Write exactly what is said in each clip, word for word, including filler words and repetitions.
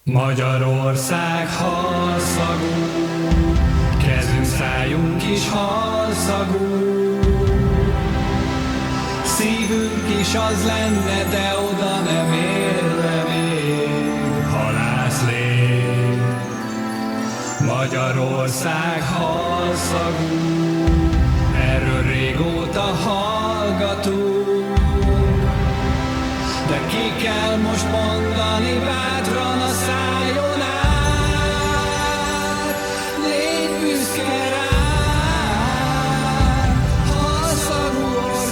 Magyarország halszagú, kezünk szájunk is halszagú, szívünk is az lenne, de oda nem érve még halászlég. Magyarország halszagú, erről régóta hallgatunk, de ki kell most mondani bátran a szájon át, légy büszke rá, halszagú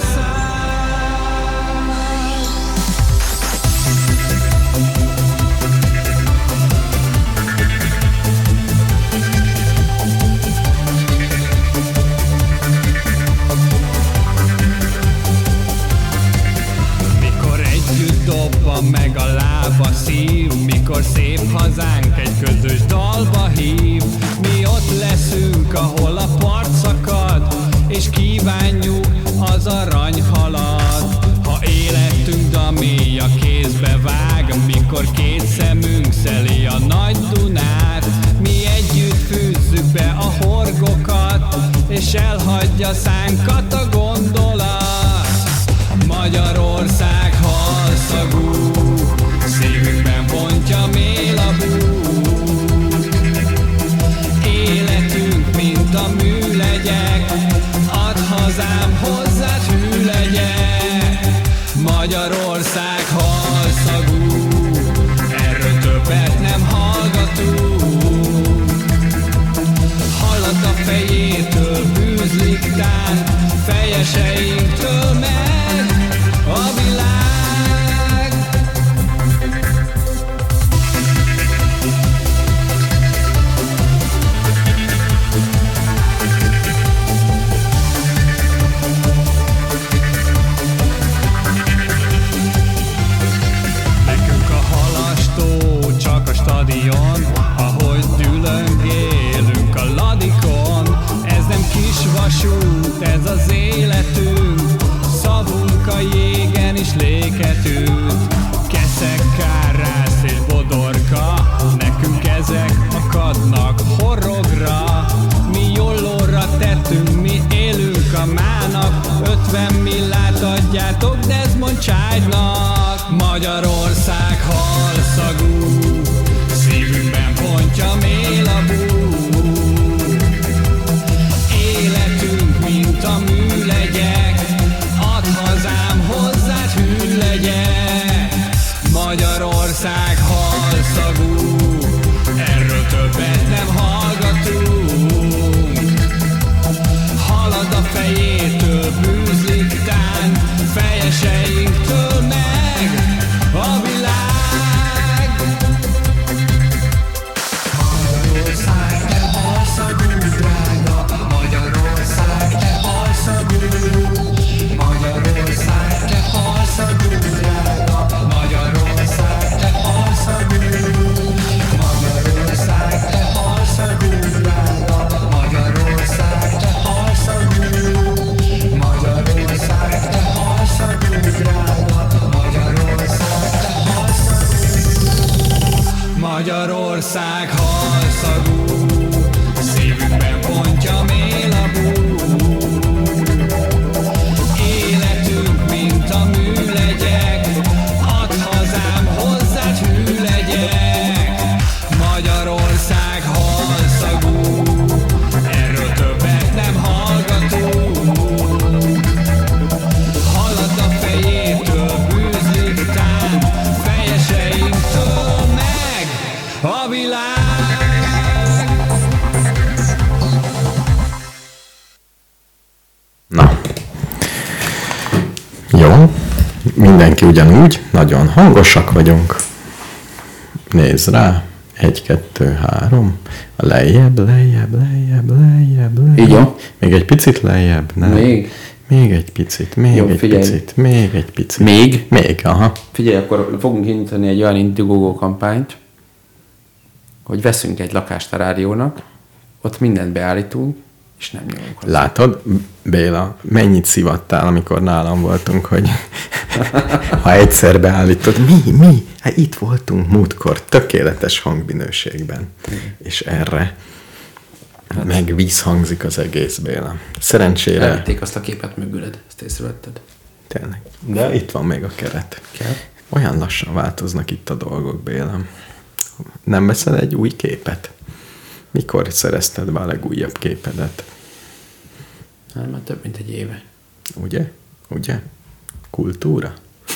dobban meg a lába szív, mikor szép hazánk egy közös dalba hív. Mi ott leszünk, ahol a part szakad, és kívánjuk az aranyhalat. Ha életünk daméja kézbe vág, mikor két szemünk szeli a nagy Dunát, mi együtt fűzzük be a horgokat, és elhagyja szánkat a gondolat. Magyarország halszagú, szívünkben pontja mél a bú. Életünk, mint a műlegyek, add hazám, hozzád hű legyek. Magyarország halszagú, erről többet nem hallgatunk. Hallat a fejétől bűzlik tán, fejeseinktől meg a világ. Nekünk a halastó csak a stadion, ahogy dülöngélünk a ladikon. Ez nem kis vasút, ez az életünk, szavunk a jégen is léket üt. Keszek, kárász és bodorka, nekünk ezek akadnak horrogra. Mi jollóra tettünk, mi élünk a mának, ötven millát adjátok Desmond Child-nak. Magyarország halszagú, szívünkben pontja mél a bú. Életünk, mint a műlegyek, add hazám, hozzád hű legyek. Magyarország halszagú, erről többet nem hallgatunk. Halad a fejétől bűzlik tán, fejeseinktől meg a világ. Magyarország, te halszagú drága, Magyarország, te halszagú. Magyarország, te halszagú drága, Magyarország, te halszagú. Magyarország, te halszagú drága, Magyarország, te halszagú. Magyarország, te halszagú drága, Magyarország, te halszagú. Magyarország halszagú, szívünkben pontja mél a bú. Életünk, mint a műlegyek, add hazám, hozzád hű legyek. Magyarország halszagú, erről többet nem hallgatunk. Halad a fejétől bűzlik tán, fejeseinktől meg a világ. Na, jó, mindenki ugyanúgy, nagyon hangosak vagyunk. Nézd rá, egy, kettő, három, lejjebb, lejjebb, lejjebb, lejjebb, lejjebb. Így jó? Még egy picit lejjebb, nem? Még? Még egy picit, még Jó, egy figyelj. picit, még egy picit. Még? Még, aha. Figyelj, akkor fogunk indítani egy olyan Indiegogo kampányt, hogy veszünk egy lakást a rádiónak, ott mindent beállítunk, és nem nyúlunk hozzá. Látod, Béla, mennyit szivattál, amikor nálam voltunk, hogy Ha egyszer beállítod, mi, mi? Hát itt voltunk múltkor, tökéletes hangminőségben. És erre hát. meg vízhangzik az egész, Béla. Szerencsére... Elvitték azt a képet mögüled, ezt észrevetted. Tényleg. De itt van még a keret. Kell? Olyan lassan változnak itt a dolgok, Béla. Nem veszel egy új képet? Mikor szerezted be a legújabb képedet? Hát már több mint egy éve. Ugye? Ugye? Kultúra?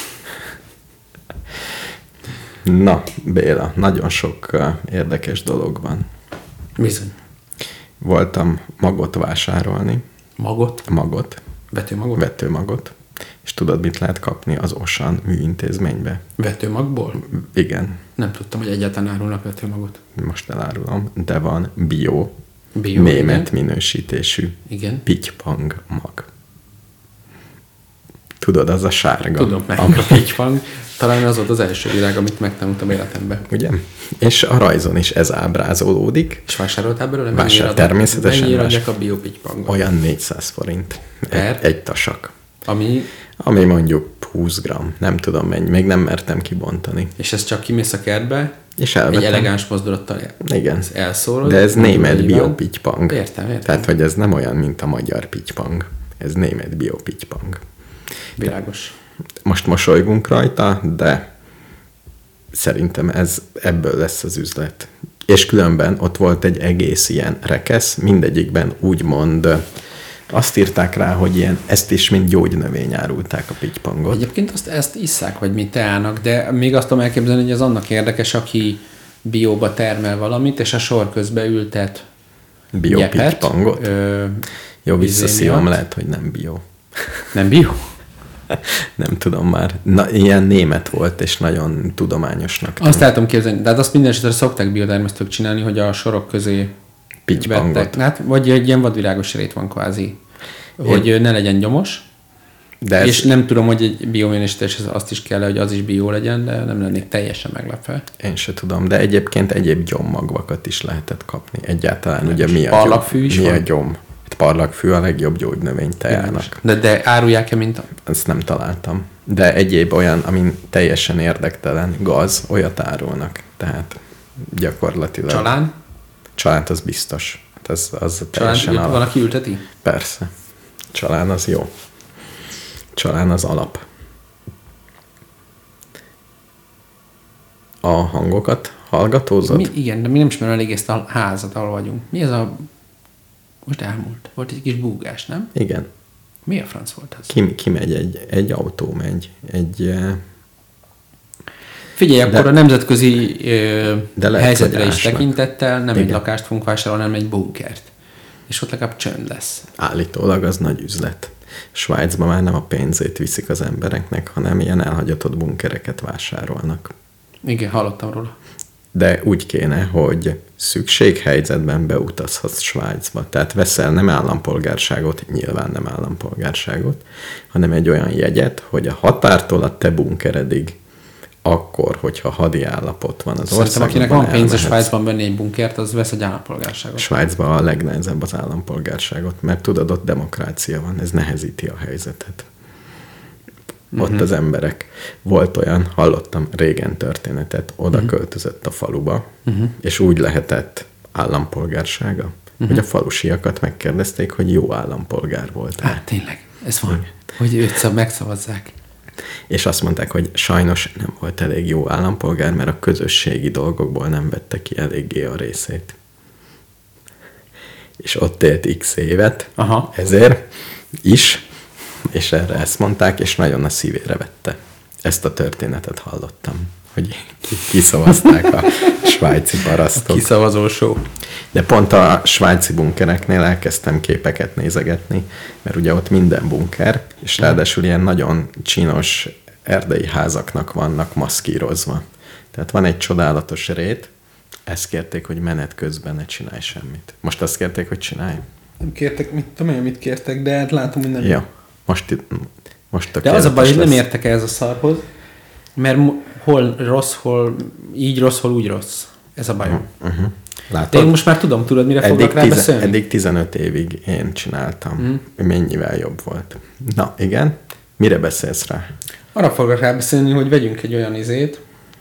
Na, Béla, nagyon sok uh, érdekes dolog van. Bizony. Voltam magot vásárolni. Magot? Magot. Vetőmagot? Vetőmagot. És tudod, mit lehet kapni az Osan műintézménybe? Vetőmagból? Igen. Nem tudtam, hogy egyáltalán árulnak vetőmagot. Most elárulom, de van bio, bio német igen. minősítésű Igen. pittypang mag. Tudod, az a sárga. Tudom, meg a pittypang. Talán az volt az első világ, amit megtanultam életemben. Ugye? És a rajzon is ez ábrázolódik. És vásároltál belőle? Vásár, természetesen. Mennyire adják a bio pittypangot? Olyan négyszáz forint. Egy, egy tasak. Ami? Ami mondjuk húsz gramm. Nem tudom mennyi. Még nem mertem kibontani. És ez csak kimész a kertbe, és elvetem. Egy elegáns mozdulattal igen. elszórod. De ez német bio pittypang. Értem, értem. Tehát, hogy ez nem olyan, mint a magyar pittypang. Ez német bio pittypang. Világos. Most mosolygunk rajta, de szerintem ez ebből lesz az üzlet. És különben ott volt egy egész ilyen rekesz, mindegyikben úgymond azt írták rá, hogy ilyen, ezt is mind gyógynövény árulták a pittypangot. Egyébként azt ezt isszák, vagy mit teának, de még azt tudom elképzelni, hogy ez annak érdekes, aki bióba termel valamit, és a sor közben ültet bio pittypangot. Jó, visszaszívom, lehet, hogy nem bio. Nem bio? Nem tudom már. Na, ilyen német volt, és nagyon tudományosnak. Azt el tudom képzelni, de hát azt minden esetre szokták biotermesztők csinálni, hogy a sorok közé pittypangot. Hát, vagy egy ilyen vadvirágos rét van kvázi. Hogy Én... ne legyen gyomos. De ez... És nem tudom, hogy egy biominősítés azt is kell, hogy az is bio legyen, de nem lennék teljesen meglepve. Én se tudom, de egyébként egyéb gyommagvakat is lehetett kapni. Egyáltalán nem ugye mi a, parlagfű is mi van? a gyom? Parlagfű a legjobb gyógynövény tejának. De, de árulják-e, mint a... Ezt nem találtam. De egyéb olyan, amin teljesen érdektelen gaz, olyat árulnak. Tehát gyakorlatilag... Csalán? Csalán az biztos. Az, az teljesen alap. Van, aki ülteti? Persze. Csalán az jó. Csalán az alap. A hangokat hallgatózod? Mi, igen, de mi nem ismerem elég ezt a házat, ahol vagyunk. Mi ez a... Most elmúlt. Volt egy kis búgás, nem? Igen. Mi a franc volt ez? Ki, ki megy? Egy, egy autó megy. Egy... Figyelj, de, akkor a nemzetközi ö, de lehet, helyzetre is tekintettel nem igen. egy lakást fogunk vásárolni, hanem egy bunkert. És ott legalább csönd lesz. Állítólag az nagy üzlet. Svájcban már nem a pénzét viszik az embereknek, hanem ilyen elhagyatott bunkereket vásárolnak. Igen, hallottam róla. De úgy kéne, hogy szükséghelyzetben beutazhatsz Svájcba. Tehát veszel nem állampolgárságot, nyilván nem állampolgárságot, hanem egy olyan jegyet, hogy a határtól a te bunkeredig akkor, hogyha hadi állapot van az országban. Szerintem akinek van pénz a Svájcban venni egy bunkert, az vesz egy állampolgárságot. Svájcban a legnehezebb az állampolgárságot, mert tudod, ott demokrácia van, ez nehezíti a helyzetet. Ott uh-huh. az emberek. Volt olyan, hallottam régen történetet, oda uh-huh. költözött a faluba, uh-huh. és úgy lehetett állampolgársága, uh-huh. hogy a falusiakat megkérdezték, hogy jó állampolgár volt. Hát tényleg, ez van, igen. Hogy őt megszavazzák. És azt mondták, hogy sajnos nem volt elég jó állampolgár, mert a közösségi dolgokból nem vette ki eléggé a részét. És ott élt x évet, aha. ezért is, és erre ezt mondták, és nagyon a szívére vette. Ezt a történetet hallottam, hogy kiszavazták a svájci parasztok. Kiszavazó show. De pont a svájci bunkereknél elkezdtem képeket nézegetni, mert ugye ott minden bunker, és ráadásul ilyen nagyon csinos erdei házaknak vannak maszkírozva. Tehát van egy csodálatos rét, ezt kérték, hogy menet közben ne csinálj semmit. Most azt kérték, hogy csinálj? Nem kértek, mit tudom én, mit kértek, de hát látom, hogy nem. Ja, most, most de az a baj, hogy nem értek ez a szarhoz, mert hol rossz, hol így rossz, hol úgy rossz. Ez a bajom. Uh-huh. Látod? Én most már tudom, tudod, mire eddig foglak rá tize, beszélni? Eddig tizenöt évig én csináltam. Mm. Mennyivel jobb volt. Na, igen. Mire beszélsz rá? Arra fogok rábeszélni, hogy vegyünk egy olyan izét,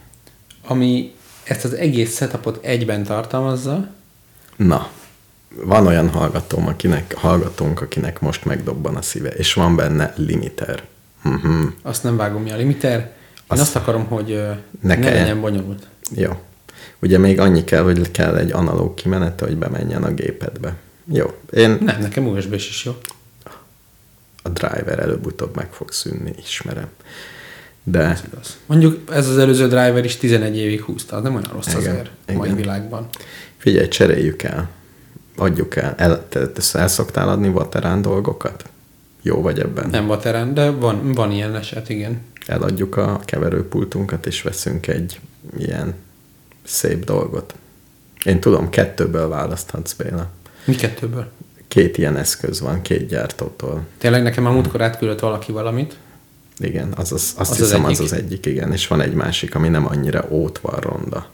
ami ezt az egész setupot egyben tartalmazza. Na, van olyan hallgatóm, akinek, hallgatónk, akinek most megdobban a szíve, és van benne limiter. Uh-huh. Azt nem vágom, mi a limiter. Én azt, azt akarom, hogy ne, ne legyen bonyolult. Jó. Ugye még annyi kell, hogy kell egy analóg kimenete, hogy bemenjen a gépedbe. Jó. Én... Nem, nekem u es bé-s is jó. A driver előbb-utóbb meg fog szűnni, ismerem. De... Ez igaz. Mondjuk ez az előző driver is tizenegy évig húzta, az nem olyan rossz igen, azért a mai világban. Figyelj, cseréljük el. Adjuk el. el te, te el szoktál adni vaterán dolgokat? Jó vagy ebben? Nem vaterán, de van, van ilyen eset, igen. Eladjuk a keverőpultunkat, és veszünk egy ilyen szép dolgot. Én tudom, kettőből választhatsz, Béla. Mi kettőből? Két ilyen eszköz van, két gyártótól. Tényleg nekem a múltkor átküldött valaki valamit. Igen, az az, azt az hiszem az az az egyik, igen. És van egy másik, ami nem annyira ótvar ronda.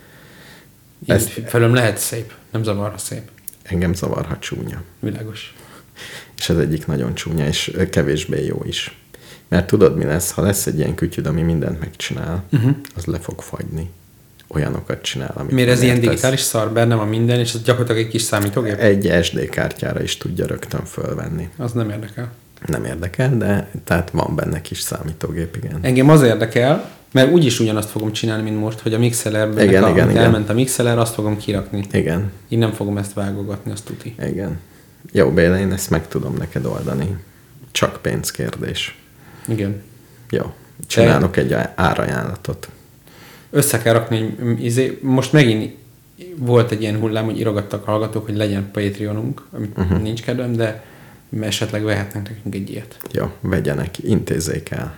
Ezt... Felőm lehet szép, nem zavarha szép. Engem zavarha csúnya. Világos. És az egyik nagyon csúnya, és kevésbé jó is. Mert tudod, mi lesz? Ha lesz egy ilyen kütyüd, ami mindent megcsinál, uh-huh. az le fog fagyni. Olyanokat csinál, amit miért ez ilyen digitális szar, benne van minden, és az gyakorlatilag egy kis számítógép? Egy es dé kártyára is tudja rögtön fölvenni. Az nem érdekel. Nem érdekel, de tehát van benne kis számítógép, igen. Engem az érdekel, mert úgyis ugyanazt fogom csinálni, mint most, hogy a mixelerben igen, igen, igen. elment a mixeler, azt fogom kirakni. Igen. Én nem fogom ezt vágogatni, azt tuti. Igen. Jó, Béla, én ezt meg tudom neked oldani. Csak pénzkérdés. Igen. Jó. Csinálok egy árajánlatot. Össze kell rakni, izé, most megint volt egy ilyen hullám, hogy írogattak hallgatók, hogy legyen Patreonunk, amit uh-huh. nincs kedvem, de esetleg vehetnek nekünk egy ilyet. Jó, vegyenek, intézzék el.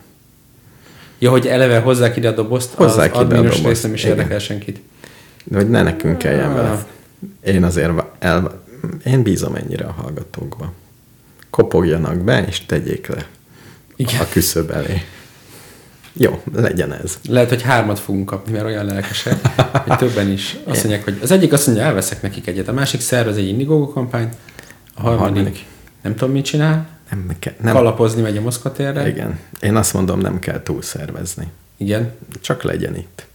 Ja, hogy eleve hozzák ide a dobozt, hozzák az adminos rész nem is igen. érdekel senkit. De hogy ne nekünk kelljen vele. Én azért el, én bízom ennyire a hallgatókba. Kopogjanak be, és tegyék le igen. a küszöb elé. Jó, legyen ez. Lehet, hogy hármat fogunk kapni, mert olyan lelkesek, hogy többen is. Azt mondják, hogy az egyik azt mondja, elveszek nekik egyet, a másik szervez egy Indiegogo kampányt, a harmadik nem tudom, mit csinál, nem, nem. kalapozni megy a Moszkva térre. Igen. Én azt mondom, nem kell túl szervezni. Igen. Csak legyen itt.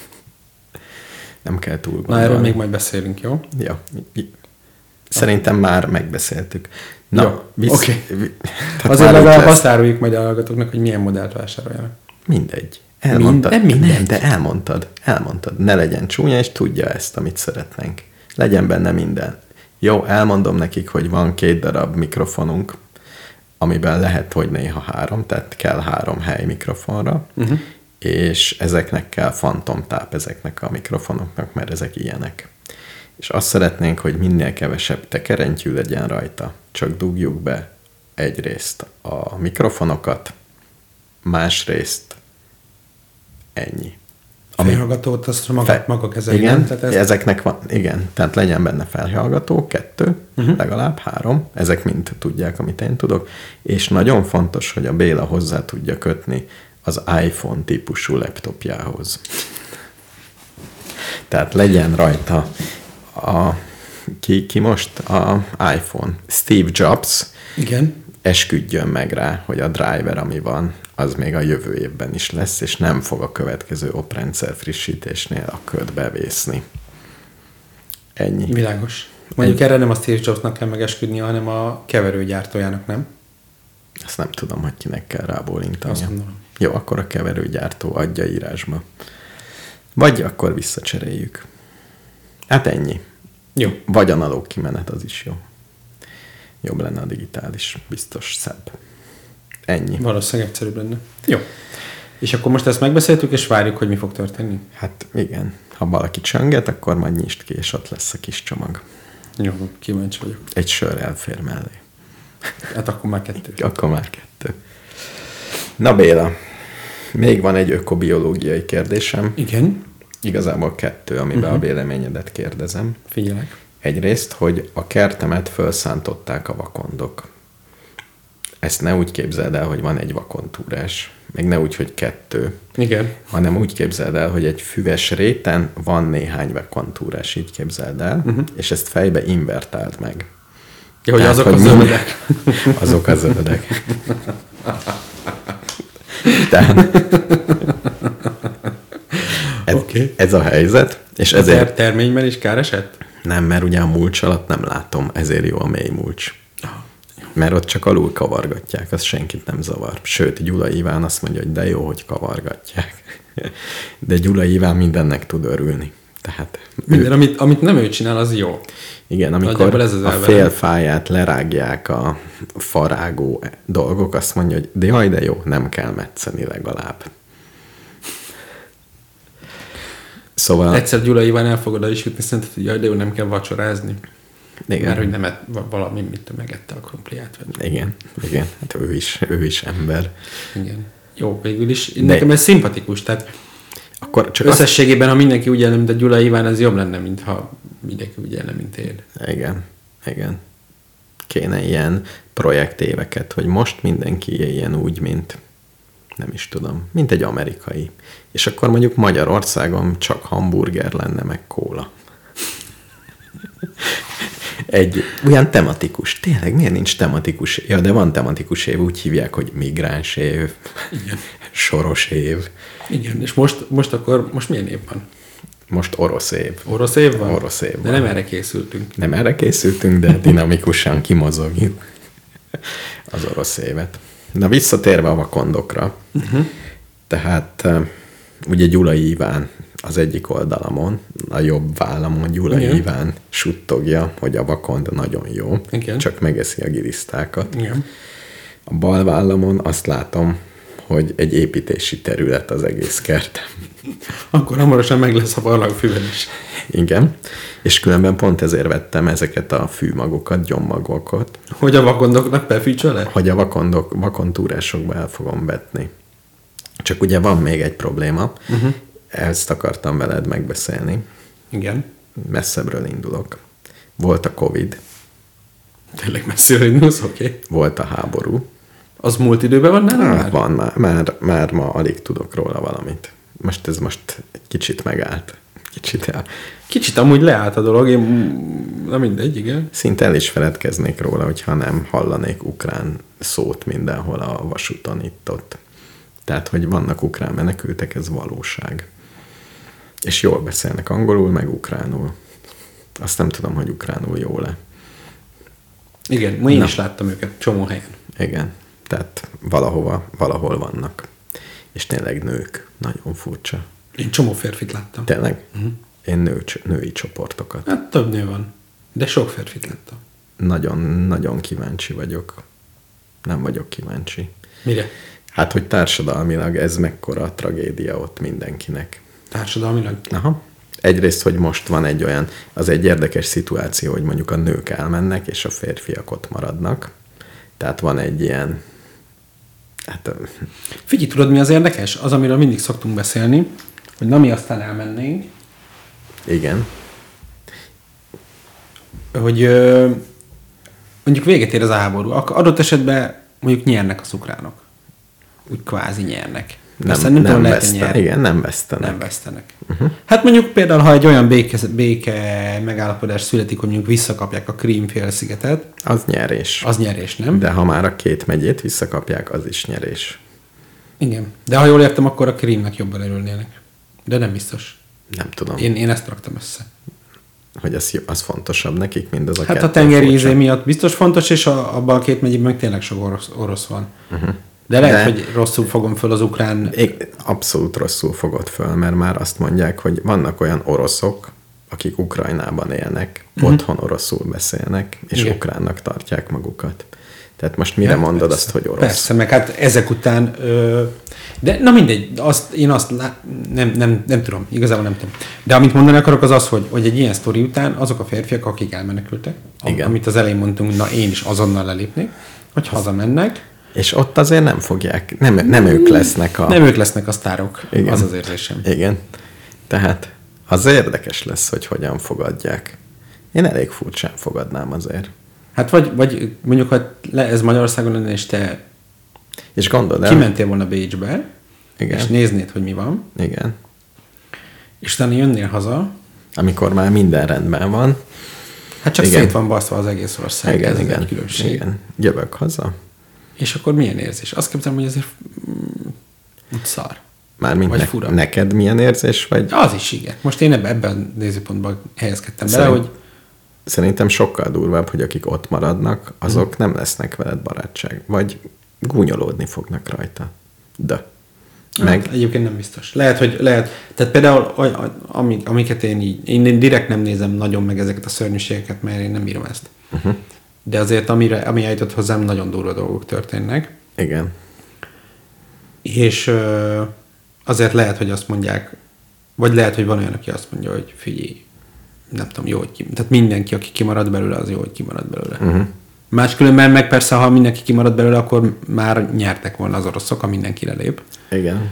Nem kell túl gondolni. Na, erről még majd beszélünk, jó? Jó. Szerintem ah. már megbeszéltük. Na, visz... oké. Okay. Azért legalább azt áruljuk majd a hallgatóknak, hogy milyen modellt vásároljanak. Mindegy. Elmondtad. Mind, nem mindegy. De elmondtad. Elmondtad. Ne legyen csúnya, és tudja ezt, amit szeretnénk. Legyen benne minden. Jó, elmondom nekik, hogy van két darab mikrofonunk, amiben lehet, hogy néha három, tehát kell három hely mikrofonra, uh-huh. és ezeknek kell fantomtáp ezeknek a mikrofonoknak, mert ezek ilyenek. És azt szeretnénk, hogy minél kevesebb tekerentyű legyen rajta, csak dugjuk be egyrészt a mikrofonokat, másrészt ennyi. A felhallgatót azt maga, fe, maga kezeli, igen, nem? Tehát ez... ezeknek van, igen, tehát legyen benne felhallgató, kettő, uh-huh. legalább három, ezek mind tudják, amit én tudok, és nagyon fontos, hogy a Béla hozzá tudja kötni az iPhone típusú laptopjához. Tehát legyen rajta a, ki, ki most a iPhone? Steve Jobs. Igen. Esküdjön meg rá, hogy a driver, ami van, az még a jövő évben is lesz, és nem fog a következő oprendszer frissítésnél a köd bevészni. Ennyi. Világos. Mondjuk Ennyi. Erre nem a Steve Jobsnak kell megesküdnie, hanem a keverőgyártójának, nem? Azt nem tudom, hogy kinek kell rábólintani. Azt mondom. Jó, akkor a keverőgyártó adja írásba. Vagy akkor visszacseréljük. Hát ennyi. Jó. Vagy analóg kimenet, az is jó. Jobb lenne a digitális, biztos szebb. Ennyi. Valószínűleg egyszerűbb lenne. Jó. És akkor most ezt megbeszéltük, és várjuk, hogy mi fog történni? Hát igen. Ha valaki csönget, akkor majd nyisd ki, és ott lesz a kis csomag. Jó, kíváncsi vagyok. Egy sör elfér mellé. Hát akkor már kettő. Akkor már kettő. Na Béla, még van egy ökobiológiai kérdésem. Igen. Igazából kettő, amiben uh-huh. a véleményedet kérdezem. Figyelek. Egyrészt, hogy a kertemet felszántották a vakondok. Ezt ne úgy képzeld el, hogy van egy vakontúrás, meg ne úgy, hogy kettő. Igen. Hanem úgy képzeld el, hogy egy füves réten van néhány vakontúrás, így képzeld el, uh-huh. és ezt fejbe invertáld meg. Ja, hogy Tehát, azok hogy a zöldek. azok a zöldek. Tehát ez, okay. ez a helyzet. És a ezért... terményben is kár esett? Nem, mert ugye a mulcs alatt nem látom, ezért jó a mély mulcs. Mert ott csak alul kavargatják, az senkit nem zavar. Sőt, Gyula Iván azt mondja, hogy de jó, hogy kavargatják. De Gyula Iván mindennek tud örülni. Tehát minden, ő... amit, amit nem ő csinál, az jó. Igen, amikor ez az a félfáját lerágják a farágó dolgok, azt mondja, hogy de jaj, de jó, nem kell metszeni legalább. Szóval... Egyszer Gyula Iván el fog oda is jutni, szerinted, hogy jaj, de jó, nem kell vacsorázni. Igen. Mert hogy nem et, valami, mit megette a krumpliát. Vagy. Igen, igen. Hát ő is, ő is ember. Igen. Jó, végül is. De... Nekem ez szimpatikus, tehát akkor csak összességében, azt... ha mindenki úgy élne, mint a Gyula Iván, ez jobb lenne, mint ha mindenki úgy élne, mint én. Igen, igen. Kéne ilyen projektéveket, hogy most mindenki éljen úgy, mint nem is tudom, mint egy amerikai. És akkor mondjuk Magyarországon csak hamburger lenne, meg kóla. Egy olyan tematikus, tényleg miért nincs tematikus? Ja, de van tematikus év, úgy hívják, hogy migráns év, igen. Soros év. Igen, és most, most akkor, most milyen év van? Most orosz év. Orosz év van? Orosz év de van. nem erre készültünk. Nem erre készültünk, de dinamikusan kimozogjuk az orosz évet. Na visszatérve a vakondokra, uh-huh. tehát ugye Gyula Iván az egyik oldalamon, a jobb vállamon Gyula Igen. Iván suttogja, hogy a vakond nagyon jó, Igen. csak megeszi a gilisztákat. Igen. A bal vállamon azt látom, hogy egy építési terület az egész kertem. Akkor hamarosan meg lesz a barlangfűvel is. Igen, és különben pont ezért vettem ezeket a fűmagokat, gyommagokat. Hogy a vakondoknak befűtsön le? Hogy a vakondok, vakontúrásokba el fogom vetni. Csak ugye van még egy probléma, uh-huh. ezt akartam veled megbeszélni. Igen. Messzebbről indulok. Volt a Covid. Tényleg messziről indulsz? Oké. Okay. Volt a háború. Az múlt időben van nálam már? Van, már, már, már ma alig tudok róla valamit. Most ez most egy kicsit megállt. Kicsit el. Kicsit amúgy leállt a dolog, én... Na mindegy, igen. Szinte el is feledkeznék róla, hogyha nem hallanék ukrán szót mindenhol a vasúton itt-ott. Tehát, hogy vannak ukrán menekültek, ez valóság. És jól beszélnek angolul, meg ukránul. Azt nem tudom, hogy ukránul jól-e. Igen, ma én Na. is láttam őket csomó helyen. Igen, tehát valahova, valahol vannak. És tényleg nők. Nagyon furcsa. Én csomó férfit láttam. Tényleg? Uh-huh. Én nő, női csoportokat. Hát több nő van, de sok férfit láttam. Nagyon, nagyon kíváncsi vagyok. Nem vagyok kíváncsi. Mire? Hát, hogy társadalmilag ez mekkora tragédia ott mindenkinek. Társadalmilag? Aha. Egyrészt, hogy most van egy olyan, az egy érdekes szituáció, hogy mondjuk a nők elmennek, és a férfiak ott maradnak. Tehát van egy ilyen... Hát, Figyelj, tudod, mi az érdekes? Az, amiről mindig szoktunk beszélni, hogy na mi aztán elmennénk. Igen. Hogy ö, mondjuk véget ér az háború. Adott esetben mondjuk nyernek az ukránok. Úgy kvázi nyernek. Nem, nem, nem vesztenek. Igen, nem vesztenek. Nem vesztenek. Uh-huh. Hát mondjuk például, ha egy olyan béke, béke megállapodás születik, hogy mondjuk visszakapják a Krím-félszigetet. Az nyerés. Az nyerés, nem? De ha már a két megyét visszakapják, az is nyerés. Igen. De ha jól értem, akkor a Krímnek jobban örülnének. De nem biztos. Nem tudom. Én, én ezt raktam össze. Hogy az, az fontosabb nekik, mint az a Hát a tengeri ízé miatt biztos fontos, és a, abban a két megyében meg tényleg sok orosz, orosz van. Uh-huh. De lehet, De hogy rosszul fogom föl az ukrán... Én abszolút rosszul fogod föl, mert már azt mondják, hogy vannak olyan oroszok, akik Ukrajnában élnek, uh-huh. otthon oroszul beszélnek, és Igen. ukránnak tartják magukat. Tehát most mire hát, mondod persze, azt, hogy orosz? Persze, meg hát ezek után... Ö, de na mindegy, azt, én azt lá, nem, nem, nem tudom, igazából nem tudom. De amit mondani akarok az az, hogy, hogy egy ilyen sztori után azok a férfiak, akik elmenekültek, Igen. amit az elején mondtunk, na én is azonnal lelépnék, hogy hazamennek. És ott azért nem fogják, nem, nem ők lesznek a... Nem ők lesznek a sztárok, Igen. az az érzésem. Igen. Tehát az érdekes lesz, hogy hogyan fogadják. Én elég furcsán fogadnám azért. Hát vagy, vagy mondjuk, hogy le, ez Magyarországon lenne, és te és gondold el, kimentél volna Bécsbe, Igen. és néznéd, hogy mi van. Igen. És utána jönnél haza. Amikor már minden rendben van. Hát csak Igen. szét van baszva az egész ország. Igen, ez igen, egy különbség. Igen. Jövök haza. És akkor milyen érzés? Azt képzelem, hogy azért Szar. Mármint ne, fura. Neked milyen érzés vagy? Az is igen. Most én ebben, ebben nézőpontban helyezkedtem Szerint, bele, hogy... Szerintem sokkal durvább, hogy akik ott maradnak, azok hmm. nem lesznek veled barátság. Vagy gúnyolódni fognak rajta. De. Meg... Hát, egyébként nem biztos. Lehet, hogy lehet. Tehát például amik, amiket én így, én direkt nem nézem nagyon meg ezeket a szörnyűségeket, mert én nem bírom ezt. Uh-huh. De azért amire, ami eljutott hozzám, nagyon durva dolgok történnek. Igen. És azért lehet, hogy azt mondják, vagy lehet, hogy van olyan, aki azt mondja, hogy figyelj, nem tudom, jó, hogy ki, tehát mindenki, aki kimarad belőle, az jó, hogy kimarad belőle. Uh-huh. Máskülönben meg persze, ha mindenki kimarad belőle, akkor már nyertek volna az oroszok, ha mindenki lelép. Igen.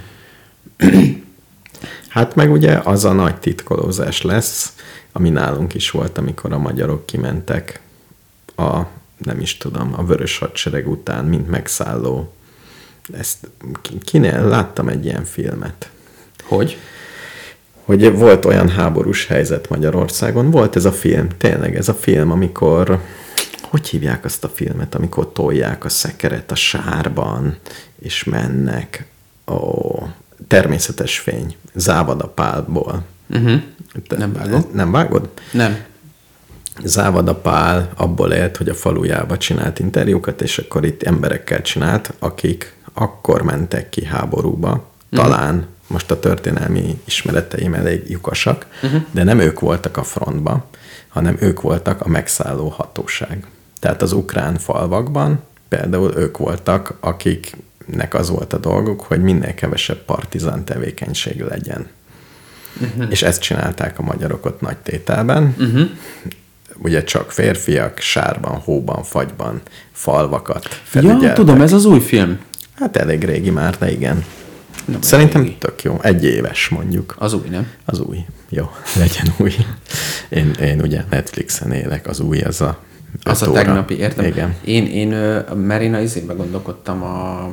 Hát meg ugye az a nagy titkolózás lesz, ami nálunk is volt, amikor a magyarok kimentek a, nem is tudom, a Vörös Hadsereg után, mint megszálló. Ezt kinél láttam egy ilyen filmet. Hogy? Hogy volt olyan háborús helyzet Magyarországon. Volt ez a film, tényleg ez a film, amikor, hogy hívják azt a filmet, amikor tolják a szekeret a sárban, és mennek. Ó, Természetes fény, Závada Pálból. Uh-huh. Nem vágod? Nem vágod? Nem. Závada Pál abból élt, hogy a falujába csinált interjúkat, és akkor itt emberekkel csinált, akik akkor mentek ki háborúba. Talán, uh-huh. most a történelmi ismereteim elég lyukasak, uh-huh. de nem ők voltak a frontban, hanem ők voltak a megszálló hatóság. Tehát az ukrán falvakban például ők voltak, akiknek az volt a dolguk, hogy minél kevesebb partizán tevékenység legyen. Uh-huh. És ezt csinálták a magyarok ott nagy tételben. Uh-huh. Ugye csak férfiak, sárban, hóban, fagyban, falvakat felügyeltek. Ja, tudom, ez az új film. Hát elég régi már, de igen. Nem Szerintem régi. Tök jó. Egy éves mondjuk. Az új, nem? Az új. Jó, legyen új. Én, én ugye Netflixen élek, az új, az a Az a tegnapi, értem. Igen. Én, én mert én az izébe gondolkodtam a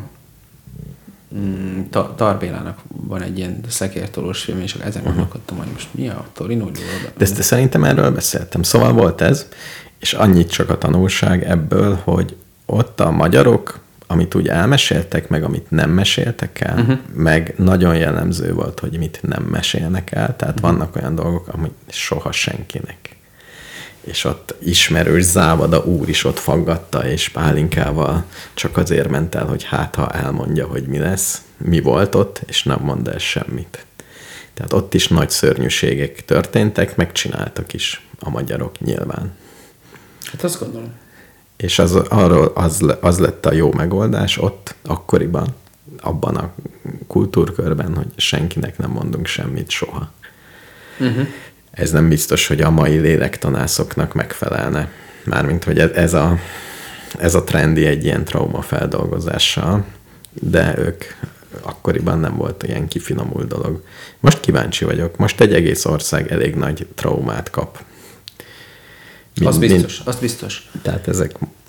mm, Tarbélának van egy ilyen szekértolós film, és ezen uh-huh. gondolkodtam, hogy most mi a Torino? De ezt szerintem erről beszéltem. Szóval volt ez, és annyit csak a tanulság ebből, hogy ott a magyarok, amit úgy elmeséltek, meg amit nem meséltek el, uh-huh. meg nagyon jellemző volt, hogy mit nem mesélnek el, tehát uh-huh. vannak olyan dolgok, amit soha senkinek. És ott ismerős Závada úr is ott faggatta, és pálinkával csak azért ment el, hogy hát ha elmondja, hogy mi lesz, mi volt ott, és nem mond el semmit. Tehát ott is nagy szörnyűségek történtek, megcsináltak is a magyarok nyilván. Hát azt gondolom. És az, arról az, az lett a jó megoldás ott, akkoriban, abban a kultúrkörben, hogy senkinek nem mondunk semmit soha. Uh-huh. Ez nem biztos, hogy a mai lélektanászoknak megfelelne. Mármint, hogy ez a, ez a trendi egy ilyen traumafeldolgozással, de ők akkoriban nem volt ilyen kifinomult dolog. Most kíváncsi vagyok. Most egy egész ország elég nagy traumát kap. Mind, az biztos, mind, az biztos. Tehát ezek...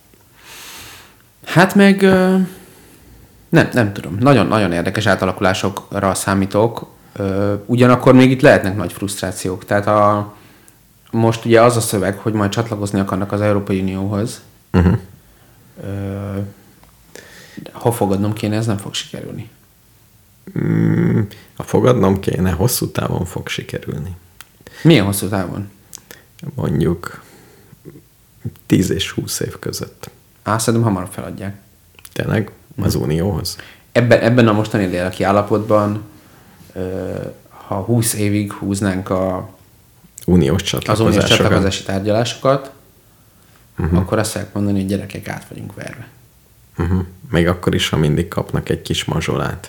Hát meg nem, nem tudom. Nagyon-nagyon érdekes átalakulásokra számítok. Ugyanakkor még itt lehetnek nagy frusztrációk. Tehát a, most ugye az a szöveg, hogy majd csatlakozni akarnak az Európai Unióhoz. Uh-huh. Ha fogadnom kéne, ez nem fog sikerülni. Mm, ha fogadnom kéne, hosszú távon fog sikerülni. Milyen hosszú távon? Mondjuk tíz és húsz év között. Á, szerintem hamarabb feladják. Tényleg? Az Unióhoz? Ebben, ebben a mostani léleki állapotban, ha húsz évig húznánk a uniós csatlakozásokat, az uniós csatlakozási tárgyalásokat, uh-huh. akkor azt fogják mondani, hogy gyerekek, át vagyunk verve. Uh-huh. Még akkor is, ha mindig kapnak egy kis mazsolát.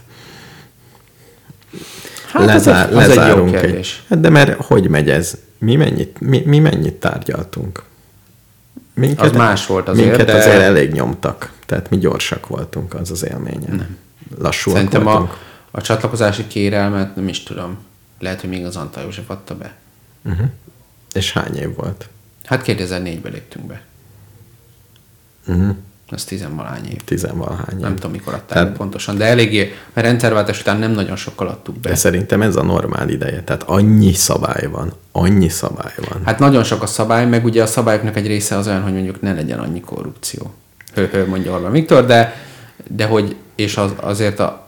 Hát Lezár, az, egy, az egy jó kérdés. Egy, de mert hogy megy ez? Mi mennyit, mi, mi mennyit tárgyaltunk? Minket, az más volt azért, minket de... azért elég nyomtak. Tehát mi gyorsak voltunk, az az élményen. Nem. Lassúak Szerintem voltunk. A, a csatlakozási kérelmet nem is tudom. Lehet, hogy még az Antal József adta be. Uh-huh. És hány év volt? Hát kétezer-négyben léptünk be. Uh-huh. Az tizenvalahány év. Tizenvalahány év. Nem tudom, mikor adták Tehát... pontosan, de eléggé, mert rendszerváltás után nem nagyon sokkal adtuk be. De szerintem ez a normál ideje. Tehát annyi szabály van. Annyi szabály van. Hát nagyon sok a szabály, meg ugye a szabályoknak egy része az olyan, hogy mondjuk ne legyen annyi korrupció. Hő-hő, mondja Orbán Viktor, de, de hogy, és az, azért a,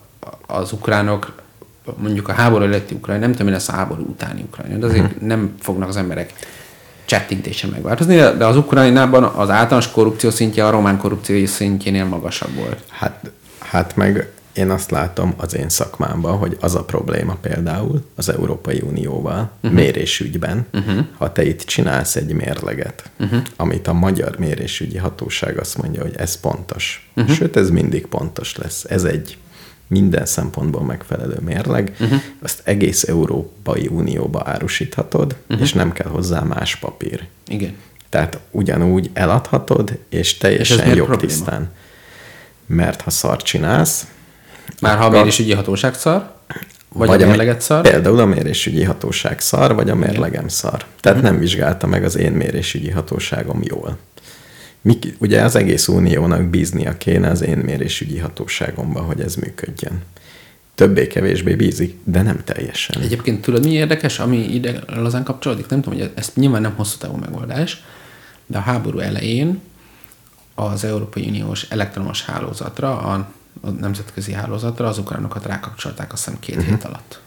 az ukránok, mondjuk a háború előtti Ukrajna, nem tudom, mi lesz a háború utáni Ukrajna, de azért uh-huh. nem fognak az emberek csettintésen megváltozni, de az Ukrajnában az általános korrupció szintje a román korrupció szintjénél magasabb volt. Hát, hát meg én azt látom az én szakmámban, hogy az a probléma például az Európai Unióval uh-huh. mérésügyben, uh-huh. ha te itt csinálsz egy mérleget, uh-huh. amit a magyar mérésügyi hatóság azt mondja, hogy ez pontos. Uh-huh. Sőt, ez mindig pontos lesz. Ez egy minden szempontból megfelelő mérleg, uh-huh. azt egész Európai Unióba árusíthatod, uh-huh. és nem kell hozzá más papír. Igen. Tehát ugyanúgy eladhatod, és teljesen jogtisztán. Mert ha szar csinálsz, már ha a mérésügyi hatóság szar, vagy, vagy a mérleget szar? Például a mérésügyi hatóság szar, vagy a mérlegem szar. Tehát uh-huh. nem vizsgálta meg az én mérésügyi hatóságom jól. Mi, ugye az egész uniónak bíznia kéne az én mérésügyi hatóságomban, hogy ez működjön. Többé-kevésbé bízik, de nem teljesen. Egyébként tudod, mi érdekes, ami ide lazán kapcsolódik? Nem tudom, hogy ez nyilván nem hosszú távú megoldás, de a háború elején az Európai Uniós elektromos hálózatra, a, a nemzetközi hálózatra az ukránokat rákapcsolták azt hiszem két uh-huh. hét alatt.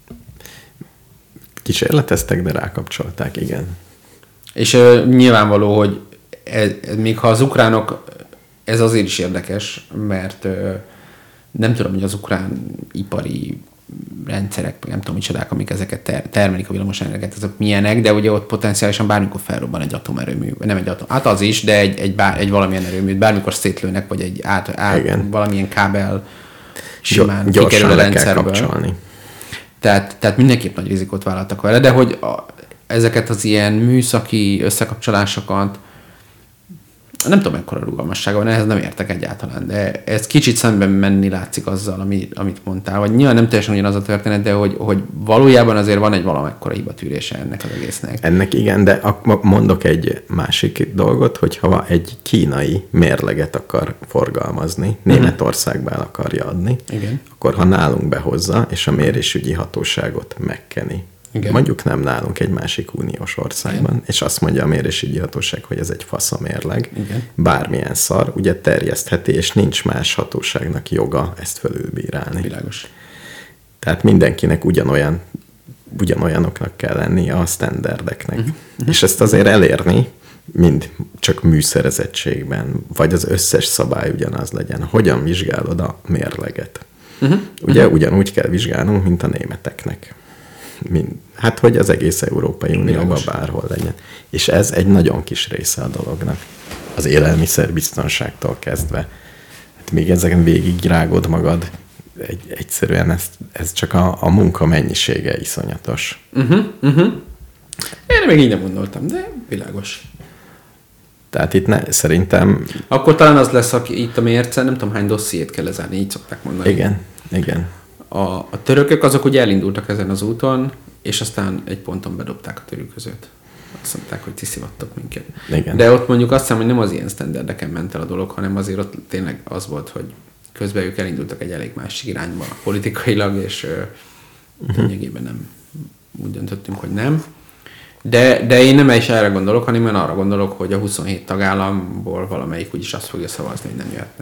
Kísérleteztek, de rákapcsolták, igen. És uh, nyilvánvaló, hogy ez, még ha az ukránok, ez azért is érdekes, mert uh, nem tudom, hogy az ukrán ipari rendszerek, nem tudom, micsodák, amik ezeket ter- termelik a villamosenergiát, azok milyenek, de ugye ott potenciálisan bármikor felrobban egy atomerőmű, nem egy atom, hát az is, de egy, egy, bár, egy valamilyen erőműt, bármikor szétlőnek, vagy egy át, át valamilyen kábel simán Gyorsan kikerül a rendszerből. Kapcsolni. Tehát, tehát mindenképp nagy rizikót vállaltak vele, de hogy a, ezeket az ilyen műszaki összekapcsolásokat nem tudom, mekkora rugalmassága van, ehhez nem értek egyáltalán, de ez kicsit szemben menni látszik azzal, ami, amit mondtál, vagy nyilván nem teljesen ugyanaz a történet, de hogy, hogy valójában azért van egy valamekkora hibatűrése ennek az egésznek. Ennek igen, de mondok egy másik dolgot, hogyha egy kínai mérleget akar forgalmazni, Németországba el akarja adni, igen. akkor ha nálunk behozza, és a mérésügyi hatóságot megkeni, igen. mondjuk nem nálunk, egy másik uniós országban, igen. és azt mondja a mérésügyi hatóság, hogy ez egy faszamérleg, igen. bármilyen szar, ugye terjesztheti, és nincs más hatóságnak joga ezt felülbírálni. Világos. Tehát mindenkinek ugyanolyan, ugyanolyanoknak kell lennie a sztenderdeknek. Uh-huh. És ezt azért elérni, mind csak műszerezettségben, vagy az összes szabály ugyanaz legyen. Hogyan vizsgálod a mérleget? Uh-huh. Ugye uh-huh. ugyanúgy kell vizsgálnunk, mint a németeknek. Mind. Hát, hogy az egész Európai Unióban bárhol legyen. És ez egy nagyon kis része a dolognak. Az élelmiszerbiztonságtól kezdve. Hát még ezeken végig rágod magad. Egy, egyszerűen ez, ez csak a, a munka mennyisége iszonyatos. Uh-huh, uh-huh. Én még így nem gondoltam, de világos. Tehát itt ne, szerintem... Akkor talán az lesz, aki itt a mérce, nem tudom hány dossziét kell lezárni, így szokták mondani. Igen, igen. A, a törökök azok ugye elindultak ezen az úton, és aztán egy ponton bedobták a törőközőt. Azt mondták, hogy ti szivattok minket. Igen. De ott mondjuk azt hiszem, hogy nem az ilyen sztenderdeken ment el a dolog, hanem azért ott tényleg az volt, hogy közben ők elindultak egy elég másik irányba politikailag, és uh-huh. lényegében nem úgy döntöttünk, hogy nem. De, de én nem is erre gondolok, hanem én arra gondolok, hogy a huszonhét tagállamból valamelyik úgyis azt fogja szavazni, hogy nem jöhetne.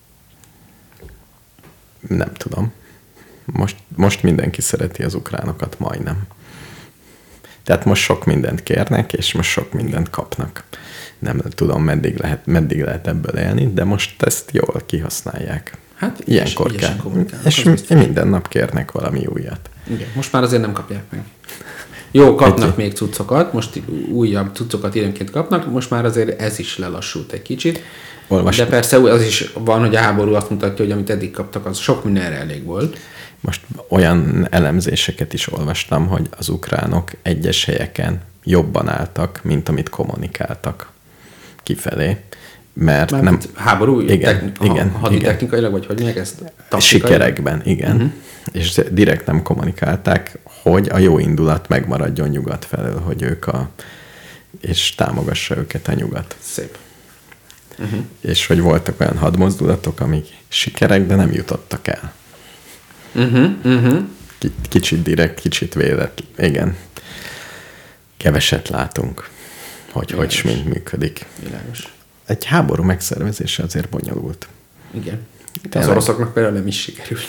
Nem tudom. Most, most mindenki szereti az ukránokat, majdnem. Tehát most sok mindent kérnek, és most sok mindent kapnak. Nem tudom, meddig lehet, meddig lehet ebből élni, de most ezt jól kihasználják. Hát ilyenkor kell. És minden nap kérnek valami újat. Igen, most már azért nem kapják meg. Jó, kapnak egy még cuccokat, most újabb cuccokat időnként kapnak, most már azért ez is lelassult egy kicsit. Olvastam. De persze az is van, hogy a háború azt mutatja, hogy amit eddig kaptak, az sok mindenre elég volt. Most olyan elemzéseket is olvastam, hogy az ukránok egyes helyeken jobban álltak, mint amit kommunikáltak kifelé. Mert már nem... háború? Igen, techni- igen. Haditechnikailag, vagy hogy mondják ezt? Sikerekben, igen. Uh-huh. És direkt nem kommunikálták, hogy a jó indulat megmaradjon nyugat felől, hogy ők a... és támogassa őket a nyugat. Szép. Uh-huh. És hogy voltak olyan hadmozdulatok, amik sikerek, de nem jutottak el. Uh-huh, uh-huh. Kicsit direkt, kicsit véletlen. Igen. Keveset látunk, hogy Világos. hogy mind működik. Világos. Egy háború megszervezése azért bonyolult. Igen. De az oroszoknak például nem is sikerült.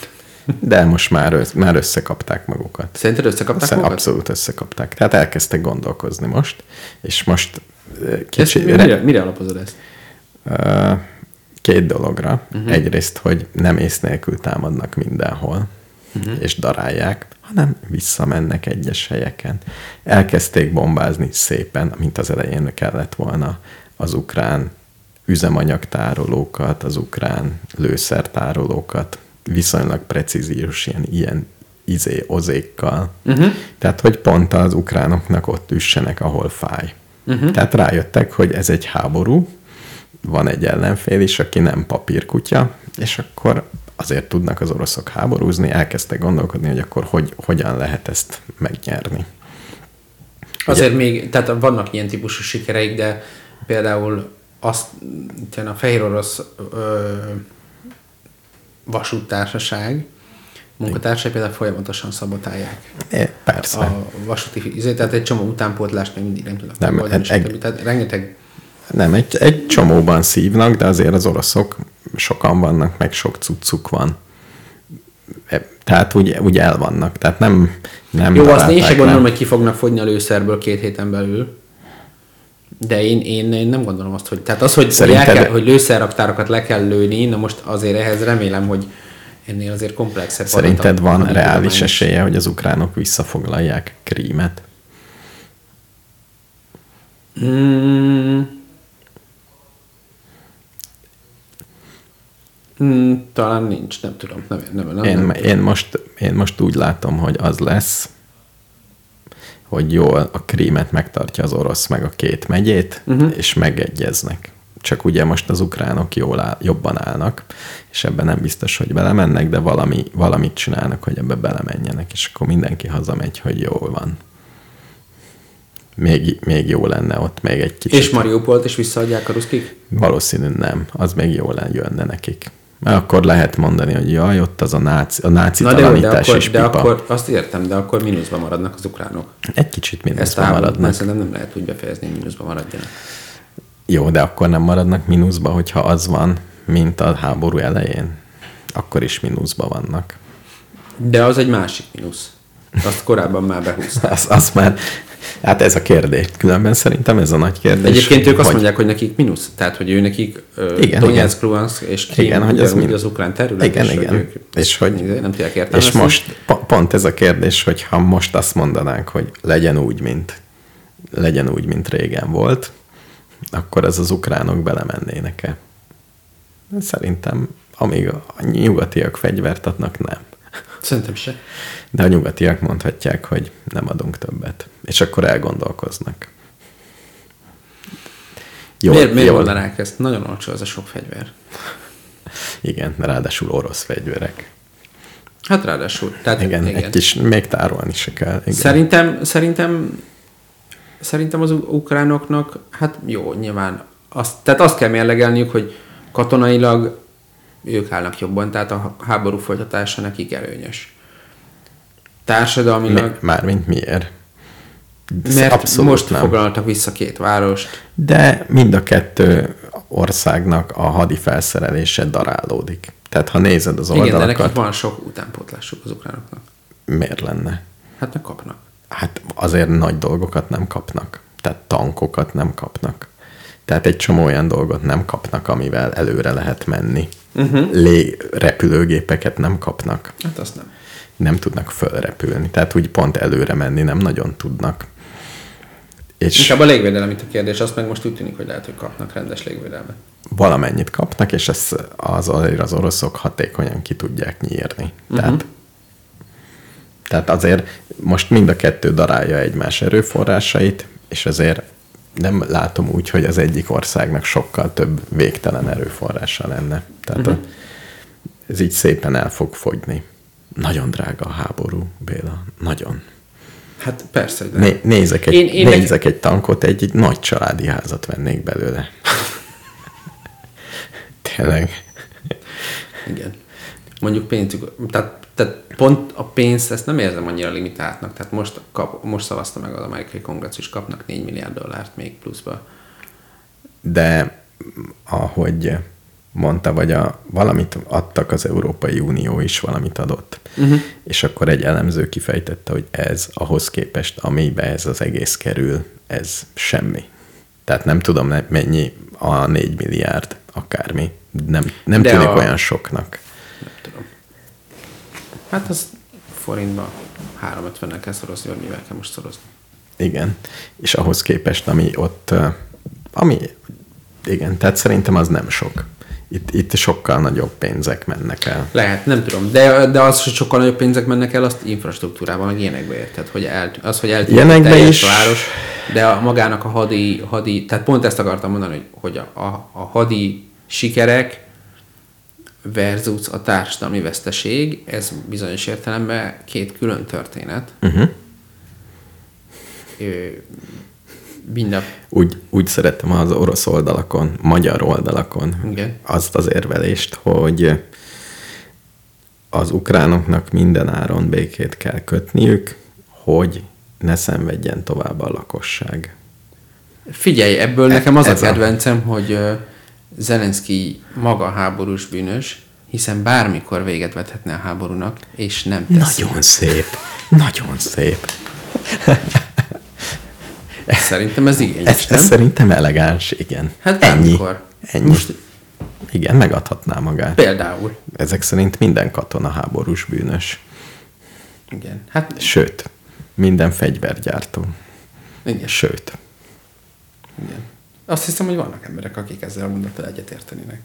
De most már, össz, már összekapták magukat. Szerinted összekapták Össze, magukat? Abszolút összekapták. Tehát elkezdtek gondolkozni most, és most kicsi... Ezt, mire, mire alapozod ezt? Két dologra. Uh-huh. Egyrészt, hogy nem ész nélkül támadnak mindenhol, uh-huh. és darálják, hanem visszamennek egyes helyeken. Elkezdték bombázni szépen, mint az elején kellett volna, az ukrán üzemanyagtárolókat, az ukrán lőszertárolókat, viszonylag precíziós ilyen, ilyen izé, ozékkal. Uh-huh. Tehát, hogy pont az ukránoknak ott üssenek, ahol fáj. Uh-huh. Tehát rájöttek, hogy ez egy háború, van egy ellenfél is, aki nem papírkutya, és akkor azért tudnak az oroszok háborúzni, elkezdtek gondolkodni, hogy akkor hogy, hogyan lehet ezt megnyerni. Azért ugye, még, tehát vannak ilyen típusú sikereik, de például azt, a fehér orosz ö, vasúttársaság munkatársai például folyamatosan szabotálják. É, persze. A vasúti izé, tehát egy csomó utánpótlást még mindig nem tudnak nem, megoldani. egy, Tehát rengeteg... Nem, egy, egy csomóban szívnak, de azért az oroszok sokan vannak, meg sok cuccuk van. Tehát úgy, úgy el vannak. Tehát nem, nem Jó, azt én sem gondolom, hogy ki fognak fogyni a lőszerből két héten belül. De én, én, én nem gondolom azt, hogy... Tehát az, hogy, Szerinted... hogy, kell, hogy lőszerraktárokat le kell lőni, na most azért ehhez remélem, hogy ennél azért komplexebb. Szerinted van reális esélye, hogy az ukránok visszafoglalják Krímet? Hmm. Hmm, talán nincs, nem tudom. Nem, nem, nem, én, nem én, most, én most úgy látom, hogy az lesz, hogy jól a Krímet megtartja az orosz meg a két megyét, uh-huh. és megegyeznek. Csak ugye most az ukránok jól áll, jobban állnak, és ebben nem biztos, hogy belemennek, de valami, valamit csinálnak, hogy ebbe belemenjenek, és akkor mindenki hazamegy, hogy jól van. Még, még jó lenne ott még egy kicsit. És Mariupolt is visszaadják a ruszkik? Valószínűleg nem. Az még jól jönne nekik. Mert akkor lehet mondani, hogy jaj, ott az a náci, a náci Na talanítás de, akkor, is de pipa. akkor azt értem, de akkor mínuszban maradnak az ukránok. Egy kicsit mínuszban Ezt maradnak. Ezt nem lehet úgy befejezni, hogy mínuszban maradjanak. Jó, de akkor nem maradnak mínuszban, hogyha az van, mint a háború elején. Akkor is mínuszban vannak. De az egy másik mínusz. Azt korábban már behúzták. az, az már, hát ez a kérdés. Különben szerintem ez a nagy kérdés. Egyébként ők hogy... azt mondják, hogy nekik mínusz. Tehát, hogy ő nekik Donetsk, Luhansk és Krím hogy az, mind... az ukrán terület. Igen, és igen. Ők és hogy, nem tudják értelmezni. És most pont ez a kérdés, hogy ha most azt mondanánk, hogy legyen úgy, mint, legyen úgy, mint régen volt, akkor ez az ukránok belemennének-e? Szerintem, amíg a nyugatiak fegyvert adnak, nem. Szerintem se. De a nyugatiak mondhatják, hogy nem adunk többet. És akkor elgondolkoznak. Jól, miért miért mondanák ezt? Nagyon olcsó az a sok fegyver. Igen, ráadásul orosz fegyverek. Hát ráadásul. Tehát, igen, igen, egy kis, még tárolni se kell. Igen. Szerintem, szerintem, szerintem az ukránoknak, hát jó, nyilván, azt, tehát azt kell mérlegelniük, hogy katonailag ők állnak jobban, tehát a háború folytatása nekik előnyös. Társadalmilag... Mi, mármint miért? Mert abszolút most nem. Foglaltak vissza két várost. De mind a kettő országnak a hadi felszerelése darálódik. Tehát ha nézed az oldalakat... Igen, de nekik van sok utánpótlásuk az ukránoknak. Miért lenne? Hát nem kapnak. Hát azért nagy dolgokat nem kapnak. Tehát tankokat nem kapnak. Tehát egy csomó olyan dolgot nem kapnak, amivel előre lehet menni. Uh-huh. Lé, repülőgépeket nem kapnak. Hát azt nem. Nem tudnak fölrepülni. Tehát úgy pont előre menni nem nagyon tudnak. És inkább a légvédelem itt a kérdés, azt meg most úgy tűnik, hogy lehet, hogy kapnak rendes légvédelmet. Valamennyit kapnak, és ezt az, az oroszok hatékonyan ki tudják nyírni. Uh-huh. Tehát, tehát azért most mind a kettő darálja egymás erőforrásait, és azért nem látom úgy, hogy az egyik országnak sokkal több végtelen erőforrása lenne. Tehát uh-huh. a, ez így szépen el fog fogyni. Nagyon drága a háború, Béla. Nagyon. Hát persze. De... Né- nézek egy, én, én nézek egy tankot, egy, egy nagy családi házat vennék belőle. Tényleg. Igen. Mondjuk pénzük, tehát, tehát pont a pénzt, ezt nem érzem annyira limitáltnak. Tehát most, kap, most szavazta meg az amerikai kongresszus, kapnak négy milliárd dollárt még pluszba. De ahogy mondta, vagy a, valamit adtak az Európai Unió is, valamit adott. Uh-huh. És akkor egy elemző kifejtette, hogy ez ahhoz képest, amibe ez az egész kerül, ez semmi. Tehát nem tudom, mennyi a négy milliárd, akármi. Nem, nem tűnik a... olyan soknak. Nem tudom. Hát az forintban háromszázötvennel kell szorozni, vagy mivel kell most szorozni. Igen. És ahhoz képest, ami ott, ami, igen, tehát szerintem az nem sok. Itt, itt sokkal nagyobb pénzek mennek el. Lehet, nem tudom. De, de az, hogy sokkal nagyobb pénzek mennek el, azt infrastruktúrában, meg ilyenekbe érted, hogy el, az, hogy eltűnik a teljes város, de a, magának a hadi, hadi, tehát pont ezt akartam mondani, hogy, hogy a, a, a hadi sikerek versus a társadalmi veszteség, ez bizonyos értelemben két külön történet. Uh-huh. Ö, Minden. Úgy, úgy szerettem az orosz oldalakon, magyar oldalakon igen. azt az érvelést, hogy az ukránoknak minden áron békét kell kötniük, hogy ne szenvedjen tovább a lakosság. Figyelj, ebből e, nekem az a kedvencem, a... hogy Zelenszky maga háborús bűnös, hiszen bármikor véget vethetne a háborúnak, és nem teszi. Nagyon szép, nagyon szép. Szerintem ez igényes, ez, ez szerintem elegáns, igen. Hát ennyi. Bármikor. Ennyi. Most... Igen, megadhatná magát. Például. Ezek szerint minden katona háborús bűnös. Igen. Hát... Sőt, minden fegyvergyártó. Igen. Sőt. Igen. Azt hiszem, hogy vannak emberek, akik ezzel a mondattal egyetértenének.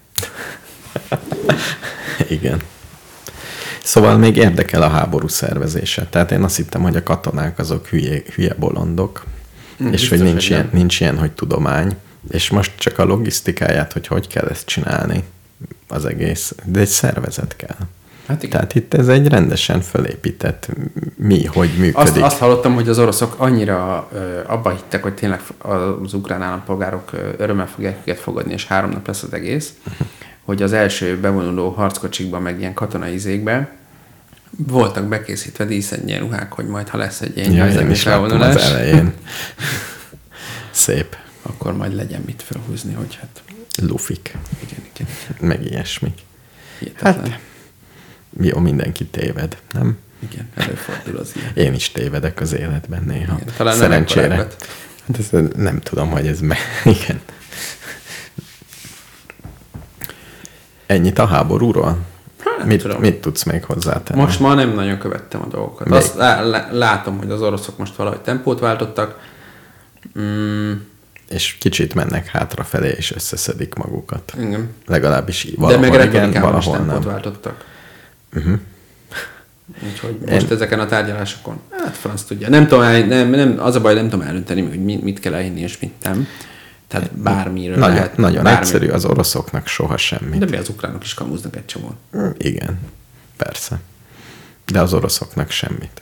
Igen. Szóval még érdekel a háború szervezése. Tehát én azt hittem, hogy a katonák azok hülye, hülye bolondok, mm, és biztos, hogy nincs, hogy ilyen, nincs ilyen, hogy tudomány, és most csak a logisztikáját, hogy hogy kell ezt csinálni, az egész, de egy szervezet kell. Hát tehát itt ez egy rendesen fölépített, mi, hogy működik. Azt, azt hallottam, hogy az oroszok annyira ö, abba hittek, hogy tényleg az ukrán állampolgárok örömmel fogják őket fogadni, és három nap lesz az egész, uh-huh. hogy az első bevonuló harckocsikban, meg ilyen katonai izékben voltak bekészítve díszennyi ruhák, hogy majd, ha lesz egy ilyen ja, győzelmi felvonulás. Az elején. Szép. Akkor majd legyen mit felhúzni, hogy hát... Lufik. Igen, igen. Meg ilyesmik. Hihetetlen. Hát, jó, mindenki téved, nem? Igen, előfordul az ilyen. Én is tévedek az életben néha. Igen, talán szerencsére. Hát ez, nem tudom, hogy ez meg... Igen. Ennyit a háborúról? Hát, mit, mit tudsz még hozzátenni? Most már nem nagyon követtem a dolgokat. Még... Azt lá- látom, hogy az oroszok most valahogy tempót váltottak. Mm. És kicsit mennek hátrafelé, és összeszedik magukat. Igen. Legalábbis valahol de meg igen, valahol nem. nem. váltottak. Uh-huh. Úgyhogy most Én... ezeken a tárgyalásokon, hát franc tudja. Nem tudom, nem, nem, az a baj, nem tudom eldönteni, hogy mit, mit kell elhinni, és mit nem. Tehát bármiről nagyon, lehet. Nagyon bármi... egyszerű, az oroszoknak soha semmit. De mi az ukránok is kamuznak egy csomót. Igen, persze. De az oroszoknak semmit.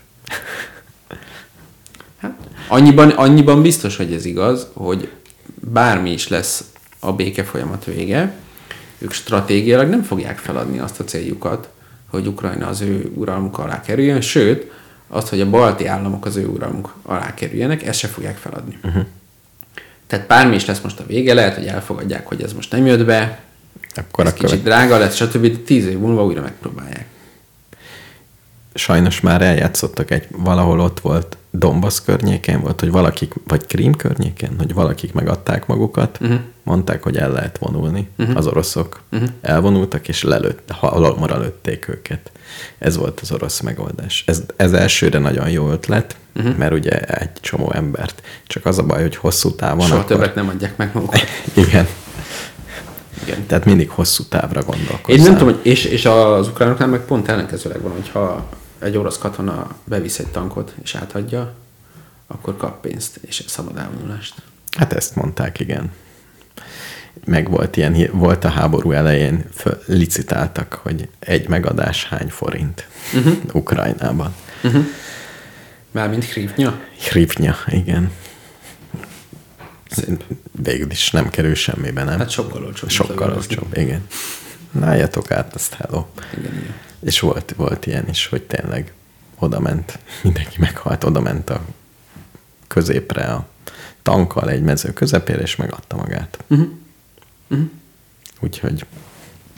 Hát, annyiban, annyiban biztos, hogy ez igaz, hogy bármi is lesz a béke folyamat vége, ők stratégiailag nem fogják feladni azt a céljukat, hogy Ukrajna az ő uralmuk alá kerüljön, sőt, azt, hogy a balti államok az ő uralmuk alá kerüljenek, ezt se fogják feladni. Uh-huh. Tehát bármi is lesz most a vége, lehet, hogy elfogadják, hogy ez most nem jött be, akkor ez kicsit követ... drága lesz, stb. De tíz év múlva újra megpróbálják. Sajnos már eljátszottak egy, valahol ott volt, Donbass környékén volt, hogy valakik, vagy Krím környékén, hogy valakik megadták magukat, uh-huh. mondták, hogy el lehet vonulni. Uh-huh. Az oroszok uh-huh. elvonultak, és lelőtt, halomra lőtték őket. Ez volt az orosz megoldás. Ez, ez elsőre nagyon jó ötlet, uh-huh. mert ugye egy csomó embert. Csak az a baj, hogy hosszú távon... Soha akkor... többet nem adják meg magukat. Igen. Igen. Tehát mindig hosszú távra gondolkozzál. Én nem tudom, hogy és, és az ukránoknál meg pont ellenkezőleg van, hogyha egy orosz katona bevisz egy tankot és átadja, akkor kap pénzt és szabad elvonulást. Hát ezt mondták, igen. Meg volt ilyen, volt a háború elején, föl, licitáltak, hogy egy megadás hány forint uh-huh. Ukrajnában. Uh-huh. Mármint hrivnya? Hrivnya, igen. Szép. Végül is nem kerül semmibe, nem? Hát sokkal olcsóbb. Sokkal olcsóbb, igen. Na, álljatok át, azt hello. Igen, igen. És volt, volt ilyen is, hogy tényleg oda ment, mindenki meghalt, oda ment a középre a tankkal egy mező közepére, és megadta magát. Uh-huh. Uh-huh. Úgyhogy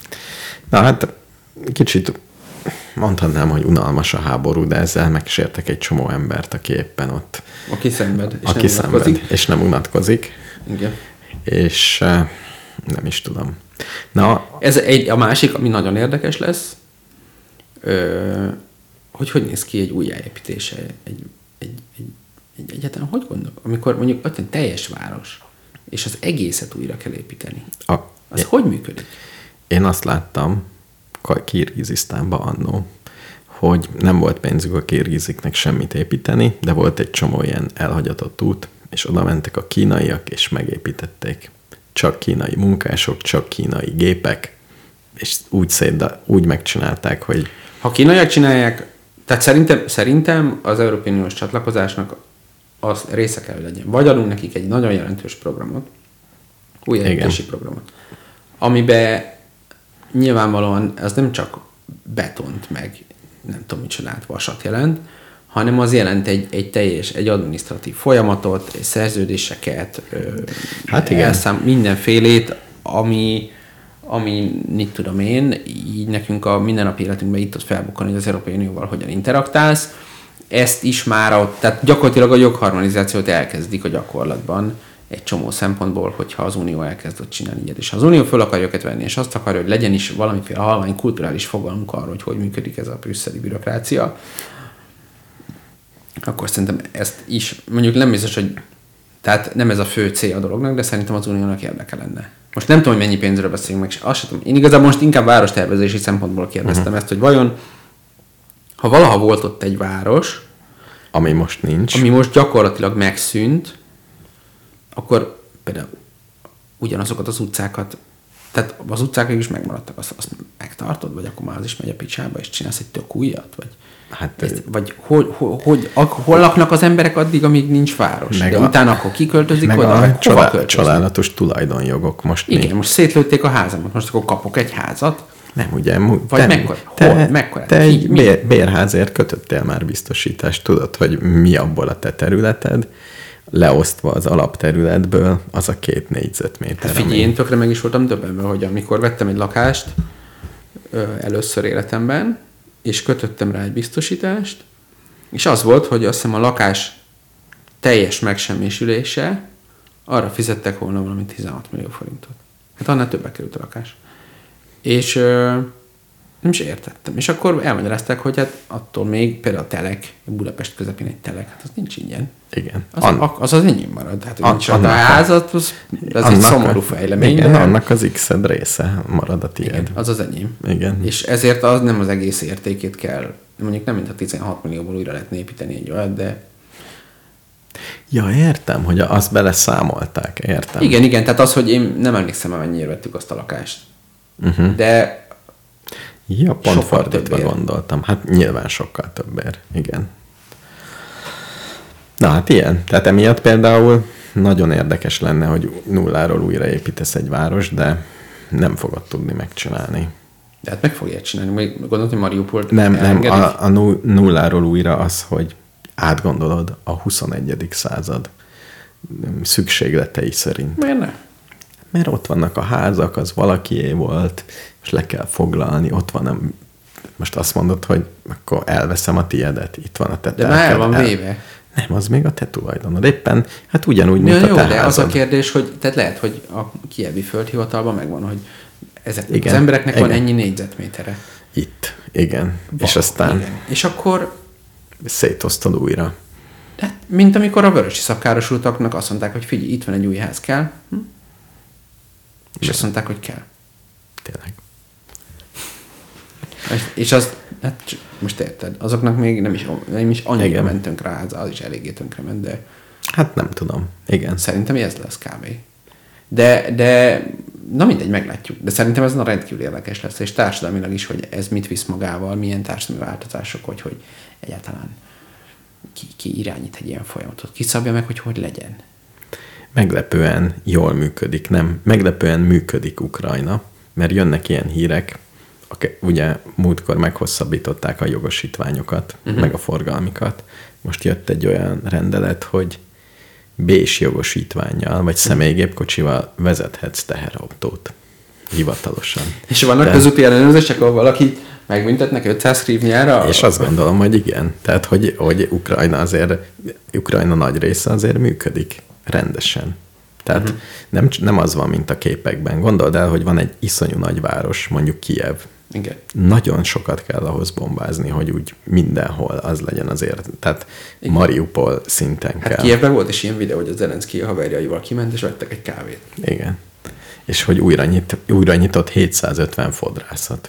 Na hát kicsit mondhatnám, hogy unalmas a háború, de ezzel megsértek egy csomó embert, aki éppen ott... Aki szenved, és aki nem szenved, unatkozik. és nem unatkozik. Igen. És uh, nem is tudom. Na, Ez egy, a másik, ami nagyon érdekes lesz, ö, hogy hogy néz ki egy újjáépítése, egy, egy, egy, egy egyáltalán hogy gondolok? Amikor mondjuk ott egy teljes város, és az egészet újra kell építeni. a, Az én, hogy működik? én azt láttam Kirgizisztánban annó, hogy nem volt pénzük a kirgiziknek semmit építeni, de volt egy csomó ilyen elhagyatott út, és oda mentek a kínaiak, és megépítették. Csak kínai munkások, csak kínai gépek, és úgy, szét, úgy megcsinálták, hogy... Ha kínaiak csinálják, tehát szerintem, szerintem az Európai Uniós csatlakozásnak az része kell, hogy legyen. Vagy adunk nekik egy nagyon jelentős programot, újjáépítési programot, amiben nyilvánvalóan ez nem csak betont meg, nem tudom micsodát, vasat jelent, hanem az jelent egy, egy teljes, egy adminisztratív folyamatot, egy szerződéseket, hát igen. elszám, mindenfélét, ami, ami, mit tudom én, így nekünk a mindennapi életünkben itt ott felbukkan, hogy az Európai Unióval hogyan interaktálsz. Ezt is már, a, tehát gyakorlatilag a jogharmonizációt elkezdik a gyakorlatban egy csomó szempontból, hogyha az Unió elkezdett csinálni ilyet. És ha az Unió föl akarja őket venni, és azt akarja, hogy legyen is valamiféle halvány kulturális fogalmunk arról, hogy hogy működik ez a brüsszeli bürokrácia, akkor szerintem ezt is, mondjuk nem biztos, hogy tehát nem ez a fő cél a dolognak, de szerintem az Uniónak érdeke lenne. Most nem tudom, hogy mennyi pénzről beszélünk meg, azt sem tudom. Én igazából most inkább várostervezési szempontból kérdeztem uh-huh. ezt, hogy vajon, ha valaha volt ott egy város, ami most nincs, ami most gyakorlatilag megszűnt, akkor például ugyanazokat az utcákat, tehát az utcák is megmaradtak, azt, azt megtartod, vagy akkor már az is megy a picsába, és csinálsz egy tök újat, vagy, hát, ezt, vagy hogy, hogy, hogy, hol laknak az emberek addig, amíg nincs város, de a, utána akkor kiköltözik meg oda, a meg csalá, hova költözik. Családatos tulajdonjogok most igen, mi? most szétlőtték a házamat, most akkor kapok egy házat. Nem, ugye? Vagy te, mekkora? Te, hol? Mekkora? te Ki, egy mi? bér, bérházért kötöttél már biztosítást, tudod, hogy mi abból a te területed, leosztva az alapterületből, az a két négyzetméter. Hát figyelj, én tökre meg is voltam döbbenve, hogy amikor vettem egy lakást ö, először életemben, és kötöttem rá egy biztosítást, és az volt, hogy azt hiszem a lakás teljes megsemmisülése, arra fizettek volna valami tizenhat millió forintot. Hát annál többek került a lakás. És ö, nem is értettem. És akkor elmagyarázták, hogy hát attól még például a telek, Budapest közepén egy telek, hát az nincs ingyen. Igen. Az An- az, az enyém marad. Hát, hogy An- nincs a házat, az, az egy szomorú fejlemény. Igen, de annak az X-ed része marad a tiéd. igen, az az enyém. Igen. És ezért az nem az egész értékét kell, mondjuk nem mint a tizenhat millióból újra lehetne építeni egy olyat, de... Ja, értem, hogy azt beleszámolták, értem. Igen, igen, tehát az, hogy én nem emlékszem, mennyire vettük azt a lakást. Uh-huh. De... Ja, pont sokkal fordítva többért. gondoltam. Hát nyilván sokkal többért. Igen. Na hát ilyen. Tehát emiatt például nagyon érdekes lenne, hogy nulláról újraépítesz egy város, de nem fogod tudni megcsinálni. De hát meg fogja csinálni. Gondolod, hogy Mariupolt Nem, nem. A, a nulláról újra az, hogy átgondolod a huszonegyedik század szükségletei szerint. Miért ne? Mert ott vannak a házak, az valakié volt, és le kell foglalni, ott van a... Most azt mondod, hogy akkor elveszem a tiédet, itt van a te De már el van véve. Nem, az még a te tulajdonod. Éppen, hát ugyanúgy, mint ja, a jó, te de házad. az a kérdés, hogy tehát lehet, hogy a Kijevi földhivatalban megvan, hogy ezek Igen, az embereknek igen. van ennyi négyzetmétere. Itt, igen. Van, és aztán igen. És akkor, szétosztod újra. hát, mint amikor a vörösi szakkárosultaknak azt mondták, hogy figyelj, itt van egy új ház, kell. Hm? És azt mondták, hogy kell. Tényleg. És az, hát most érted, azoknak még nem is, nem is annyira Igen. ment tönkre a háza, az is eléggé tönkre ment, de Hát nem tudom. Igen. szerintem ez lesz kb. De, de na mindegy, meglátjuk. De szerintem ez na rendkívül érdekes lesz, és társadalmilag is, hogy ez mit visz magával, milyen társadalmi változások, hogy, hogy egyáltalán ki, ki irányít egy ilyen folyamatot. Ki szabja meg, hogy hogy legyen. Meglepően jól működik, nem? Meglepően működik Ukrajna, mert jönnek ilyen hírek, akik ugye múltkor meghosszabbították a jogosítványokat, uh-huh. meg a forgalmikat. Most jött egy olyan rendelet, hogy B-s jogosítvánnyal, vagy személygépkocsival vezethetsz teherautót. hivatalosan. És vannak De... közúti ellenőrzések, ahol valaki megbüntetnek ötszáz hrivnyára? És azt gondolom, hogy igen. Tehát, hogy, hogy Ukrajna azért, Ukrajna nagy része azért működik rendesen. Tehát uh-huh. nem, nem az van, mint a képekben. Gondold el, hogy van egy iszonyú nagy város, mondjuk Kijev. Igen. Nagyon sokat kell ahhoz bombázni, hogy úgy mindenhol az legyen azért. Tehát igen. Mariupol szinten hát kell. Kijevben volt is ilyen videó, hogy a Zelenszky a haverjaival kiment, és vettek egy kávét. Igen. És hogy újra, nyit, újra nyitott hétszázötven fodrászat.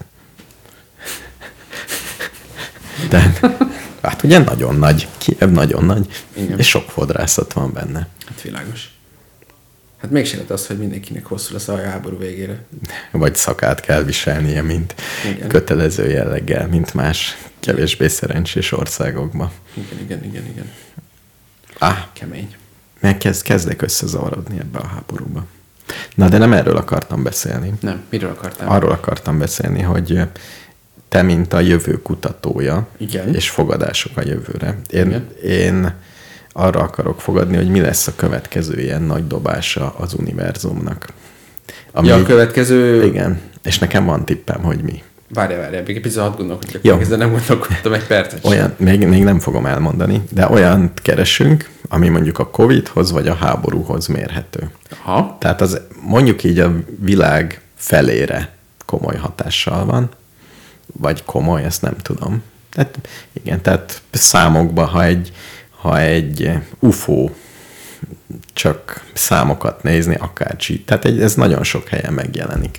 De hát ugye nagyon nagy. Kijev nagyon nagy. Igen. És sok fodrászat van benne. Hát világos. Hát mégsem lehet az, hogy mindenkinek hosszú lesz a háború végére. Vagy szakát kell viselnie, mint igen. kötelező jelleggel, mint más kevésbé szerencsés országokban. Igen, igen, igen, igen. Ah, kemény. Meg kezd, kezdek összezavarodni ebbe a háborúba. Na, de nem erről akartam beszélni. Nem, miről akartam? Arról akartam beszélni, hogy te, mint a jövő kutatója, igen. és fogadások a jövőre. Én, én arra akarok fogadni, hogy mi lesz a következő ilyen nagy dobása az univerzumnak. Ami ja, a következő... Igen, és nekem van tippem, hogy mi. Várjál, várjál, még egy picit hadd gondolkodjak, de nem gondolkodtam egy percet. Olyan, még, még nem fogom elmondani, de olyan keresünk, ami mondjuk a Covidhoz vagy a háborúhoz mérhető. Aha. Tehát az mondjuk így a világ felére komoly hatással van, vagy komoly, ezt nem tudom. Tehát igen, tehát számokban, ha egy, ha egy u f o csak számokat nézni, akár cheat, tehát egy, ez nagyon sok helyen megjelenik.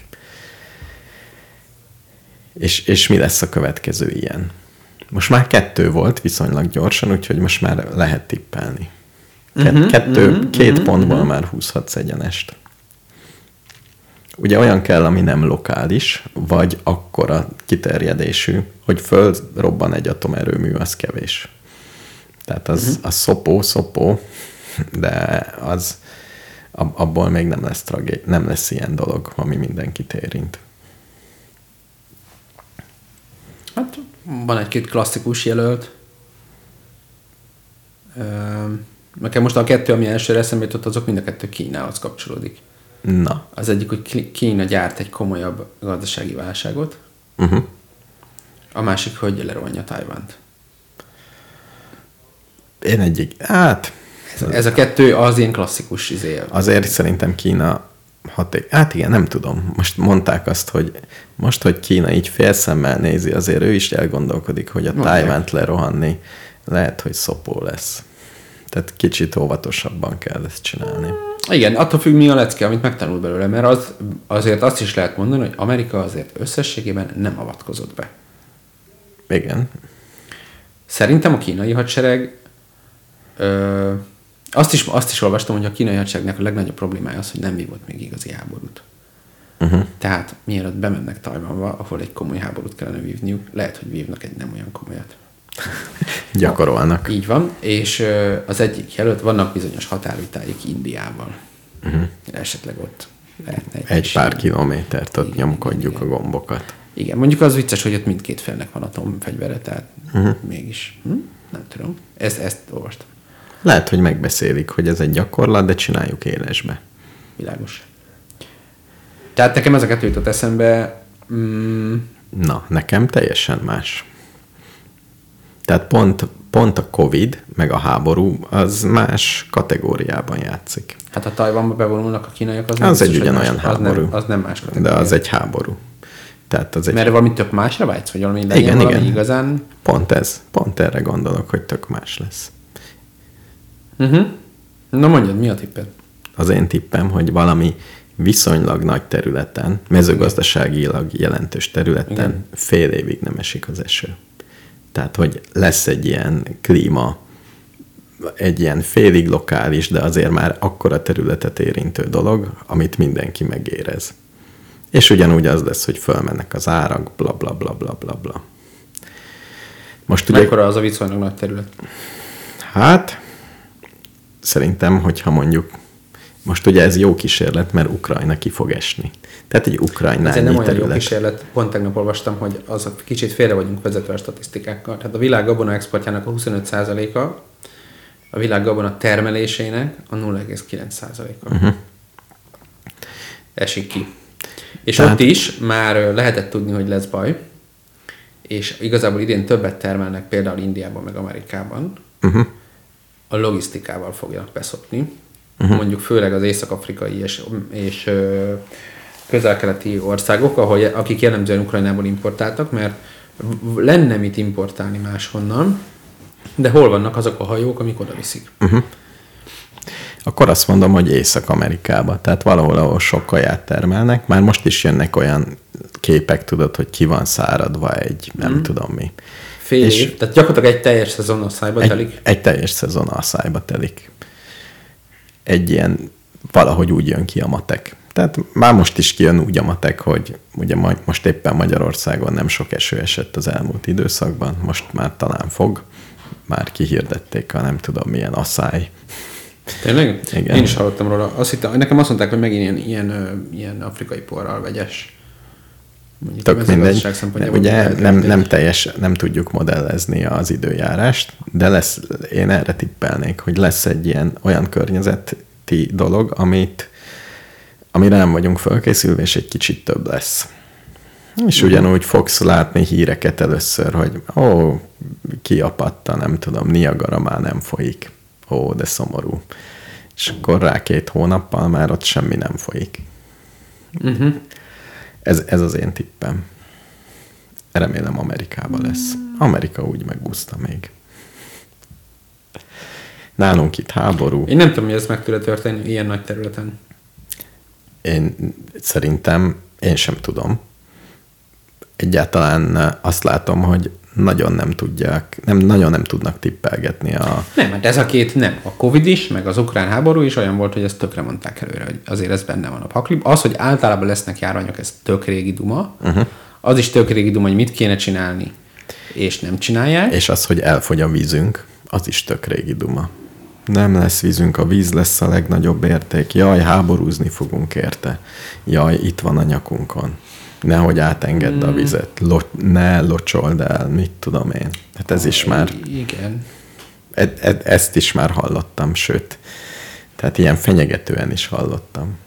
És, és mi lesz a következő ilyen? Most már kettő volt viszonylag gyorsan, úgyhogy most már lehet tippelni. Kett, uh-huh, kettő, uh-huh, két uh-huh, pontból uh-huh. már húzhatsz egyenest. Ugye olyan kell, ami nem lokális, vagy akkora kiterjedésű, hogy fölrobban egy atomerőmű, az kevés. Tehát az, uh-huh. az szopó, szopó, de az abból még nem lesz tragédia, nem lesz ilyen dolog, ami mindenkit érint. Hát van egy-két klasszikus jelölt. Nekem most a kettő, ami elsőre eszembe jutott, azok mind a kettő Kínához kapcsolódik. Na. Az egyik, hogy Kína gyárt egy komolyabb gazdasági válságot. Uh-huh. A másik, hogy lerohanja Tajvant. Én egyik, hát... Ez, ez a kettő az ilyen klasszikus izé. Azért szerintem Kína haték... Hát igen, nem tudom. Most mondták azt, hogy most, hogy Kína így félszemmel nézi, azért ő is elgondolkodik, hogy a Tajvant lerohanni lehet, hogy szopó lesz. Tehát kicsit óvatosabban kell ezt csinálni. Igen, attól függ, mi a lecke, amit megtanul belőle, mert az, azért azt is lehet mondani, hogy Amerika azért összességében nem avatkozott be. Igen. Szerintem a kínai hadsereg ö, azt, is, azt is olvastam, hogy a kínai hadseregnek a legnagyobb problémája az, hogy nem vívott még igazi háborút. Uh-huh. Tehát mielőtt bemennek Tajvanba, ahol egy komoly háborút kellene vívniuk, lehet, hogy vívnak egy nem olyan komolyat. Gyakorolnak. Így van, és ö, az egyik jelölt, vannak bizonyos határvitáik Indiával. Uh-huh. Esetleg ott lehetne egy, egy pár kilométert ott igen, nyomkodjuk igen. a gombokat. Igen, mondjuk az vicces, hogy ott mindkét félnek van atomfegyvere, tehát uh-huh. mégis, hm? nem tudom. Ezt, ezt olvastam. Lehet, hogy megbeszélik, hogy ez egy gyakorlat, de csináljuk élesbe. Világos. Tehát nekem ez a kettő jutott eszembe. Mm. Na, nekem teljesen más. Tehát pont, pont a Covid, meg a háború, az más kategóriában játszik. Hát ha Tajvanba bevonulnak a kínaiak, az, az egy ugyanolyan háború. Az nem, az nem más kategória. De az egy háború. Tehát az egy... Mert valami tök másra vágysz, vagy valami legyen igen, valami igen. igazán... Pont ez. Pont erre gondolok, hogy tök más lesz. Uh-huh. Na mondjad, mi a tipped? Az én tippem, hogy valami viszonylag nagy területen, mezőgazdaságilag jelentős területen igen. fél évig nem esik az eső. Tehát, hogy lesz egy ilyen klíma, egy ilyen félig lokális, de azért már akkora területet érintő dolog, amit mindenki megérez. És ugyanúgy az lesz, hogy fölmennek az árak, bla bla bla bla bla bla. Most ugye... Mekkora az a viszonylag nagy terület? Hát, szerintem, hogyha mondjuk, most ugye ez jó kísérlet, mert Ukrajna ki fog esni. Tehát egy Ukrajnányi terület. Ez nem olyan jó kísérlet. Pont tegnap olvastam, hogy az a kicsit félre vagyunk vezetve a statisztikákkal. Tehát a világ gabona exportjának a huszonöt százaléka, a világ gabona termelésének a nulla egész kilenc százaléka. Uh-huh. Esik ki. És Tehát... ott is már lehetett tudni, hogy lesz baj, és igazából idén többet termelnek például Indiában, meg Amerikában, uh-huh. a logisztikával fogjanak beszopni. Uh-huh. Mondjuk főleg az észak-afrikai és, és közel-keleti országok, ahol, akik jellemzően Ukrajnából importáltak, mert lenne mit importálni máshonnan, de hol vannak azok a hajók, amik oda viszik? Uh-huh. Akkor azt mondom, hogy Észak-Amerikába, tehát valahol, ahol sok kaját termelnek, már most is jönnek olyan képek, tudod, hogy ki van száradva egy, nem mm. tudom mi. Fél és év, tehát gyakorlatilag egy teljes szezon a szájba egy, telik. Egy teljes szezon a szájba telik. Egy ilyen, valahogy úgy jön ki a matek. Tehát már most is kijön úgy a matek, hogy ugye most éppen Magyarországon nem sok eső esett az elmúlt időszakban, most már talán fog, már kihirdették a nem tudom milyen asszály. Tényleg? Igen. Én is hallottam róla. Azt hittem, nekem azt mondták, hogy megint ilyen, ilyen, ilyen afrikai porral vegyes. Mondjuk tök mindegy. Ugye nem, nem teljes, nem tudjuk modellezni az időjárást, de lesz, én erre tippelnék, hogy lesz egy ilyen olyan környezeti dolog, amit, amire nem vagyunk felkészülve, és egy kicsit több lesz. És uh-huh. ugyanúgy fogsz látni híreket először, hogy ó, kiapadta, nem tudom, Niagara már nem folyik. Ó, de szomorú. És akkor rá két hónappal már ott semmi nem folyik. Uh-huh. Ez, ez az én tippem. Remélem Amerikában lesz. Amerika úgy megúszta még. Nálunk itt háború. Én nem tudom, hogy ez meg tud történni ilyen nagy területen. Én szerintem, én sem tudom. Egyáltalán azt látom, hogy nagyon nem tudják, nem, nagyon nem tudnak tippelgetni a... Nem, mert ez a két nem. A Covid is, meg az ukrán háború is olyan volt, hogy ezt tökre mondták előre, hogy azért ez benne van a pakliban. Az, hogy általában lesznek járványok, ez tök régi duma. Uh-huh. Az is tök régi duma, hogy mit kéne csinálni, és nem csinálják. És az, hogy elfogy a vízünk, az is tök régi duma. Nem lesz vízünk, a víz lesz a legnagyobb érték. Jaj, háborúzni fogunk érte. Jaj, itt van a nyakunkon. Nehogy átengedd hmm. a vizet, Lo- ne locsold el, mit tudom én. Hát ez is már... Igen. E- e- ezt is már hallottam, sőt. Tehát ilyen fenyegetően is hallottam.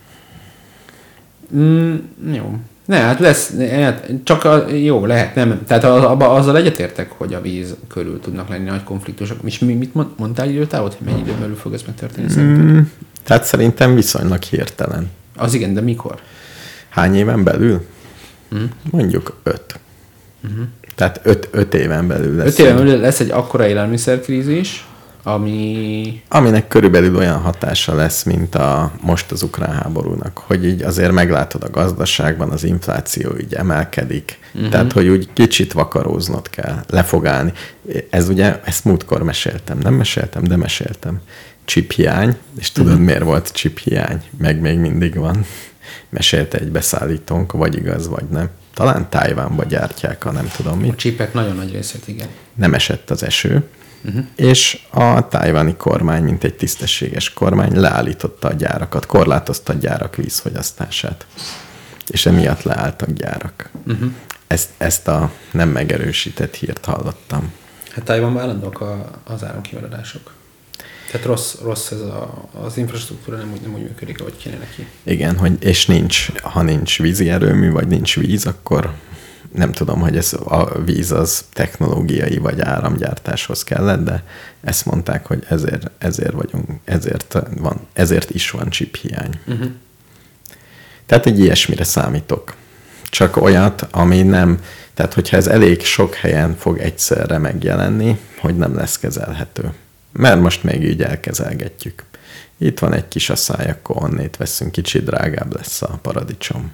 Mm, jó. Ne, hát lesz, hát csak a, jó, lehet, nem. Tehát abba, azzal egyetértek, hogy a víz körül tudnak lenni nagy konfliktusok. És mi, mit mondtál időtávot, hogy mennyi időn belül fog ez megtörténni? Mm, tehát szerintem viszonylag hirtelen. Az igen, de mikor? Hány éven belül? Mm. Mondjuk öt. Uh-huh. Tehát öt, öt éven belül lesz. Öt éven belül lesz egy akkora élelmiszerkrízis, ami... Aminek körülbelül olyan hatása lesz, mint a, most az ukrán háborúnak, hogy így azért meglátod a gazdaságban, az infláció így emelkedik, uh-huh. tehát hogy úgy kicsit vakaróznod kell, lefogálni. Ez ugye, ezt múltkor meséltem, nem meséltem, de meséltem. Chiphiány, és tudod uh-huh. miért volt chiphiány? Meg még mindig van. Mesélte egy beszállítónk, vagy igaz, vagy nem. Talán Tájvánba gyártják, ha nem tudom mit. A csipek nagyon nagy részét, igen. Nem esett az eső, uh-huh. és a tájváni kormány, mint egy tisztességes kormány, leállította a gyárakat, korlátozta a gyárak vízfogyasztását. És emiatt leálltak gyárak. Uh-huh. Ezt, ezt a nem megerősített hírt hallottam. Hát Tájvánban állandók a, az áramkimaradások. Tehát rossz, rossz ez a, az infrastruktúra, nem úgy, nem úgy működik, ahogy kéne neki. Igen, hogy, és nincs, ha nincs vízi erőmű, vagy nincs víz, akkor nem tudom, hogy ez a víz az technológiai vagy áramgyártáshoz kellett, de ezt mondták, hogy ezért, ezért vagyunk, ezért, van, ezért is van chiphiány. Uh-huh. Tehát egy ilyesmire számítok. Csak olyat, ami nem, tehát hogyha ez elég sok helyen fog egyszerre megjelenni, hogy nem lesz kezelhető. Mert most még így elkezelgetjük. Itt van egy kis asszály, akkor onnét veszünk, kicsit drágább lesz a paradicsom.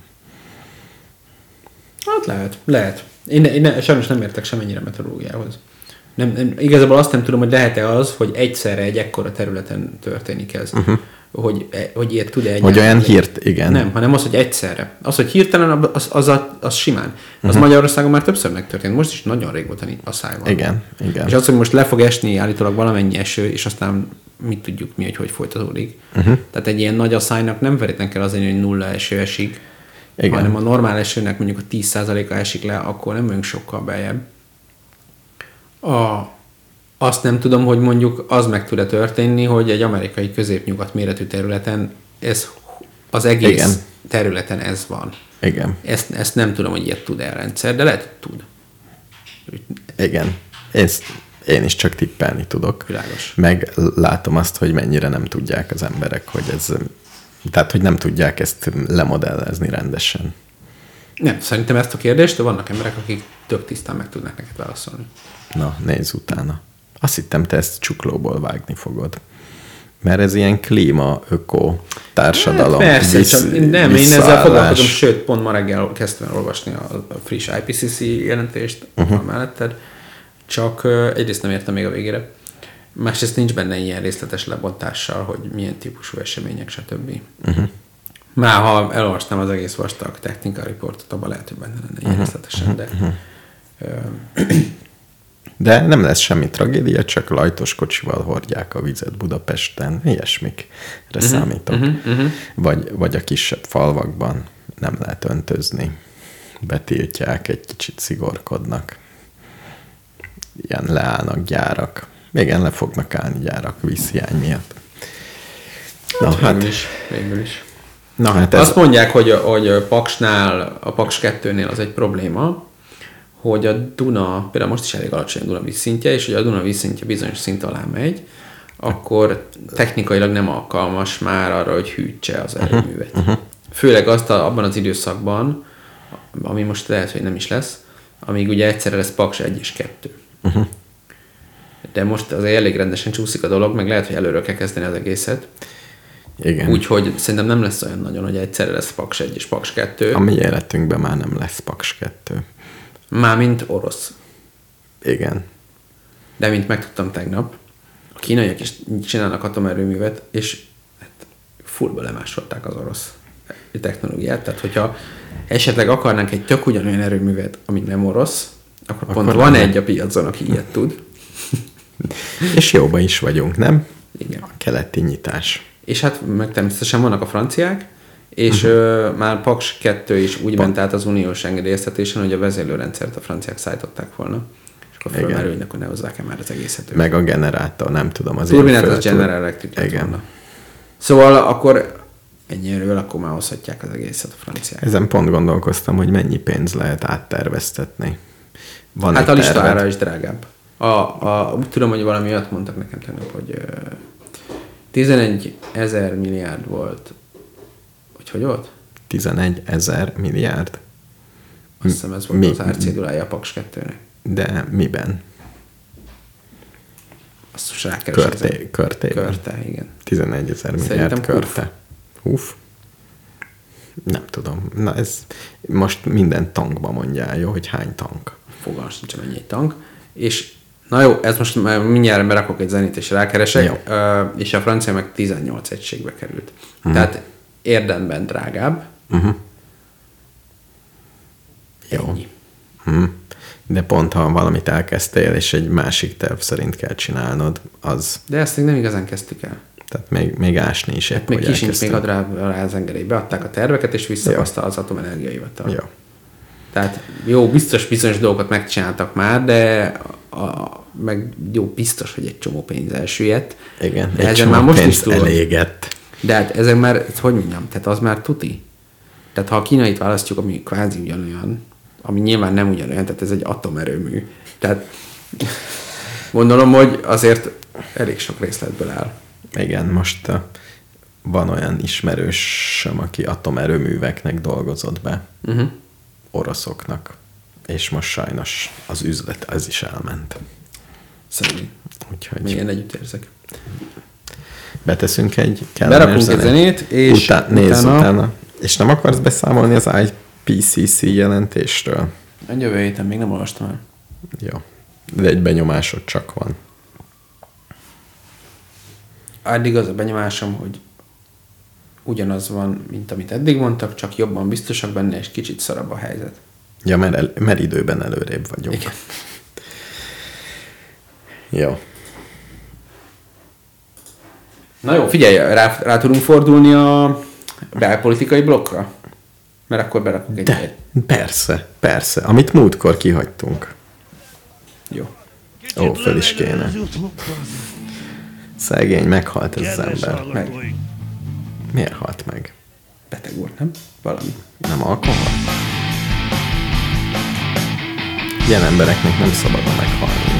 Hát lehet, lehet. Én, én ne, sajnos nem értek semennyire meteorológiához. Nem, nem, igazából azt nem tudom, hogy lehet-e az, hogy egyszerre egy ekkora területen történik ez. Uh-huh. Hogy, hogy ilyet tud-e egy... Hogy olyan hírt, igen. Nem, hanem az, hogy egyszerre. Az, hogy hirtelen, az, az, az, az simán. Az uh-huh. Magyarországon már többször megtörtént. Most is nagyon régóta a szájban. Igen, igen. És az, hogy most le fog esni állítólag valamennyi eső, és aztán mit tudjuk mi, hogy hogy folytatódik. Uh-huh. Tehát egy ilyen nagy asszálynak nem feltétlenül kell azért, hogy nulla eső esik, igen. hanem a normál esőnek mondjuk a tíz százaléka esik le, akkor nem vagyunk sokkal beljebb. A, azt nem tudom, hogy mondjuk az meg tud-e történni, hogy egy amerikai középnyugat méretű területen ez az egész, igen. területen ez van. Igen. Ezt, ezt nem tudom, hogy ilyet tud-e a rendszer, de lehet, hogy tud. Igen. Ezt én is csak tippelni tudok. Világos. Meg látom azt, hogy mennyire nem tudják az emberek, hogy ez... Tehát, hogy nem tudják ezt lemodellezni rendesen. Nem, szerintem ezt a kérdést, de vannak emberek, akik tök tisztán meg tudnak neked válaszolni. Na, nézz utána. Azt hittem, te ezt csuklóból vágni fogod. Mert ez ilyen klíma, öko, társadalom, hát persze, visz, csak nem, én ezzel foglalkozom, sőt, pont ma reggel kezdtem olvasni a friss I P C C jelentést uh-huh. melletted, csak uh, egyrészt nem értem még a végére, másrészt nincs benne ilyen részletes lebontással, hogy milyen típusú események, stb. Uh-huh. Már ha elolvastam az egész vastag technical reportot, abban lehet, hogy benne lenne ilyen részletesen, de... Uh-huh. Uh, De nem lesz semmi tragédia, csak lajtos kocsival hordják a vizet Budapesten, ilyesmikre uh-huh, számítok. Uh-huh, uh-huh. Vagy, vagy a kisebb falvakban nem lehet öntözni, betiltják, egy kicsit szigorkodnak. Ilyen leállnak gyárak. Igen, le fognak állni gyárak vízhiány miatt. Na, hát, hát is, végül is. Na, hát ez... Azt mondják, hogy, hogy Paksnál, a Paks kettőnél az egy probléma, hogy a Duna, például most is elég alacsony a Duna vízszintje, és hogy a Duna vízszintje bizonyos szint alá megy, akkor technikailag nem alkalmas már arra, hogy hűtse az erőművet. Uh-huh. Főleg azt a, abban az időszakban, ami most lehet, hogy nem is lesz, amíg ugye egyszerre lesz Paks egy és kettő. Uh-huh. De most azért elég rendesen csúszik a dolog, meg lehet, hogy előről kell kezdeni az egészet. Igen. Úgyhogy szerintem nem lesz olyan nagyon, hogy egyszerre lesz Paks egy és Paks kettő. A mi életünkben már nem lesz Paks kettő. Mármint orosz. Igen. De mint megtudtam tegnap, a kínaiak is csinálnak atomerőművet, és hát fullba lemásolták az orosz technológiát. Tehát, hogyha esetleg akarnánk egy tök ugyanolyan erőművet, ami nem orosz, akkor, akkor pont van nem. egy a piacon, aki ilyet tud. És jóban is vagyunk, nem? Igen. A keleti nyitás. És hát meg természetesen vannak a franciák, és uh-huh. ö, már Paks kettő is úgy ment át az uniós engedélyeztetésen, hogy a vezérlőrendszert a franciák szállították volna. És akkor fölmerül, hogy akkor ne hozzák el már az egészet. Meg a generátor, nem tudom. Az Turbinát az General Electric lett volna. Szóval akkor ennyi erővel akkor már hozhatják az egészet a franciák. Ezen pont gondolkoztam, hogy mennyi pénz lehet átterveztetni. Van hát a listára is drágább. A, a, úgy tudom, hogy valami olyat mondtak nekem tegnap, hogy tizenegy ezer milliárd volt. Hogy hogy volt? tizenegy ezer milliárd? Azt hiszem ez volt Mi? az árcédulája a Paks kettőnek. De miben? Azt most rákeresem. Körté, körtében. Körte, igen. tizenegy ezer milliárd körte. Uff. Nem tudom. Na ez most minden tankba mondja, jó, hogy hány tank. Fogalmam sincs, mennyi egy tank. És na jó, ez most mindjárt berakok egy zenét és rákeresek, jó. És a francia meg tizennyolc egységbe került. Uh-huh. Tehát érdemben drágább. Uh-huh. Jó. Uh-huh. De pont ha valamit elkezdtél, és egy másik terv szerint kell csinálnod, az... De ezt még nem igazán kezdtük el. Tehát még, még ásni is épp, még ki sincs még ad rá, rá az engedély. Beadták a terveket, és visszahozta az atomenergia hivatal. Jó. Tehát jó, biztos bizonyos dolgokat megcsináltak már, de a, a, meg jó, biztos, hogy egy csomó pénz elsüllyedt. Igen, de egy csomó most pénz elégett. De hát ezek már, hogy mondjam, tehát az már tuti. Tehát ha a kínait választjuk, ami kvázi ugyanolyan, ami nyilván nem ugyanolyan, tehát ez egy atomerőmű. Tehát gondolom, hogy azért elég sok részletből áll. Igen, most uh, van olyan ismerősöm, aki atomerőműveknek dolgozott be. Uh-huh. Oroszoknak. És most sajnos az üzlet, ez is elment. Szerintem. Úgyhogy... Milyen együtt érzek. Beteszünk egy kellemes Berakunk zenét. egy zenét, és Utá- nézz utána... utána. És nem akarsz beszámolni az I P C C jelentésről? Egy jövő héten még nem olvastam el. Jó. De egy benyomásod csak van. Addig az a benyomásom, hogy ugyanaz van, mint amit eddig mondtak, csak jobban biztosak benne, és kicsit szarabb a helyzet. Ja, mert, el, mert időben előrébb vagyunk. Igen. Jó. Na jó, figyelj, rá, rá tudunk fordulni a belpolitikai blokkra? Mert akkor berakunk egy... De, persze, persze. Amit múltkor kihagytunk. Jó. Ó, fel is kéne. Szegény, meghalt ez az ember. Meg. Miért halt meg? beteg volt, nem? Valami. Nem alkohol? Ilyen embereknek nem szabadna meghalni.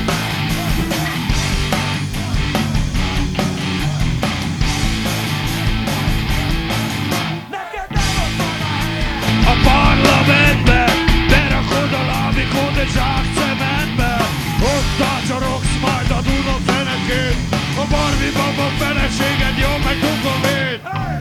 A parlamentbe berakod a lábikód egy zsákcementbe, ott tárcsorogsz majd a Duna fenekén, a Barbie baba feleséged jól megdugom én.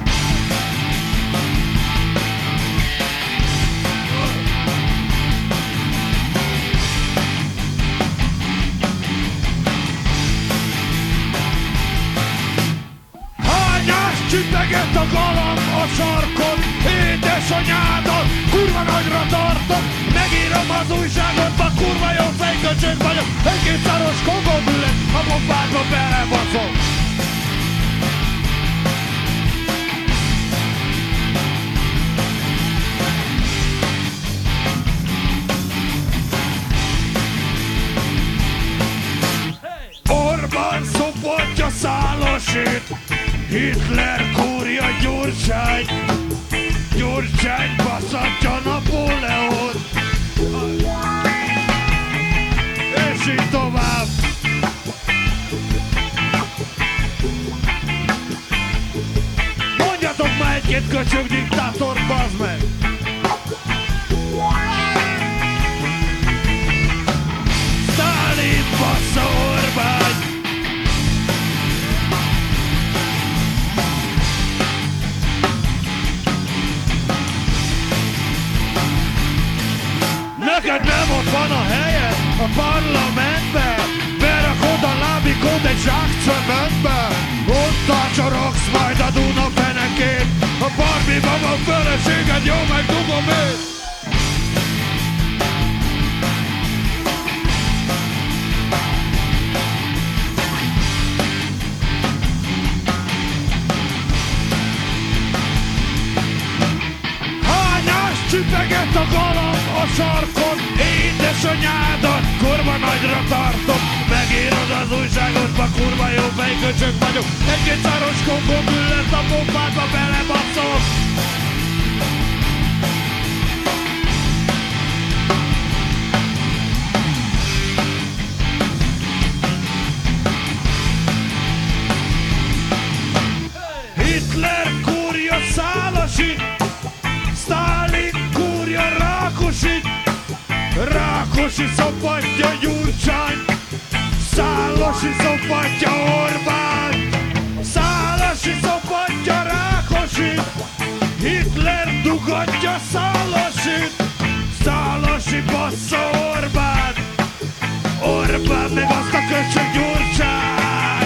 Hányás csütteget a galamb a sarkon, édesanyádat kurva nagyra tartom, megírom az újságodba, kurva jó fejköcsög vagyok, egy-két szaros kongóbület, a bombádba belebaszom. Orbán szopatja Szálosét, Hitler kúrja Gyurcsányt, Gyurcsány baszatja Napóleont, és így tovább. Mondjatok már egy-két köcsög diktátort, bazd meg! Sztálin bassza Orbán! Neked nem ott van a helyed a parlamentben, berakod a lábikód egy zsákcementbe, ott tárcsorogsz majd a Duna fenekén, a Barbie baba feleséged jól megdugom én. Hányás csüteget a galamb a sarkon, édesanyádat kurva nagyra tartom, megírod az újságodba, kurva jó fejköcsög vagyok, egy-két szaros kongóbület a bombádba belebaszom. Hitler kúrja Szálosit, Sztálin kúrja Rákosit, Rákosi szopatja Gyurcsányt, Szálosi szopatja Orbán, Szálosi szopatja Rákosit, Hitler dugatja Szálosit, Szálosi bassza Orbán, Orbán meg azt a köcsög Gyurcsány.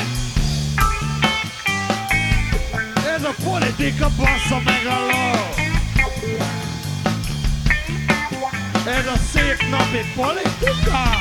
Ez a politika bassza meg a ló. Ez a szép napi politika!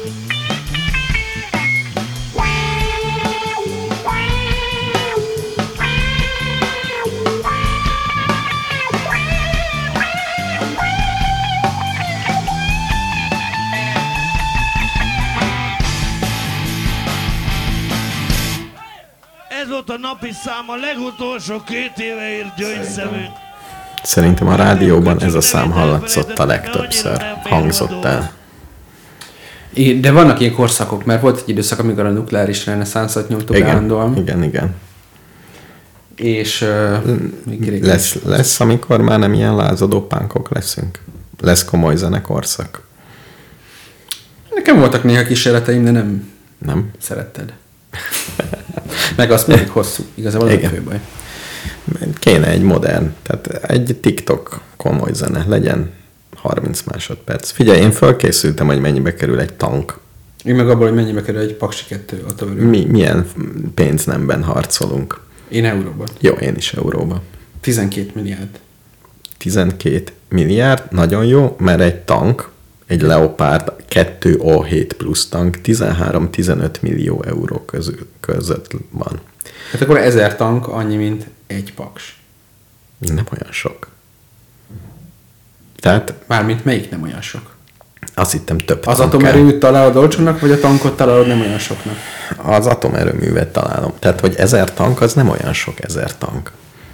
Ez volt a napi szám, a legutolsó két éve írt gyöngyszemű. Szerintem a rádióban ez a szám hallatszott a legtöbbször, hangzott el. É, de vannak ilyen korszakok, mert volt egy időszak, amikor a nukleáris reneszánszat nyújtok Igen, állandóan. igen, igen. És uh, lesz, lesz, amikor már nem ilyen lázadó pánkok leszünk. Lesz komoly zenekorszak. Nekem voltak néha kísérleteim, de nem, nem? szeretted. Meg az még hosszú, igazából az a fő baj. Kéne egy modern, tehát egy TikTok komoly zene, legyen harminc másodperc. Figyelj, én felkészültem, hogy mennyibe kerül egy tank. Én meg abból, hogy mennyibe kerül egy Paksi kettő autóverő. Mi, milyen pénznemben harcolunk? Én euróban. Jó, én is euróban. tizenkét milliárd. tizenkét milliárd, nagyon jó, mert egy tank, egy Leopard kettő á hét plusz tank tizenhárom-tizenöt millió euró közül, között van. Hát akkor ezer tank annyi, mint egy Paks. Nem olyan sok. Tehát... Mármint melyik nem olyan sok? Azt hittem több. Az atomerőművet találod olcsónak, vagy a tankot találod nem olyan soknak? Az atomerőművet találom. Tehát, hogy ezer tank, az nem olyan sok ezer tank.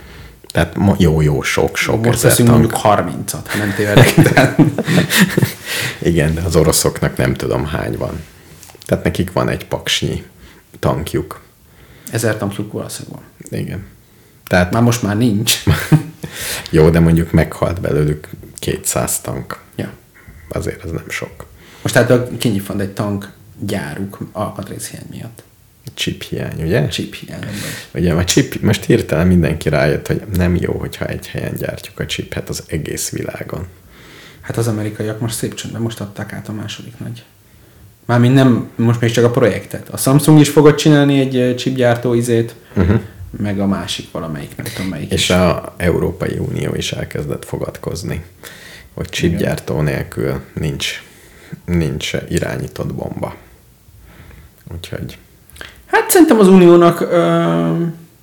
Tehát jó-jó, sok-sok Most ezer veszünk tank. mondjuk harmincat, ha nem tévedek. Tehát... Igen, de az oroszoknak nem tudom hány van. Tehát nekik van egy paksnyi tankjuk. Ezer tankjuk valószínűleg van. Igen. Tehát, Már most már nincs. jó, de mondjuk meghalt belőlük kétszáz tank. Ja. Azért ez nem sok. Most tehát kinyitva egy tank gyáruk alkatrészhiány miatt. Chip hiány, ugye? Chip hiány. Ugye, a chip, most hirtelen mindenki rájött, hogy nem jó, hogyha egy helyen gyártjuk a chipet az egész világon. Hát az amerikaiak most szép csöndben most adták át a második nagy. Mármint nem, most még csak a projektet. A Samsung is fogott csinálni egy chipgyártó izét, uh-huh. meg a másik valamelyik, nem tudom melyik. És az Európai Unió is elkezdett fogadkozni, hogy chipgyártó nélkül nincs, nincs irányított bomba. Úgyhogy... Hát szerintem az Uniónak ö,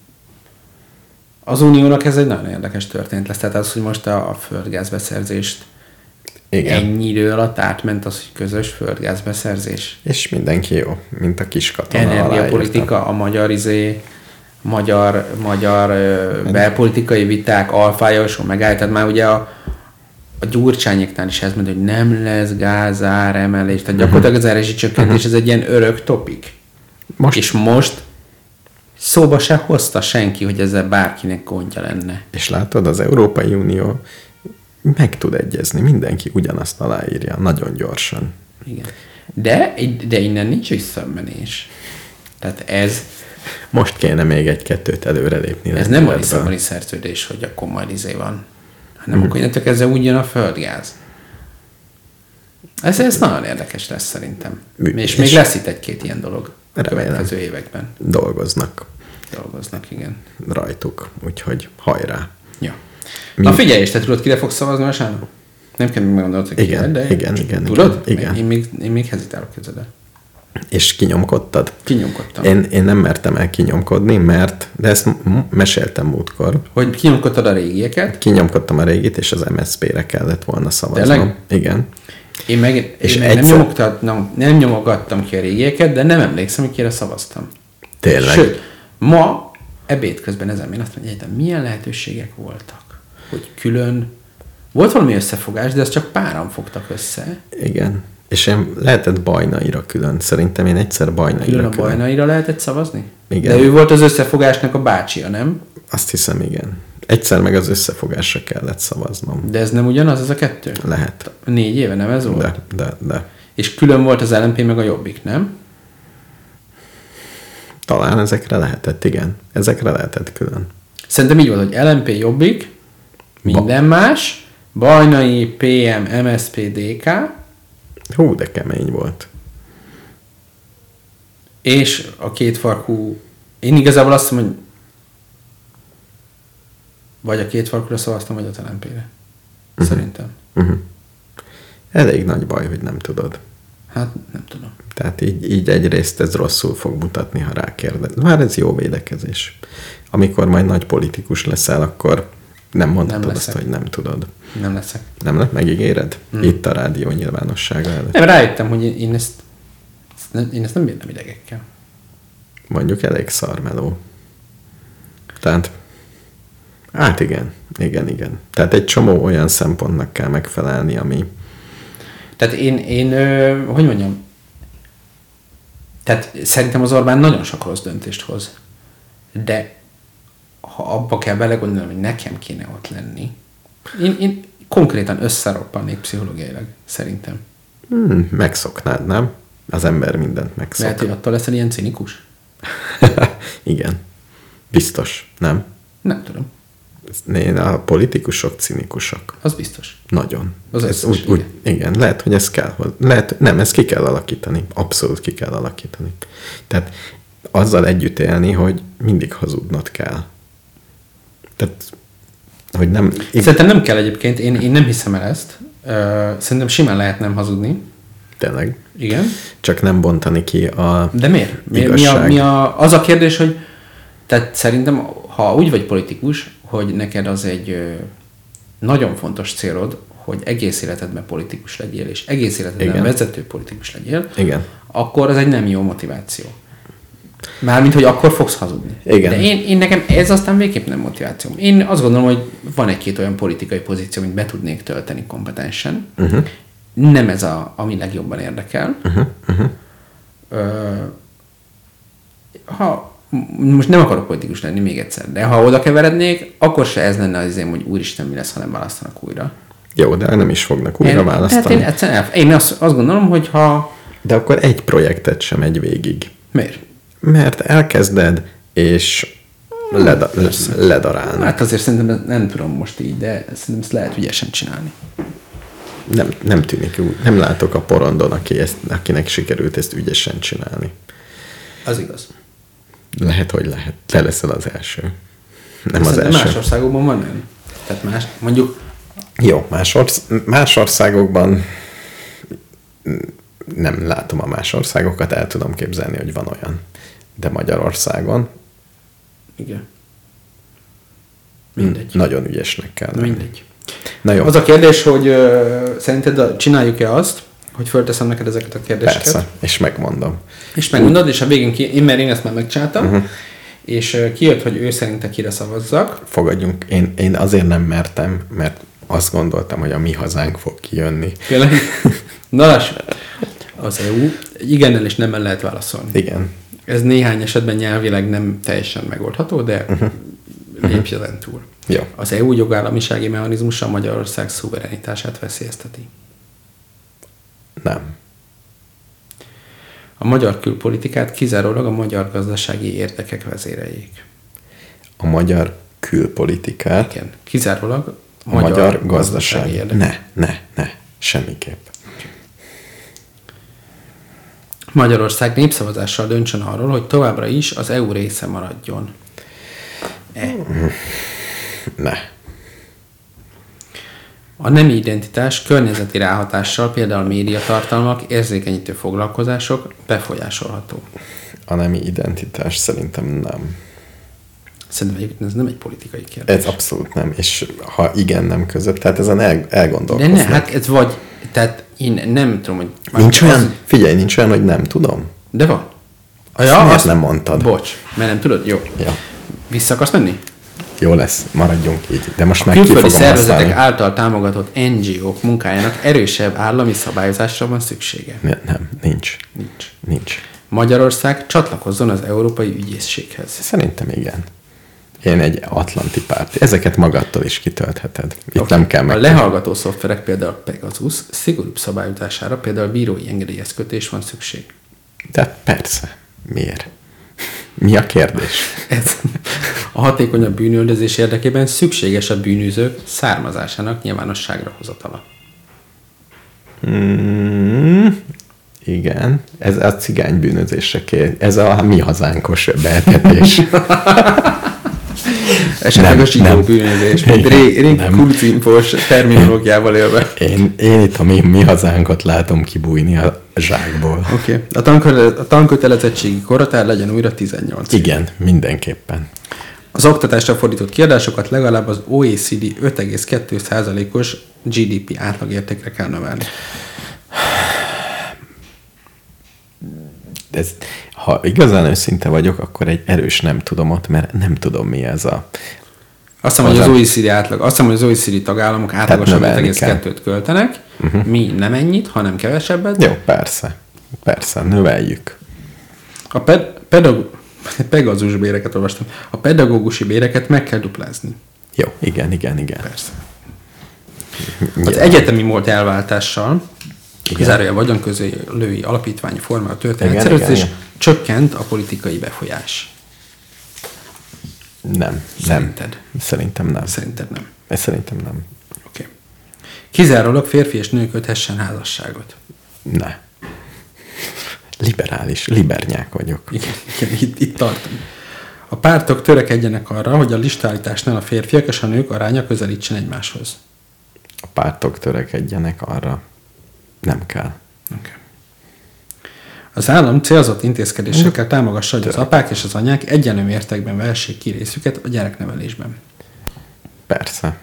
az Uniónak ez egy nagyon érdekes történet lesz. Tehát az, hogy most a, a földgázbeszerzést igen. ennyi idő alatt átment az, hogy közös földgázbeszerzés. És mindenki jó, mint a kis katona. Energiapolitika, a magyar izé, magyar, magyar ö, belpolitikai viták alfájosan megáll. Tehát már ugye a, a Gyurcsányéknál is ez mondja, hogy nem lesz gázár emelés. Tehát gyakorlatilag az árazsi csökkentés uh-huh. ez egy ilyen örök topik. Most? És most szóba se hozta senki, hogy ezzel bárkinek gondja lenne. És látod, az Európai Unió meg tud egyezni, mindenki ugyanazt aláírja, nagyon gyorsan. Igen. De, de innen nincs visszamenés. Tehát ez... Most kéne még egy-kettőt előrelépni. Ez nem a Lisszaboni szerződés, hogy akkor majd izé van. Hanem hmm. akkor innentől kezdve úgy jön a földgáz. Ez, ez nagyon érdekes lesz szerintem. És, és még lesz itt egy-két ilyen dolog a következő években. Dolgoznak. Dolgoznak, igen. Rajtuk, úgyhogy hajrá. Ja. Na figyelj, és te tudod, kire fogsz szavazni vasárnap? Nem kell megmondani, hogy igen, de igen, igen. Tudod? Igen. Én még, én még hezitálok, képzeld el. És kinyomkodtad? Kinyomkodtam. Én, én nem mertem el kinyomkodni, mert, de ezt m- meséltem múltkor. Hogy kinyomkodtad a régieket? Kinyomkodtam a régit, és az em es zé pére kellett volna szavaznom. Tényleg? Igen. Én meg, és én meg egyszer... nem, nyomogtam, nem nyomogattam ki a régieket, de nem emlékszem, hogy kire szavaztam. Tényleg? Sőt, ma ebéd közben ezen én azt mondja, hogy milyen lehetőségek voltak, hogy külön... Volt valami összefogás, de azt csak páran fogtak össze. Igen. És én lehetett Bajnaira külön. Szerintem én egyszer Bajnaira külön. Külön a Bajnaira lehetett szavazni? Igen. De ő volt az összefogásnak a bácsia, nem? Azt hiszem, igen. Egyszer meg az összefogásra kellett szavaznom. De ez nem ugyanaz, ez a kettő? Lehet. Négy éve nem ez volt? De, de, de. És külön volt az el em pé meg a Jobbik, nem? Talán ezekre lehetett, igen. Ezekre lehetett külön. Szerintem így volt, hogy el em pé Jobbik, minden ba- más, Bajnai, pé em, em es zé pé, dé ká. Hú, de kemény volt. És a kétfarkú... Én igazából azt mondom, hogy vagy a kétfarkúra szavaztam, vagy a el em pére. Uh-huh. Szerintem. Uh-huh. Elég nagy baj, hogy nem tudod. Hát nem tudom. Tehát így, így egyrészt ez rosszul fog mutatni, ha rákérdez. Már ez jó védekezés. Amikor majd nagy politikus leszel, akkor nem mondhatod nem azt, hogy nem tudod. Nem leszek. Nem lett? Megígéred? Hmm. Itt a rádió nyilvánossága előtt. Nem, rájöttem, hogy én ezt, én ezt nem bírnám idegekkel. Mondjuk elég szarmeló. Tehát, hát igen, igen, igen. Tehát egy csomó olyan szempontnak kell megfelelni, ami... Tehát én, én ö, hogy mondjam, tehát szerintem az Orbán nagyon sok rossz döntést hoz. De ha abba kell belegondolnom, hogy nekem kéne ott lenni, én, én konkrétan összeroppannék pszichológiailag, szerintem. Hmm, megszoknád, nem? Az ember mindent megszok. Lehet, hogy attól leszel ilyen cinikus? Igen. Biztos, nem? Nem tudom. Én a politikusok cinikusok. Az biztos. Nagyon. Az ez összes, úgy, úgy, igen, lehet, hogy ez kell. Lehet, nem, ezt ki kell alakítani. Abszolút ki kell alakítani. Tehát azzal együtt élni, hogy mindig hazudnod kell. Tehát, hogy nem... Szerintem nem kell egyébként, én, én nem hiszem el ezt. Uh, szerintem simán lehet nem hazudni. Tényleg? Igen. Csak nem bontani ki a De miért? Mi, mi, a, mi a, az a kérdés, hogy tehát szerintem, ha úgy vagy politikus, hogy neked az egy ö, nagyon fontos célod, hogy egész életedben politikus legyél, és egész életedben Igen. vezető politikus legyél, Igen. akkor az egy nem jó motiváció. Mármint, hogy akkor fogsz hazudni. Igen. De én, én nekem ez aztán végképp nem motivációm. Én azt gondolom, hogy van egy-két olyan politikai pozíció, amit be tudnék tölteni kompetensen. Uh-huh. Nem ez, a, ami legjobban érdekel. Uh-huh. Uh-huh. Ö, ha most nem akarok politikus lenni még egyszer, de ha oda keverednék, akkor se ez lenne az én, hogy úristen, mi lesz, ha nem választanak újra. Jó, de nem is fognak újra én, választani. Tehát én egyszerűen elf- én azt, azt gondolom, hogy ha... De akkor egy projektet sem megy végig. Miért? Mert elkezded, és leda- ledarálnak. Hát azért szerintem nem tudom most így, de szerintem ezt lehet ügyesen csinálni. Nem, nem tűnik úgy. Nem látok a porondon, aki ezt, akinek sikerült ezt ügyesen csinálni. Az igaz. Lehet, hogy lehet. Te leszel az első. Nem Azt az első. Más országokban van olyan. Tehát más, mondjuk... Jó, más, orsz- más országokban nem látom a más országokat, el tudom képzelni, hogy van olyan. De Magyarországon Igen. Mindegy. nagyon ügyesnek kell lenni. Mindegy. Na jó. Az a kérdés, hogy uh, szerinted a, csináljuk-e azt, hogy fölteszem neked ezeket a kérdéseket? Persze, és megmondom. És megmondod, és a végén ki, én, mert én ezt már megcsináltam, uh-huh. és uh, kijött, hogy ő szerinte kire szavazzak. Fogadjunk. Én, én azért nem mertem, mert azt gondoltam, hogy a mi hazánk fog kijönni. Tényleg? Na lássuk. Az é u igennel és nemmel lehet válaszolni. Igen. Ez néhány esetben nyelvileg nem teljesen megoldható, de uh-huh. lépj ezen túl. Jó. Az é u jogállamisági mechanizmusa Magyarország szuverenitását veszélyezteti. Nem. A magyar külpolitikát kizárólag a magyar gazdasági érdekek vezéreljék. A magyar külpolitikát Igen, kizárólag a magyar, magyar gazdasági érdekek. Ne, ne, ne, semmiképp. Magyarország népszavazással döntsön arról, hogy továbbra is az é u része maradjon. E. Ne. A nemi identitás környezeti ráhatással, például médiatartalmak, érzékenyítő foglalkozások befolyásolható. A nemi identitás szerintem nem. Szerintem egyébként ez nem egy politikai kérdés. Ez abszolút nem, és ha igen, nem között, tehát ezen el, elgondolkoznak. De ne, hát ez vagy, tehát én nem tudom, hogy... Nincs olyan, az... figyelj, nincs olyan, hogy nem tudom. De van. Azt ja, miért azt... nem mondtad? Bocs, mert nem tudod? Jó. Ja. Vissza akarsz menni? Jó lesz, maradjunk így. De most a már ki fogom külföldi szervezetek használni. által támogatott en gé ó-k munkájának erősebb állami szabályozásra van szüksége. Ne, nem, nincs. Nincs. Nincs. Magyarország csatlakozzon az Európai Ügyészséghez. Szerintem igen. Én egy atlanti párti. Ezeket magadtól is kitöltheted. Itt okay. nem kell meg. A lehallgató szoftverek, például Pegasus, szigorúbb szabályozására, például bírói engedélyezkötés van szükség. De persze. Miért? Mi a kérdés? Ez a hatékonyabb bűnüldözés érdekében szükséges a bűnözők származásának nyilvánosságra hozatala. Mm, igen. Ez a cigány bűnözésre kér. Ez a mi hazánkos beetetés. Esetleg a zsidó bűnözés, mint rég kulcinfos terminológiával élve. Én, én itt a mi, mi hazánkat látom kibújni a zsákból. Oké. Okay. A tankötelezettségi korhatár legyen újra tizennyolc. Igen, mindenképpen. Az oktatásra fordított kiadásokat legalább az o e cé dé öt egész kettő százalékos gé dé pé átlagértékre kell növelni. Ez, ha igazán őszinte vagyok, akkor egy erős nem tudom ott, mert nem tudom, mi ez a... Azt hiszem, hogy az o e cé dé átlag, azt hiszem, hogy az o e cé dé tagállamok átlagosan öt egész kettőt költenek, uh-huh. mi nem ennyit, hanem kevesebbet. Jó, persze. Persze, növeljük. A ped- pedag- Pegazus béreket olvastam. A pedagógusi béreket meg kell duplázni. Jó, igen, igen, igen. Persze. Az egyetemi mód elváltással, kizárólag vagyonközölői alapítványi formában történő egyszerűsítés, csökkent a politikai befolyás. Nem. Szerinted? Nem. Szerintem nem. Szerinted nem. Ez szerintem nem. Oké. Okay. Kizárólag férfi és nő köthessen házasságot. Ne. Liberális, libernyák vagyok. Igen, igen itt, itt tartom. A pártok törekedjenek arra, hogy a listállításnál a férfiak és a nők aránya közelítsen egymáshoz. A pártok törekedjenek arra. Nem kell. Okay. Az állam célzott intézkedésekkel támogassa, hogy az apák és az anyák egyenlő mértékben vehessék ki részüket a gyereknevelésben. Persze.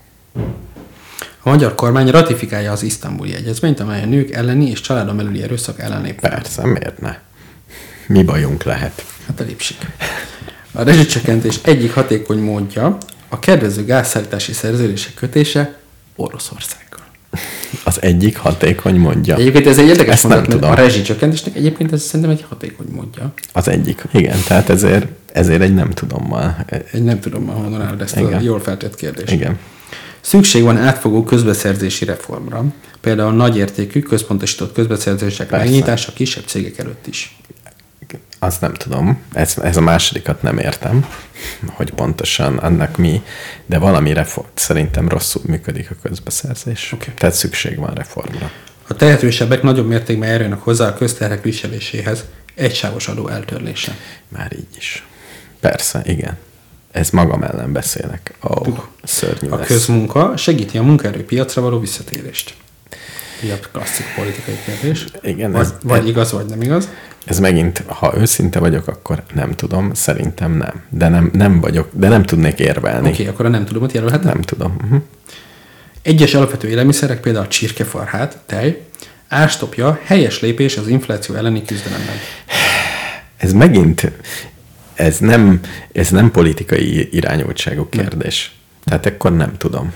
A magyar kormány ratifikálja az isztambuli egyezményt, amely a nők elleni és családon belüli erőszak ellen lép. Persze, miért ne? Mi bajunk lehet? Hát a lépsik. A rezsicsökkentés egyik hatékony módja a kedvező gázszállítási szerződések kötése Oroszországgal. Az egyik hatékony módja. Egyébként ez egy érdekes Ezt mondat, nem mert tudom. a rezsicsökkentésnek egyébként ez szerintem egy hatékony módja. Az egyik. Igen, tehát ezért, ezért egy nem tudommal. Egy nem tudom, ma honnan állod ezt Igen. a jól feltett kérdést. Igen. Szükség van átfogó közbeszerzési reformra, például nagyértékű, központosított közbeszerzések Persze. megnyitása kisebb cégek előtt is. Azt nem tudom. Ez, ez a másodikat nem értem, hogy pontosan annak mi, de valami reform. Szerintem rosszul működik a közbeszerzés. Oké. Tehát szükség van reformra. A tehetősebbek nagyobb mértékben járulnak hozzá a közterhek viseléséhez, egysávos adó eltörlése. Már így is. Persze, igen. Ez magam ellen beszélek. Ó, oh, szörnyű A lesz. közmunka segíti a munkaerőpiacra való visszatérést. Ilyen klasszik politikai kérdés. Igen, Vagy, ez, vagy ez, igaz, vagy nem igaz. ez megint, ha őszinte vagyok, akkor nem tudom. Szerintem nem. De nem, nem vagyok, de nem tudnék érvelni. Oké, okay, akkor a nem tudom, hogy jelölhetem. Nem tudom. Uh-huh. Egyes alapvető élelmiszerek, például a csirkefarhát, tej, árstopja helyes lépés az infláció elleni küzdelemben. Ez megint, ez nem, ez nem politikai irányultságú kérdés. Tehát akkor nem tudom.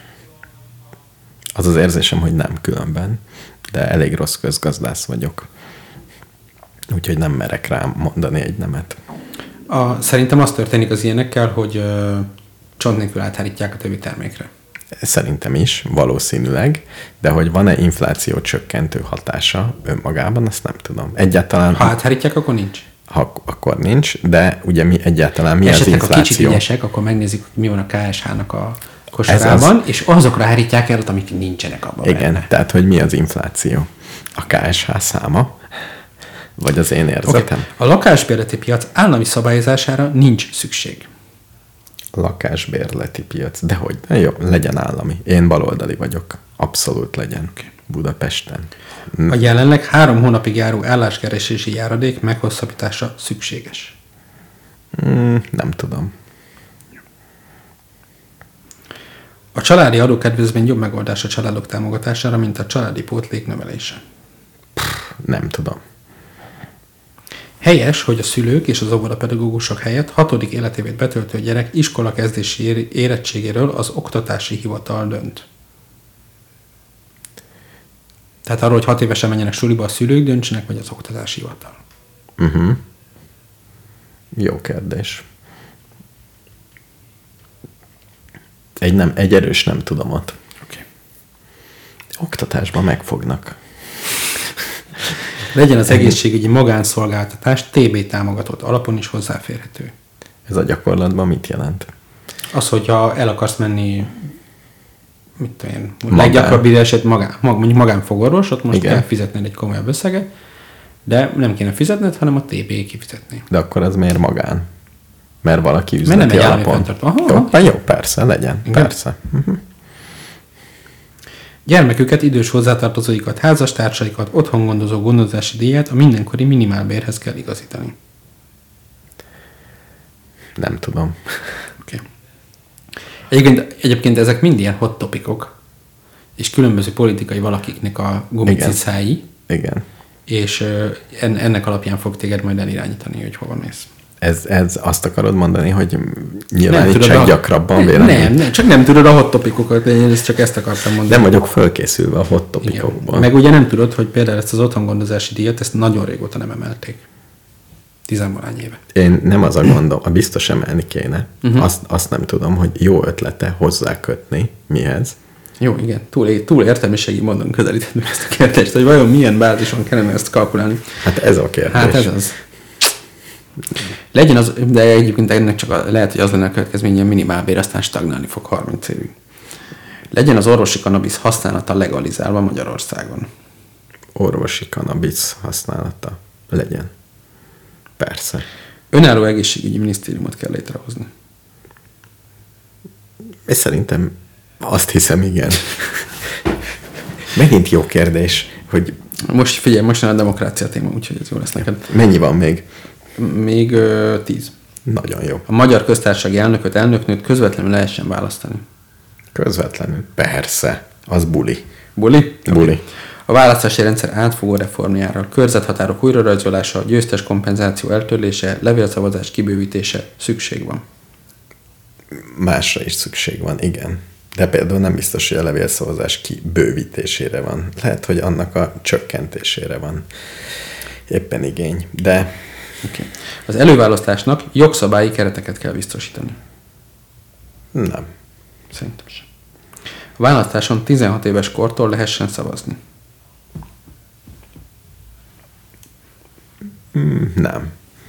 Az az érzésem, hogy nem különben, de elég rossz közgazdász vagyok. Úgyhogy nem merek rá mondani egy nemet. A, szerintem az történik az ilyenekkel, hogy ö, csont nélkül áthárítják a többi termékre. Szerintem is, valószínűleg, de hogy van-e infláció csökkentő hatása önmagában, azt nem tudom. Egyáltalán, Ha áthárítják, akkor nincs. ha, akkor nincs, de ugye mi egyáltalán mi Esetleg, az ha kicsit infláció? ügyesek, akkor megnézik, hogy mi van a ká es há-nak a kosarában, az. és azokra hárítják el, amik nincsenek abban Igen, benne. tehát hogy mi az infláció? A ká es há száma? Vagy az én érzetem? Okay. A lakásbérleti piac állami szabályozására nincs szükség. Lakásbérleti piac. Dehogy? De jó, legyen állami. Én baloldali vagyok. Abszolút legyen. Okay. Budapesten. A jelenleg három hónapig járó álláskeresési járadék meghosszabbítása szükséges. Mm, nem tudom. A családi adókedvezmény jobb megoldás a családok támogatására, mint a családi pótlék növelése. Nem tudom. Helyes, hogy a szülők és az óvodapedagógusok helyett hatodik életévét betöltő gyerek iskola kezdési érettségéről az oktatási hivatal dönt. Tehát arról, hogy hat évesen menjenek suliba, a szülők döntsenek, vagy az oktatási hivatal. Uh-huh. Jó kérdés. Egy, nem, egy erős nem tudomot. Okay. Oktatásban megfognak. Legyen az egészségügyi magánszolgáltatás té bé támogatott alapon is hozzáférhető. Ez a gyakorlatban mit jelent? Az, hogyha el akarsz menni, mit tudom én, Magán. leggyakrabb eset magán, mag, mondjuk magánfogorvos, ott most Igen. kell fizetned egy komolyabb összeget, de nem kéne fizetned, hanem a té bé kifizetné. De akkor az miért magán? Mert valaki Mert üzleti nem egy állami alapon. fenntartó. Aha, Jó, aha. na jó, persze, legyen. Igen. Persze. Uh-huh. Gyermeküket, idős hozzátartozóikat, házastársaikat, otthongondozó gondozási díját a mindenkori minimálbérhez kell igazítani. Nem tudom. Okay. Egyébként, egyébként ezek mind ilyen hot topicok, és különböző politikai valakiknek a gumicicái, Igen. és ö, en, ennek alapján fog téged majd elirányítani, hogy hova mész. Ez, ez azt akarod mondani, hogy Nem nyilvánítsák a- gyakrabban nem, vélemény? nem, nem, csak nem tudod a hot topicokat, én ezt csak ezt akartam mondani. Nem vagyok fölkészülve a hot Igen. topicokból. Meg ugye nem tudod, hogy például ezt az otthongondozási díjat, ezt nagyon régóta nem emelték. Tizenvalány éve. Én nem az a gondom, a biztos emelni kéne. Mhm. Uh-huh. Azt, azt nem tudom, hogy jó ötlete hozzá kötni mihez. Jó, igen, túl, túl értelmiségi módon közelítettük ezt a kérdést, hogy vajon milyen bázison kellene ezt kalkulálni. Hát ez a kérdés. Hát ez az. Legyen az, de egyébként ennek csak a, lehet, hogy az lenne a következménye, a minimálbér aztán stagnálni fog harminc évig. Legyen az orvosi kannabisz használata legalizálva Magyarországon. Orvosi kanabisz használata legyen. Persze. Önálló egészségügyi minisztériumot kell létrehozni. És szerintem azt hiszem, igen. Megint jó kérdés, hogy Most figyelj, most jön a demokrácia téma, úgyhogy ez jó lesz neked. mennyi van még? Még ö, tíz. Nagyon jó. A magyar köztársasági elnököt, elnöknőt közvetlenül lehessen választani. Közvetlenül. Persze. Az buli. Buli? Buli. A A választási rendszer átfogó reformjára, körzethatárok újrarajzolása, győztes kompenzáció eltörlése, levélszavazás kibővítése szükség van. Másra is szükség van, igen. De például nem biztos, hogy a levélszavazás kibővítésére van. Lehet, hogy annak a csökkentésére van éppen igény. De... Okay. Az előválasztásnak jogszabályi kereteket kell biztosítani. Nem. Szerintem sem. A választáson tizenhat éves kortól lehessen szavazni. Nem.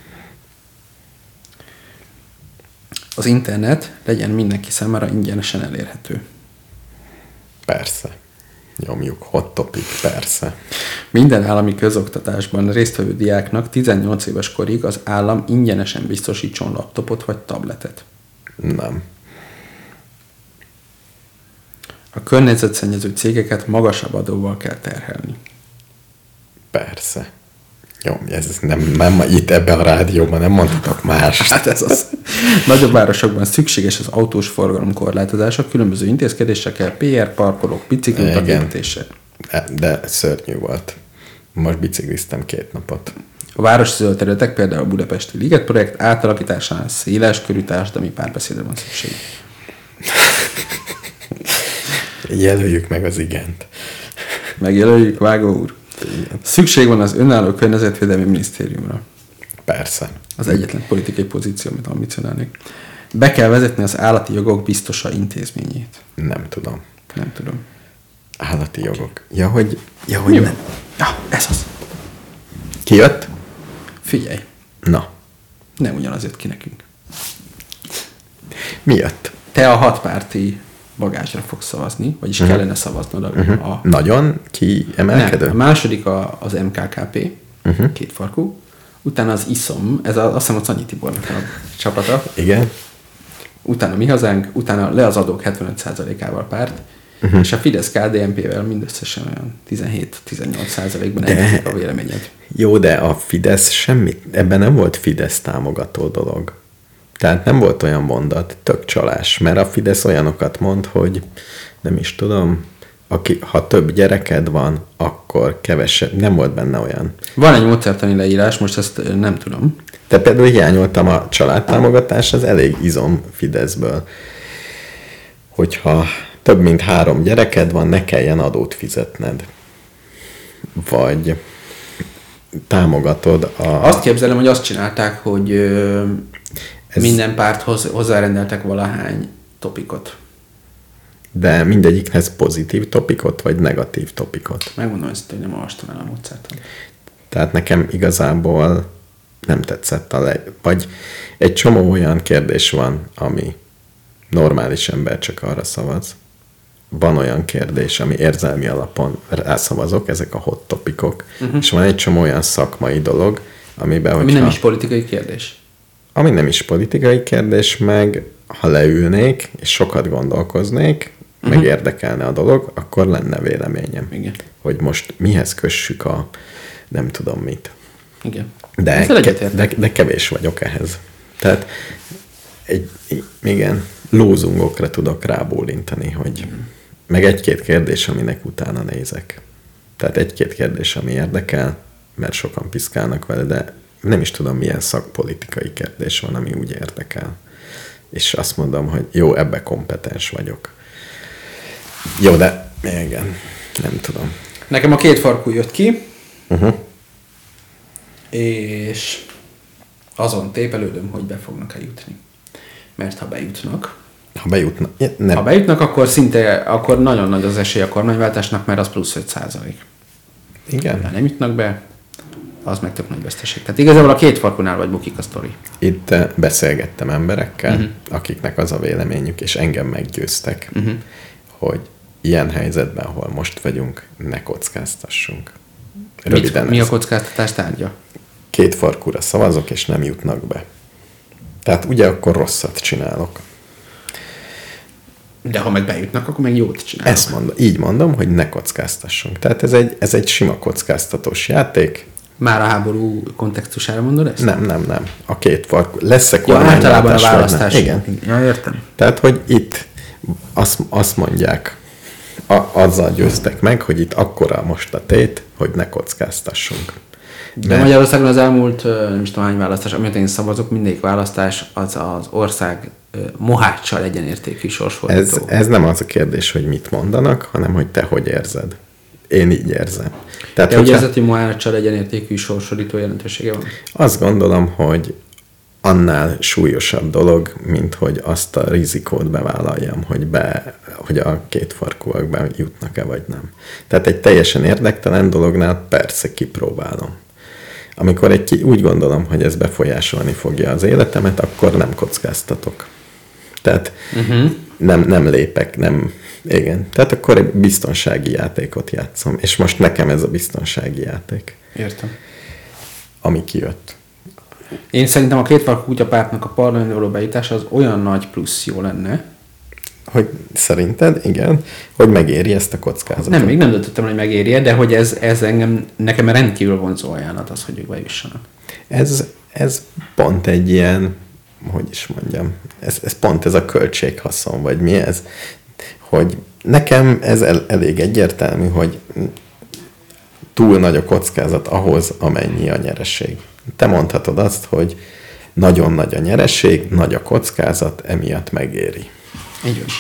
Az internet legyen mindenki számára ingyenesen elérhető. Persze. Nyomjuk. Hot topic, persze. Minden állami közoktatásban résztvevő diáknak tizennyolc éves korig az állam ingyenesen biztosítson laptopot vagy tabletet. Nem. A környezetszennyező cégeket magasabb adóval kell terhelni. Persze. Jó, ez nem, nem itt ebben a rádióban nem mondhatok más. Hát ez az. Nagyobb városokban szükséges az autós forgalom korlátozása, különböző intézkedésekkel, pé er parkolók, bicikliutak építése. De szörnyű volt. Most bicikliztem két napot. A városi zöld területek, például a Budapesti Liget projekt átalakításánál széles körű társadalmi párbeszédre van szükség. Jelöljük meg az igent. Megjelöljük, Vágó úr. Szükség van az önálló környezetvédelmi minisztériumra. Persze. Az egyetlen politikai pozíció, amit ambicionálnék. Be kell vezetni az állati jogok biztosa intézményét. Nem tudom. Nem tudom. Állati jogok. Ja, hogy... Ja, hogy Mi nem. van? Ja, ez az. Ki jött? Figyelj. Na. Nem ugyanaz jött ki nekünk. Mi jött? Te a hatpárti bagázsra fogsz szavazni, vagyis uh-huh. kellene szavaznod a... Uh-huh. a... Nagyon kiemelkedő? Nem, a második a, az em ká ká pé, uh-huh. kétfarkú, utána az i es o em, ez a, azt hiszem a Szanyi Tibornak a csapata. Igen. Utána Mi Hazánk, utána Le az adók hetvenöt százalékával párt, uh-huh. és a Fidesz-ká dé en pé-vel mindösszesen olyan tizenhét-tizennyolc százalékban elviszik a véleményed. Jó, de a Fidesz semmit, ebben nem volt Fidesz támogató dolog. Tehát nem volt olyan mondat, tök csalás, mert a Fidesz olyanokat mond, hogy nem is tudom, aki, ha több gyereked van, akkor kevesebb, nem volt benne olyan. Van egy módszertani leírás, most ezt nem tudom. De például hiányoltam a családtámogatás, az elég izom Fideszből, hogyha több mint három gyereked van, ne kelljen adót fizetned. Vagy támogatod a... Azt képzelem, hogy azt csinálták, hogy ö, ez... minden párthoz hozzárendeltek valahány topikot. De mindegyikhez pozitív topikot, vagy negatív topikot? Megmondom ezt, hogy nem olvastam el a módszertan. Tehát nekem igazából nem tetszett a le... Vagy egy csomó olyan kérdés van, ami normális ember csak arra szavaz. Van olyan kérdés, ami érzelmi alapon rászavazok, ezek a hot topikok, uh-huh. és van egy csomó olyan szakmai dolog, amiben, Ami hogyha... nem is politikai kérdés. Ami nem is politikai kérdés, meg ha leülnék, és sokat gondolkoznék, uh-huh. meg érdekelne a dolog, akkor lenne véleményem. Igen. Hogy most mihez kössük a nem tudom mit. Igen. De, ke- de, de kevés vagyok ehhez. Tehát egy, igen, lózungokra tudok rábólintani, hogy mm. meg egy-két kérdés, aminek utána nézek. Tehát egy-két kérdés, ami érdekel, mert sokan piszkálnak vele, de nem is tudom, milyen szakpolitikai kérdés van, ami úgy érdekel. És azt mondom, hogy jó, ebbe kompetens vagyok. Jó, de igen, nem tudom. Nekem a két farkú jött ki, uh-huh. és azon tépelődöm, hogy be fognak-e jutni. Mert ha bejutnak, ha bejutnak, nem. Ha bejutnak, akkor szinte, akkor nagyon nagy az esély a kormányváltásnak, mert az plusz öt százalék. Igen. Ha nem jutnak be, az meg tök nagy veszteség. Tehát igazából a két farkunál vagy bukik a sztori. Itt beszélgettem emberekkel, uh-huh. akiknek az a véleményük, és engem meggyőztek, uh-huh. hogy ilyen helyzetben, ahol most vagyunk, ne kockáztassunk. Röviden mi a kockáztatás tárgya? Két farkúra szavazok, és nem jutnak be. Tehát ugye akkor rosszat csinálok. De ha meg bejutnak, akkor meg jót csinálok. Ezt mondom, így mondom, hogy ne kockáztassunk. Tehát ez egy, ez egy sima kockáztatós játék. Már a háború kontextusára mondod ezt? Nem, nem, nem. A két farkú. Lesz-e ja, általában a választás? választás. Igen. Ja, értem. Tehát, hogy itt azt, azt mondják A, azzal győztek meg, hogy itt akkora most a tét, hogy ne kockáztassunk. De Mert... Magyarországon az elmúlt, nem is tudom hány választás, amit én szavazok, mindegyik választás az az ország moháccsal egyenértékű sorsfordító. Ez, ez nem az a kérdés, hogy mit mondanak, hanem hogy te hogy érzed. Én így érzem. Tehát, te hogyha... úgy érzed, hogy moháccsal egyenértékű sorsfordító jelentősége van? Azt gondolom, hogy annál súlyosabb dolog, mint hogy azt a rizikót bevállaljam, hogy, be, hogy a két farkúak bejutnak-e vagy nem. Tehát egy teljesen érdektelen dolognál persze kipróbálom. Amikor egy, úgy gondolom, hogy ez befolyásolni fogja az életemet, akkor nem kockáztatok. Tehát uh-huh. nem, nem lépek, nem... Igen. Tehát akkor egy biztonsági játékot játszom. És most nekem ez a biztonsági játék. Értem. Ami kijött. Én szerintem a kétfarkú kutyapártnak a parlamentbe való bejutása az olyan nagy plusz jó lenne. Hogy szerinted, igen, hogy megéri ezt a kockázatot. Nem, még nem döntöttem, hogy megéri, de hogy ez, ez engem, nekem rendkívül vonzó ajánlat az, hogy ők bejussanak. Ez, ez pont egy ilyen, hogy is mondjam, ez, ez pont ez a költséghaszon, vagy mi ez, hogy nekem ez el, elég egyértelmű, hogy túl nagy a kockázat ahhoz, amennyi a nyereség. Te mondhatod azt, hogy nagyon nagy a nyereség, nagy a kockázat, emiatt megéri. Így van.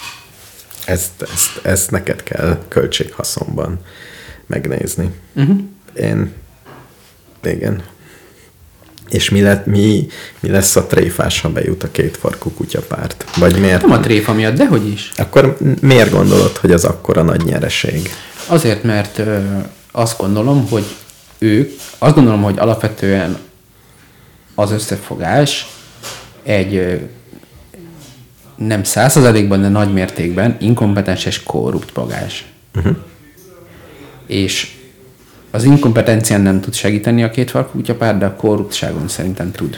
Ezt, ezt, ezt neked kell költséghaszonban megnézni. Uh-huh. Én, igen. És mi, lett, mi, mi lesz a tréfás, ha bejut a kétfarkú kutyapárt? Vagy miért? Nem a tréfa miatt, dehogy is. Akkor miért gondolod, hogy az akkora nagy nyereség? Azért, mert ö, azt gondolom, hogy ők, azt gondolom, hogy alapvetően az összefogás egy ö, nem száz százalékban, de nagy mértékben inkompetens és korrupt bagázs. Uh-huh. És az inkompetencián nem tud segíteni a kétfarkú kutyapárt, de a korruptságon szerintem tud.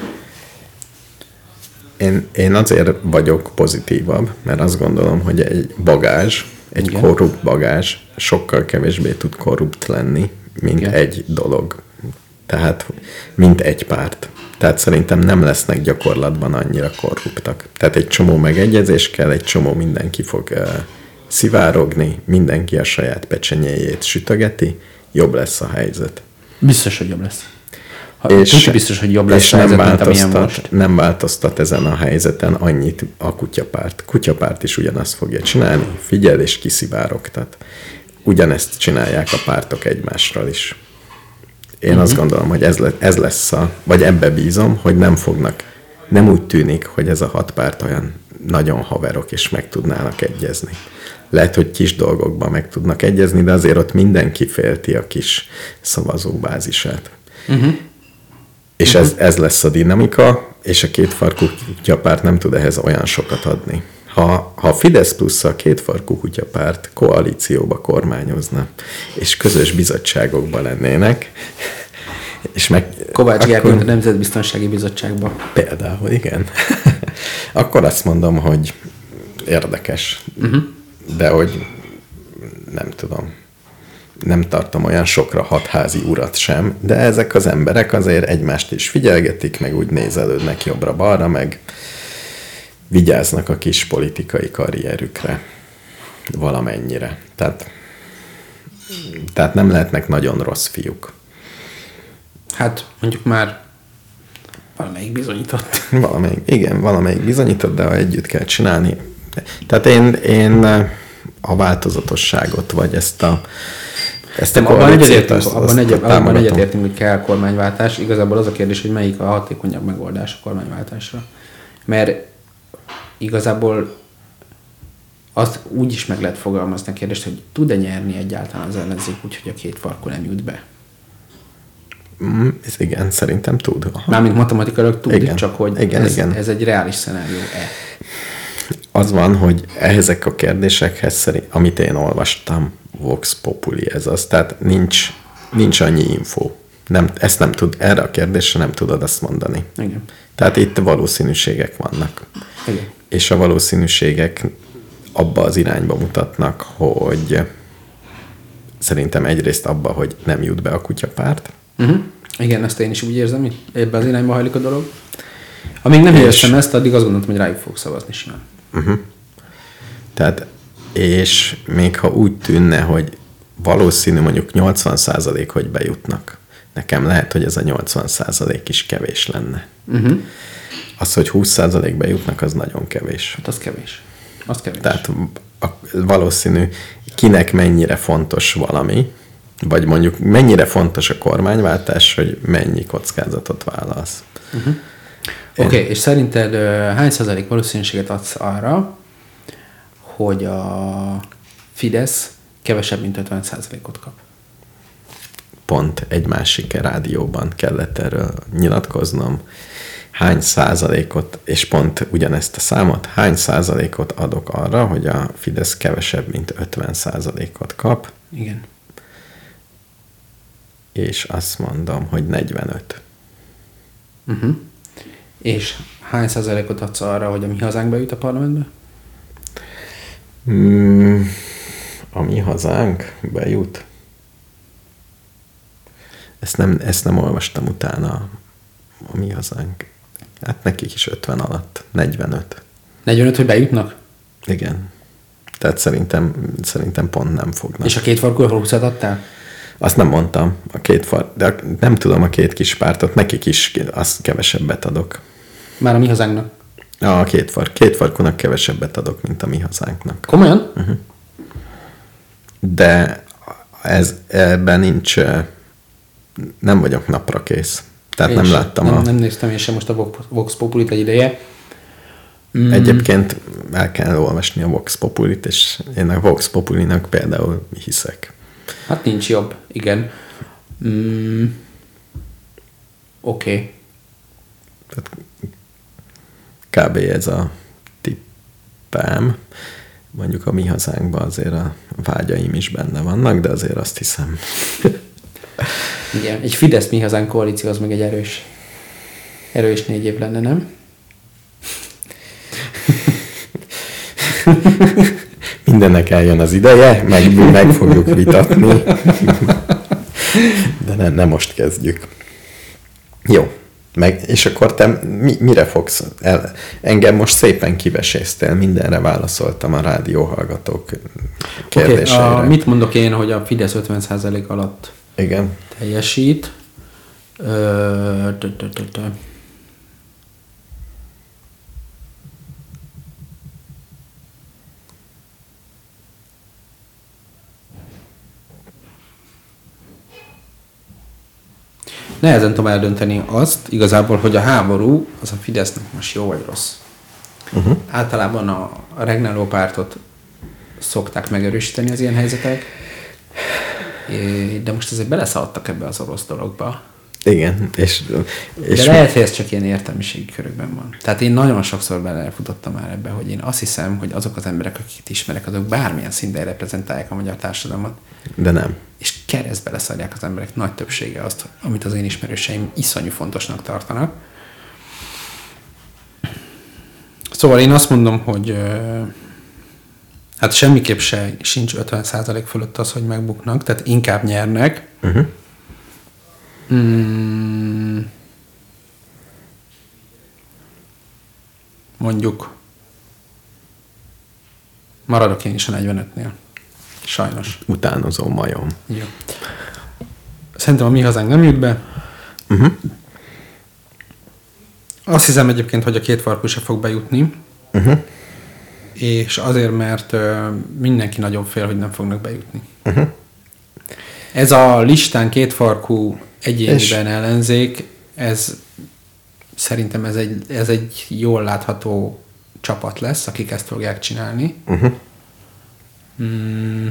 Én, én azért vagyok pozitívabb, mert azt gondolom, hogy egy bagázs, egy Igen. korrupt bagázs sokkal kevésbé tud korrupt lenni, mint Igen. egy dolog. Tehát, mint egy párt. Tehát szerintem nem lesznek gyakorlatban annyira korruptak. Tehát egy csomó megegyezés kell, egy csomó mindenki fog uh, szivárogni, mindenki a saját pecsenyéjét sütögeti, jobb lesz a helyzet. Biztos, hogy jobb lesz. Ha, és, biztos, hogy jobb lesz és a helyzet, nem változtat, nem változtat ezen a helyzeten annyit a kutyapárt. Kutyapárt is ugyanazt fogja csinálni, figyel és kiszivárogtat. Ugyanezt csinálják a pártok egymásról is. Én uh-huh. azt gondolom, hogy ez, le, ez lesz a, vagy ebbe bízom, hogy nem fognak, nem úgy tűnik, hogy ez a hat párt olyan nagyon haverok, és meg tudnának egyezni. Lehet, hogy kis dolgokban meg tudnak egyezni, de azért ott mindenki félti a kis szavazóbázisát. Uh-huh. És uh-huh. ez, ez lesz a dinamika, és a kétfarkú kutyapárt nem tud ehhez olyan sokat adni. Ha, ha Fidesz plusz a kétfarkú kutyapárt koalícióba kormányozna, és közös bizottságokban lennének, és meg... Kovács Gergely a Nemzetbiztonsági Bizottságban. Például, igen. Akkor azt mondom, hogy érdekes. Uh-huh. De hogy nem tudom, nem tartom olyan sokra hatházi urat sem, de ezek az emberek azért egymást is figyelgetik, meg úgy nézelődnek jobbra-balra, meg vigyáznak a kis politikai karrierükre valamennyire. Tehát, tehát nem lehetnek nagyon rossz fiúk. Hát mondjuk már valamelyik bizonyított. Valamelyik, igen, valamelyik bizonyított, de ha együtt kell csinálni. Tehát én, én a változatosságot, vagy ezt a ezt a abban egyetértünk, abban, egy, abban egyetértünk, hogy kell kormányváltás. Igazából az a kérdés, hogy melyik a hatékonyabb megoldás a kormányváltásra. Mert igazából azt úgy is meg lehet fogalmazni a kérdést, hogy tud-e nyerni egyáltalán az ellenzék úgy, hogy a két farkú nem jut be? Mm, ez igen, szerintem tud. Aha. Mármint matematikailag tud, igen, csak hogy igen, ez, igen. ez egy reális szenárió-e? Az van, hogy ezek a kérdésekhez szerint, amit én olvastam, Vox Populi ez az, tehát nincs, nincs annyi info. Nem, ezt nem tud, erre a kérdésre nem tudod azt mondani. Igen. Tehát itt valószínűségek vannak. Igen. És a valószínűségek abba az irányba mutatnak, hogy szerintem egyrészt abba, hogy nem jut be a kutyapárt. Uh-huh. Igen, ezt én is úgy érzem, hogy ebben az irányba hajlik a dolog. Amíg nem éreztem ezt, addig azt gondoltam, hogy rájuk fog szavazni simán. Uh-huh. Tehát és még ha úgy tűnne, hogy valószínű mondjuk nyolcvan százalék, hogy bejutnak, nekem lehet, hogy ez a nyolcvan százalék is kevés lenne. Uh-huh. Az, hogy húsz százalék bejutnak, az nagyon kevés. Hát az kevés. Az kevés. Tehát a, valószínű, kinek mennyire fontos valami, vagy mondjuk mennyire fontos a kormányváltás, hogy mennyi kockázatot vállalsz. Uh-huh. Oké, okay, és szerinted uh, hány százalék valószínűséget adsz arra, hogy a Fidesz kevesebb, mint ötven százalékot kap? Pont egy másik rádióban kellett erről nyilatkoznom. Hány százalékot, és pont ugyanezt a számot, hány százalékot adok arra, hogy a Fidesz kevesebb, mint ötven százalékot kap. Igen. És azt mondom, hogy negyvenöt. Uh-huh. És hány százalékot adsz arra, hogy a Mi Hazánk bejut a parlamentbe? Mm, a Mi Hazánk bejut? Ezt nem, ezt nem olvastam utána, a Mi Hazánk. Hát nekik is ötven alatt, negyvenöt. negyvenöt, hogy bejutnak? Igen. Tehát szerintem, szerintem pont nem fognak. És a két farkú húszat adtál? Azt nem mondtam, a két far, de nem tudom a két kis pártot, nekik is azt kevesebbet adok. Már a Mi Hazánknak? A két far, két farkúnak kevesebbet adok, mint a Mi Hazánknak. Komolyan? Uh-huh. De ez, ebben nincs, nem vagyok napra kész. Tehát én nem sem, láttam nem, a... Nem néztem én sem most a Vox Populit egy ideje. Mm. Egyébként el kell olvasni a Vox Populit, és én a Vox Populinak például hiszek. Hát nincs jobb, igen. Mm. Oké. Okay. Tehát kb. Ez a tippám. Mondjuk a Mi Hazánkban azért a vágyaim is benne vannak, de azért azt hiszem. Igen, egy Fidesz Mi Hazánk koalíció az meg egy erős, erős négy év lenne, nem? Mindennek eljön az ideje, meg, meg fogjuk vitatni. De ne, ne most kezdjük. Jó. Meg, és akkor te mi, mire fogsz? El, engem most szépen kiveséztél, mindenre válaszoltam a rádióhallgatók kérdéseire. Okay, a, mit mondok én, hogy a Fidesz ötven százalék alatt igen. teljesít? Ö, tö, tö, tö, tö. Nehezen tudom eldönteni azt, igazából, hogy a háború az a Fidesznek most jó vagy rossz. Uh-huh. Általában a, a regnáló pártot szokták megerősíteni az ilyen helyzetek, de most azért beleszaladtak ebbe az orosz dologba. Igen. És, és de lehet, hogy ez csak ilyen értelmiségi körökben van. Tehát én nagyon sokszor belefutottam már ebbe, hogy én azt hiszem, hogy azok az emberek, akiket ismerek, azok bármilyen szinten reprezentálják a magyar társadalmat. De nem. És keresztbe leszarják az emberek nagy többsége azt, amit az én ismerőseim iszonyú fontosnak tartanak. Szóval én azt mondom, hogy hát semmiképp se sincs ötven százalék fölött az, hogy megbuknak, tehát inkább nyernek. Uh-huh. Hmm. Mondjuk maradok én is a negyvenötnél. Sajnos. Utánozó majom. Jó. Szerintem a Mi Hazánk nem jut be. Uh-huh. Azt hiszem egyébként, hogy a két farkú se fog bejutni. Uh-huh. És azért, mert uh, mindenki nagyon fél, hogy nem fognak bejutni. Uh-huh. Ez a listán kétfarkú egyéniben ellenzék, ez szerintem ez egy, ez egy jól látható csapat lesz, akik ezt fogják csinálni. Uh-huh. Mm.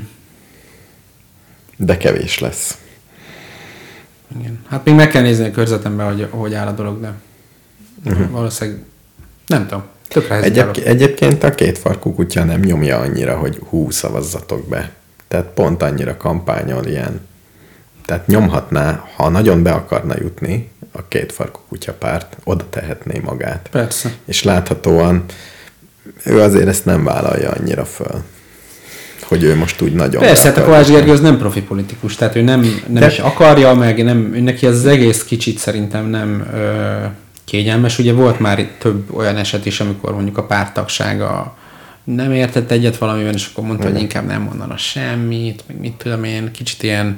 De kevés lesz. Igen. Hát még meg kell nézni a körzetemben, hogy hogy áll a dolog, de uh-huh. valószínűleg nem tudom. Egyéb, egyébként a kétfarkú kutya nem nyomja annyira, hogy hú, szavazzatok be. Tehát pont annyira kampányol ilyen. Tehát nyomhatná, ha nagyon be akarna jutni a kétfarkú kutyapárt, oda tehetné magát. Persze. És láthatóan ő azért ezt nem vállalja annyira föl, hogy ő most úgy nagyon... Persze, hát a Kovács Gergely az nem profi politikus, tehát ő nem, nem De... is akarja, meg nem, neki az egész kicsit szerintem nem ö, kényelmes. Ugye volt már több olyan eset is, amikor mondjuk a párttagsága nem értett egyet valamiben, és akkor mondta, hogy inkább nem mondana semmit, meg mit tudom én, kicsit ilyen...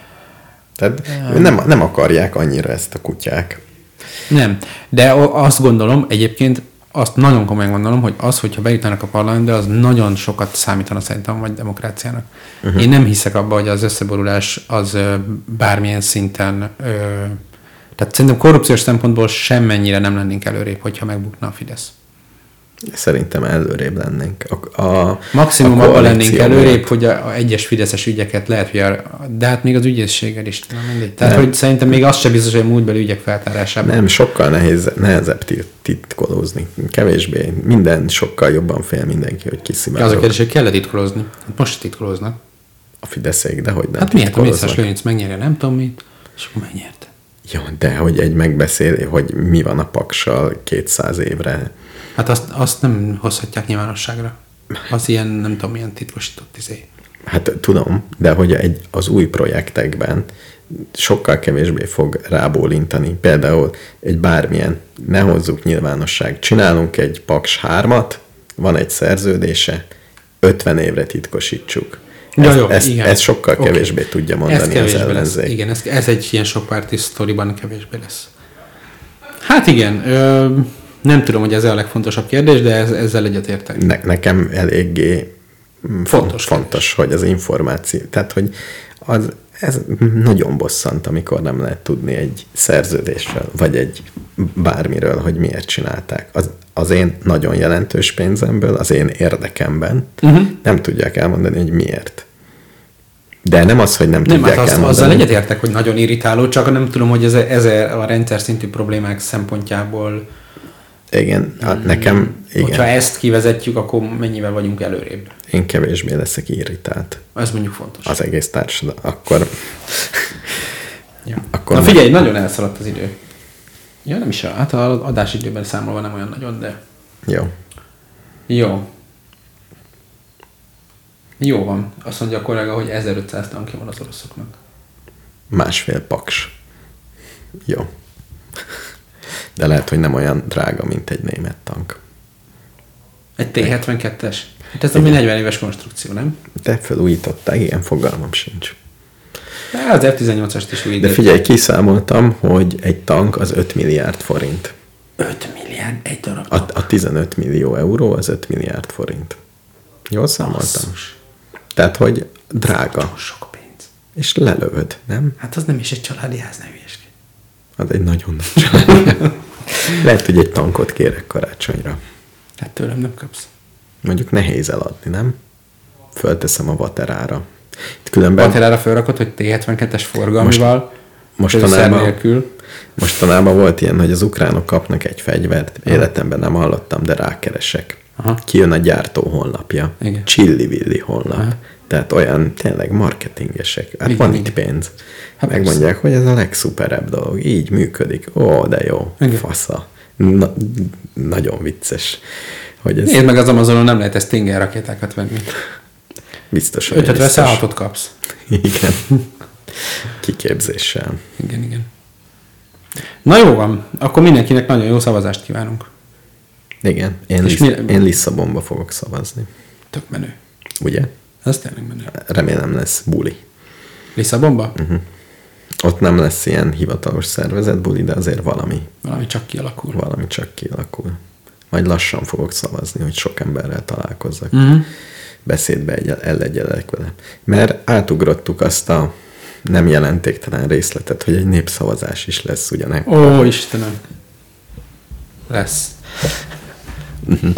Tehát ja. nem, nem akarják annyira ezt a kutyák. Nem, de azt gondolom, egyébként azt nagyon komolyan gondolom, hogy az, hogyha bejutanak a parlamentbe, az nagyon sokat számítana szerintem vagy demokráciának. Uh-huh. Én nem hiszek abba, hogy az összeborulás az ö, bármilyen szinten, ö, tehát szerintem korrupciós szempontból semmennyire nem lennénk előrébb, hogyha megbukna a Fidesz. Szerintem előrébb lennénk. A, a, Maximum abban lennénk előrébb, hogy a, a egyes fideszes ügyeket lehet, hogy a, de hát még az ügyészséggel is, nem mindegy. Tehát, nem. Hogy szerintem még az sem biztos, hogy a múltbeli ügyek feltárásában. Nem, sokkal nehéz, nehezebb titkolózni. Kevésbé. Minden sokkal jobban fél mindenki, hogy kiszivárog. Az a kérdés, hogy kell-e titkolózni? Most titkolóznak. A Fideszék, de hogy nem hát miért a Mészáros Lőrinc megnyerje, nem tudom mit, és akkor megnyerte. Jó, de hogy egy megbeszél, hogy mi van a Paksal kétszáz évre. Hát azt, azt nem hozhatják nyilvánosságra. Az ilyen, nem tudom, milyen titkosított izé. Hát tudom, de hogy egy, az új projektekben sokkal kevésbé fog rábólintani. Például egy bármilyen, ne hozzuk nyilvánosság, csinálunk egy Paks hármat, van egy szerződése, ötven évre titkosítsuk. Ja, ez, jó, ez, ez sokkal okay. kevésbé tudja mondani az ellenzék. Lesz. Igen, ez, ez egy ilyen sokpárti sztoriban kevésbé lesz. Hát igen, ö, nem tudom, hogy ez a legfontosabb kérdés, de ez, ezzel egyetértek. Ne, nekem eléggé fontos, fontos hogy az információ, tehát hogy az, ez nagyon bosszant, amikor nem lehet tudni egy szerződésről, vagy egy bármiről, hogy miért csinálták. Az, az én nagyon jelentős pénzemből, az én érdekemben uh-huh. nem tudják elmondani, hogy miért. De nem az, hogy nem, nem tudják hát azt, elmondani. Azzal egyetértek, hogy nagyon irritáló, csak nem tudom, hogy ez, ez a rendszer szintű problémák szempontjából igen, hát nekem igen. Hogyha ezt kivezetjük, akkor mennyivel vagyunk előrébb? Én kevésbé leszek irritált. Ez mondjuk fontos. Az egész társadalom. Akkor... ja. akkor na figyelj, nagyon elszaladt az idő. Ja, nem is, hát az adásidőben számolva nem olyan nagyon, de... Jó. Jó. Jó van. Azt mondja a kollega, hogy ezerötszáz tankja van az oroszoknak. Másfél Paks. Jó. De lehet, hogy nem olyan drága, mint egy német tank. Egy té hetvenkettes? Hát ez ami negyven éves konstrukció, nem? De felújították, igen, fogalmam sincs. De az ef tizennyolcast is újították. De figyelj, kiszámoltam, hogy egy tank az öt milliárd forint. öt milliárd egy darab a, a tizenöt millió euró az öt milliárd forint. Jól számoltam? Basszus. Tehát, hogy drága. Nagyon sok pénz. És lelövöd, nem? Hát az nem is egy családi ház, nem hülyeskedj. Az egy nagyon nagy család. Lehet, hogy egy tankot kérek karácsonyra. Hát tőlem nem kapsz. Mondjuk nehéz eladni, nem? Fölteszem a Vaterára. Itt különben... Vaterára fölrakod, hogy té hetvenkettes forgalmival, most, mostanában, nélkül. Mostanában volt ilyen, hogy az ukránok kapnak egy fegyvert. Aha. Életemben nem hallottam, de rákeresek. Aha. Kijön a gyártó honlapja. Igen. Csillivilli honlap. Aha. Tehát olyan tényleg marketingesek. Hát igen, van igen. itt pénz. Hát megmondják, persze. hogy ez a legszuperebb dolog. Így működik. Ó, de jó. Igen. Fasza. Na, nagyon vicces. Hogy ez... Nézd meg az Amazonon, nem lehet ezt Stinger rakétákat venni. Biztos, hogy ötöt veszel, hatot kapsz. Igen. Kiképzéssel. Igen, igen. Na jó van. Akkor mindenkinek nagyon jó szavazást kívánunk. Igen. Én, Lisz... mi... én Lisszabonba fogok szavazni. Tök menő. Ugye? Ez tényleg menő. Remélem lesz buli. Lisszabonba? Uh-huh. Ott nem lesz ilyen hivatalos szervezet buli, de azért valami. Valami csak kialakul. Valami csak kialakul. Majd lassan fogok szavazni, hogy sok emberrel találkozzak. Uh-huh. Beszédbe egy, ellegyelek vele. Mert átugrottuk azt a nem jelentéktelen részletet, hogy egy népszavazás is lesz ugyanekkor. Ó, Istenem! Lesz. Uh-huh.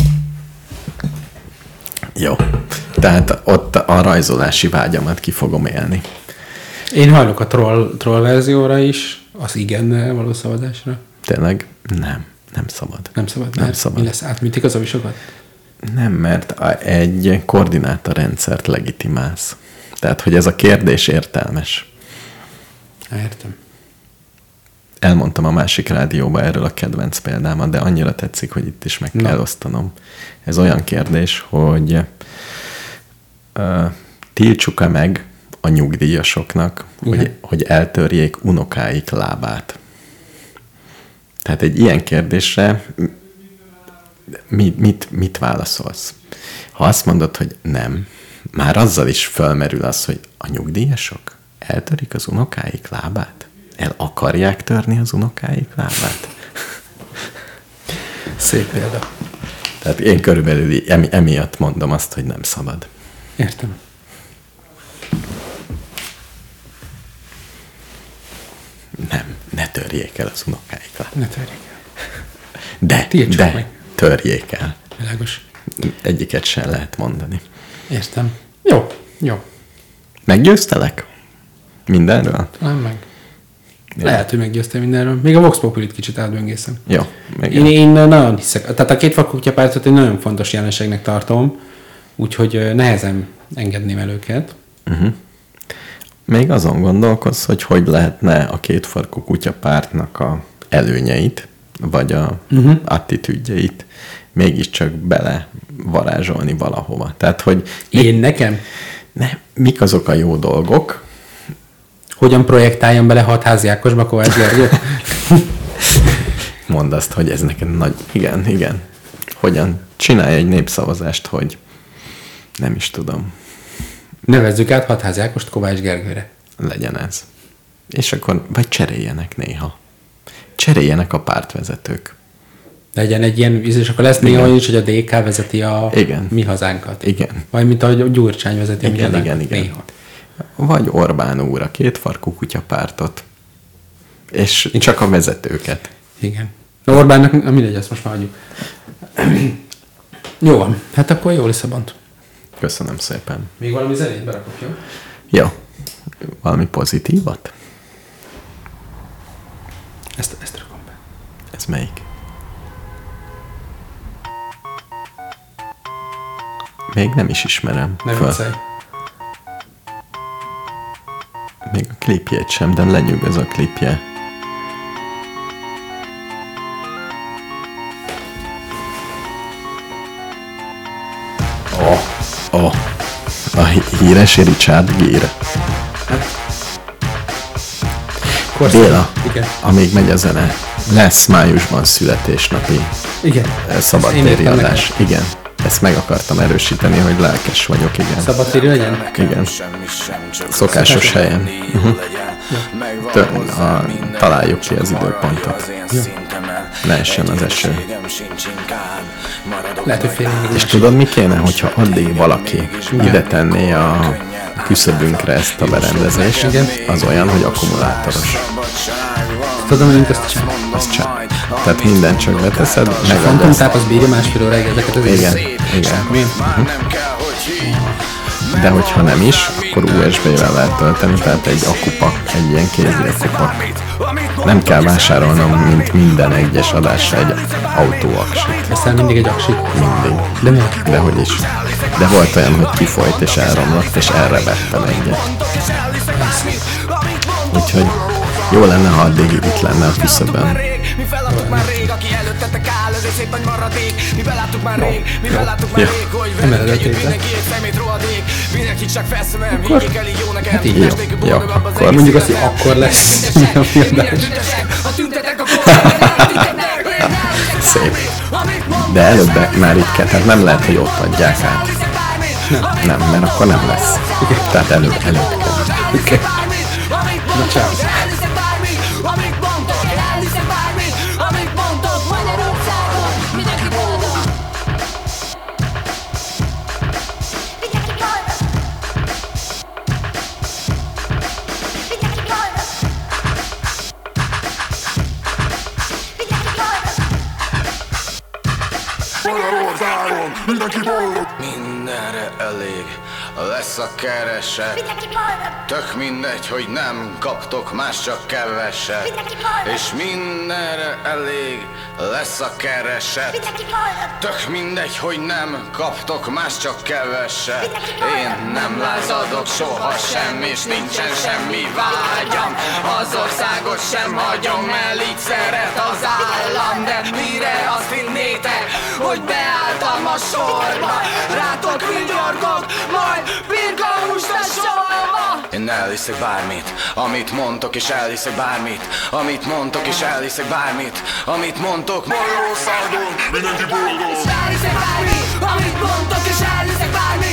Jó. Tehát ott a rajzolási vágyamat ki fogom élni. Én hajlok a troll, troll verzióra is, az igennel való szavazásra. Tényleg? Nem. Nem szabad. Nem szabad? Nem szabad. Mi lesz? Átműtik az avisokat? Nem, mert egy koordinátorrendszert legitimálsz. Tehát, hogy ez a kérdés értelmes. Értem. Elmondtam a másik rádióba erről a kedvenc példámat, de annyira tetszik, hogy itt is meg kell Na. osztanom. Ez olyan kérdés, hogy uh, tiltsuk-e meg a nyugdíjasoknak, hogy, hogy eltörjék unokáik lábát. Tehát egy ilyen kérdésre mit, mit, mit válaszolsz? Ha azt mondod, hogy nem, már azzal is fölmerül az, hogy a nyugdíjasok eltörik az unokáik lábát? El akarják törni az unokáik lábát? Szép példa. Tehát én körülbelül emi, emiatt mondom azt, hogy nem szabad. Értem. Nem, ne törjék el az unokáik lábát. Ne törjék el. De, Tiltsuk de meg. törjék el. Világos. Egyiket sem lehet mondani. Értem. Jó, jó. Meggyőztelek? Mindenről? Talán meg. Lehet, hogy meggyőztem mindenről. Még a Vox Populit kicsit átböngészem. Jó. Én, én nagyon hiszek. Tehát a két farkutyapártot egy nagyon fontos jelenségnek tartom, úgyhogy nehezen engedném el őket. Uh-huh. Még azon gondolkozz, hogy hogy lehetne a kétfarkú kutyapártnak a előnyeit, vagy a uh-huh. attitűdjeit mégiscsak bele varázsolni valahova. Tehát, hogy... Én mi, nekem? Ne, mik azok a jó dolgok? Hogyan projektáljam bele hat házi Ákosba Kovács Gergőt? Mondd azt, hogy ez nekem nagy... Igen, igen. Hogyan csinálj egy népszavazást, hogy nem is tudom. Nevezzük át hat házi Ákost Kovács Gergőre. Legyen ez. És akkor, vagy cseréljenek néha. Cseréljenek a pártvezetők. Legyen egy ilyen, és akkor lesz néha is, hogy a dé ká vezeti a igen. mi hazánkat. Igen. Vagy mint ahogy a Gyurcsány vezeti igen, a mi igen, igen. néha. Vagy Orbán úr a kétfarkú kutyapártot. És igen. Csak a vezetőket. Igen. Orbánnak, mindegy, ezt most már hagyjuk. Jó van, hát akkor jó Lisszabont. Köszönöm szépen. Még valami zenét berakok, jó? Jó. Valami pozitívat? Ezt, ezt rakom be. Ez melyik? Még nem is ismerem. Ne viccelj. Még a klipjét sem, de lenyűgöz a klipje. Oh, oh. A híres Richard Gere. Béla, igen. Amíg megy a zene, lesz májusban születésnapi igen. szabadtéri adás. Igen. Ezt meg akartam erősíteni, hogy lelkes vagyok, igen. Szabadtéri legyen? Igen. Szokásos helyen. Uh-huh. Tör, a, találjuk ki az időpontot. Jó. Ne essen az eső. Lehet, hogy fél És tudod, mi kéne, hogyha addig valaki ide tenné a küszöbünkre ezt a berendezést, igen. Az olyan, hogy akkumulátoros. Tudom, hogy ezt csinál. Azt csinál. Tehát minden csak beteszed, megadja. A fantomtáp az bírja másfél óráig ezeket az igen, igen. Uh-huh. De hogyha nem is, akkor u es bé-vel lehet tölteni, tehát egy akupak, egy ilyen kézi akupak. Nem kell vásárolnom, mint minden egyes adásra egy autóaksit. Veszel mindig egy aksit? Mindig. De miért? Dehogy is. De volt olyan, hogy kifolyt és elromlott, és erre vettem egyet. Úgyhogy jó lenne, ha addig itt lenne a küszöbön. Mi feladtuk már rég, aki előttetek áll, ez egy szép nagy maradék. Mi beláttuk már rég, mi beláttuk már rég, hogy vezetjük mindenki egy szemét rohadék. Mindenki csak felszemem, higgyék el így jó nekem. Hát így jó, jó, akkor mondjuk azt, hogy akkor lesz a fiadás. Szép. De előbb már itt kell, tehát nem lehet, hogy ott adják át. Nem. Nem, mert akkor nem lesz. Okay. Tehát előbb, előbb kell. Oké. Okay. Na ciao. Mindenre elég lesz a kereset. Tök mindegy, hogy nem kaptok más, csak keveset. És mindenre elég lesz a kereset. Tök mindegy, hogy nem kaptok más, csak keveset. Én nem lázadok soha semmi, és nincsen semmi vágyam. Az országot sem hagyom el, így szeret az állam. De mire azt hinnétek, hogy beálltam a sorba, rátok vigyorgok, majd birgahúst a sorba. Én elhiszek bármit, amit mondtok, és elhiszek bármit, amit mondtok, és elhiszek bármit, amit mondtok. Magyarországon mindenki boldog. És elhiszek bármit, Amit mondtok és elhiszek bármi.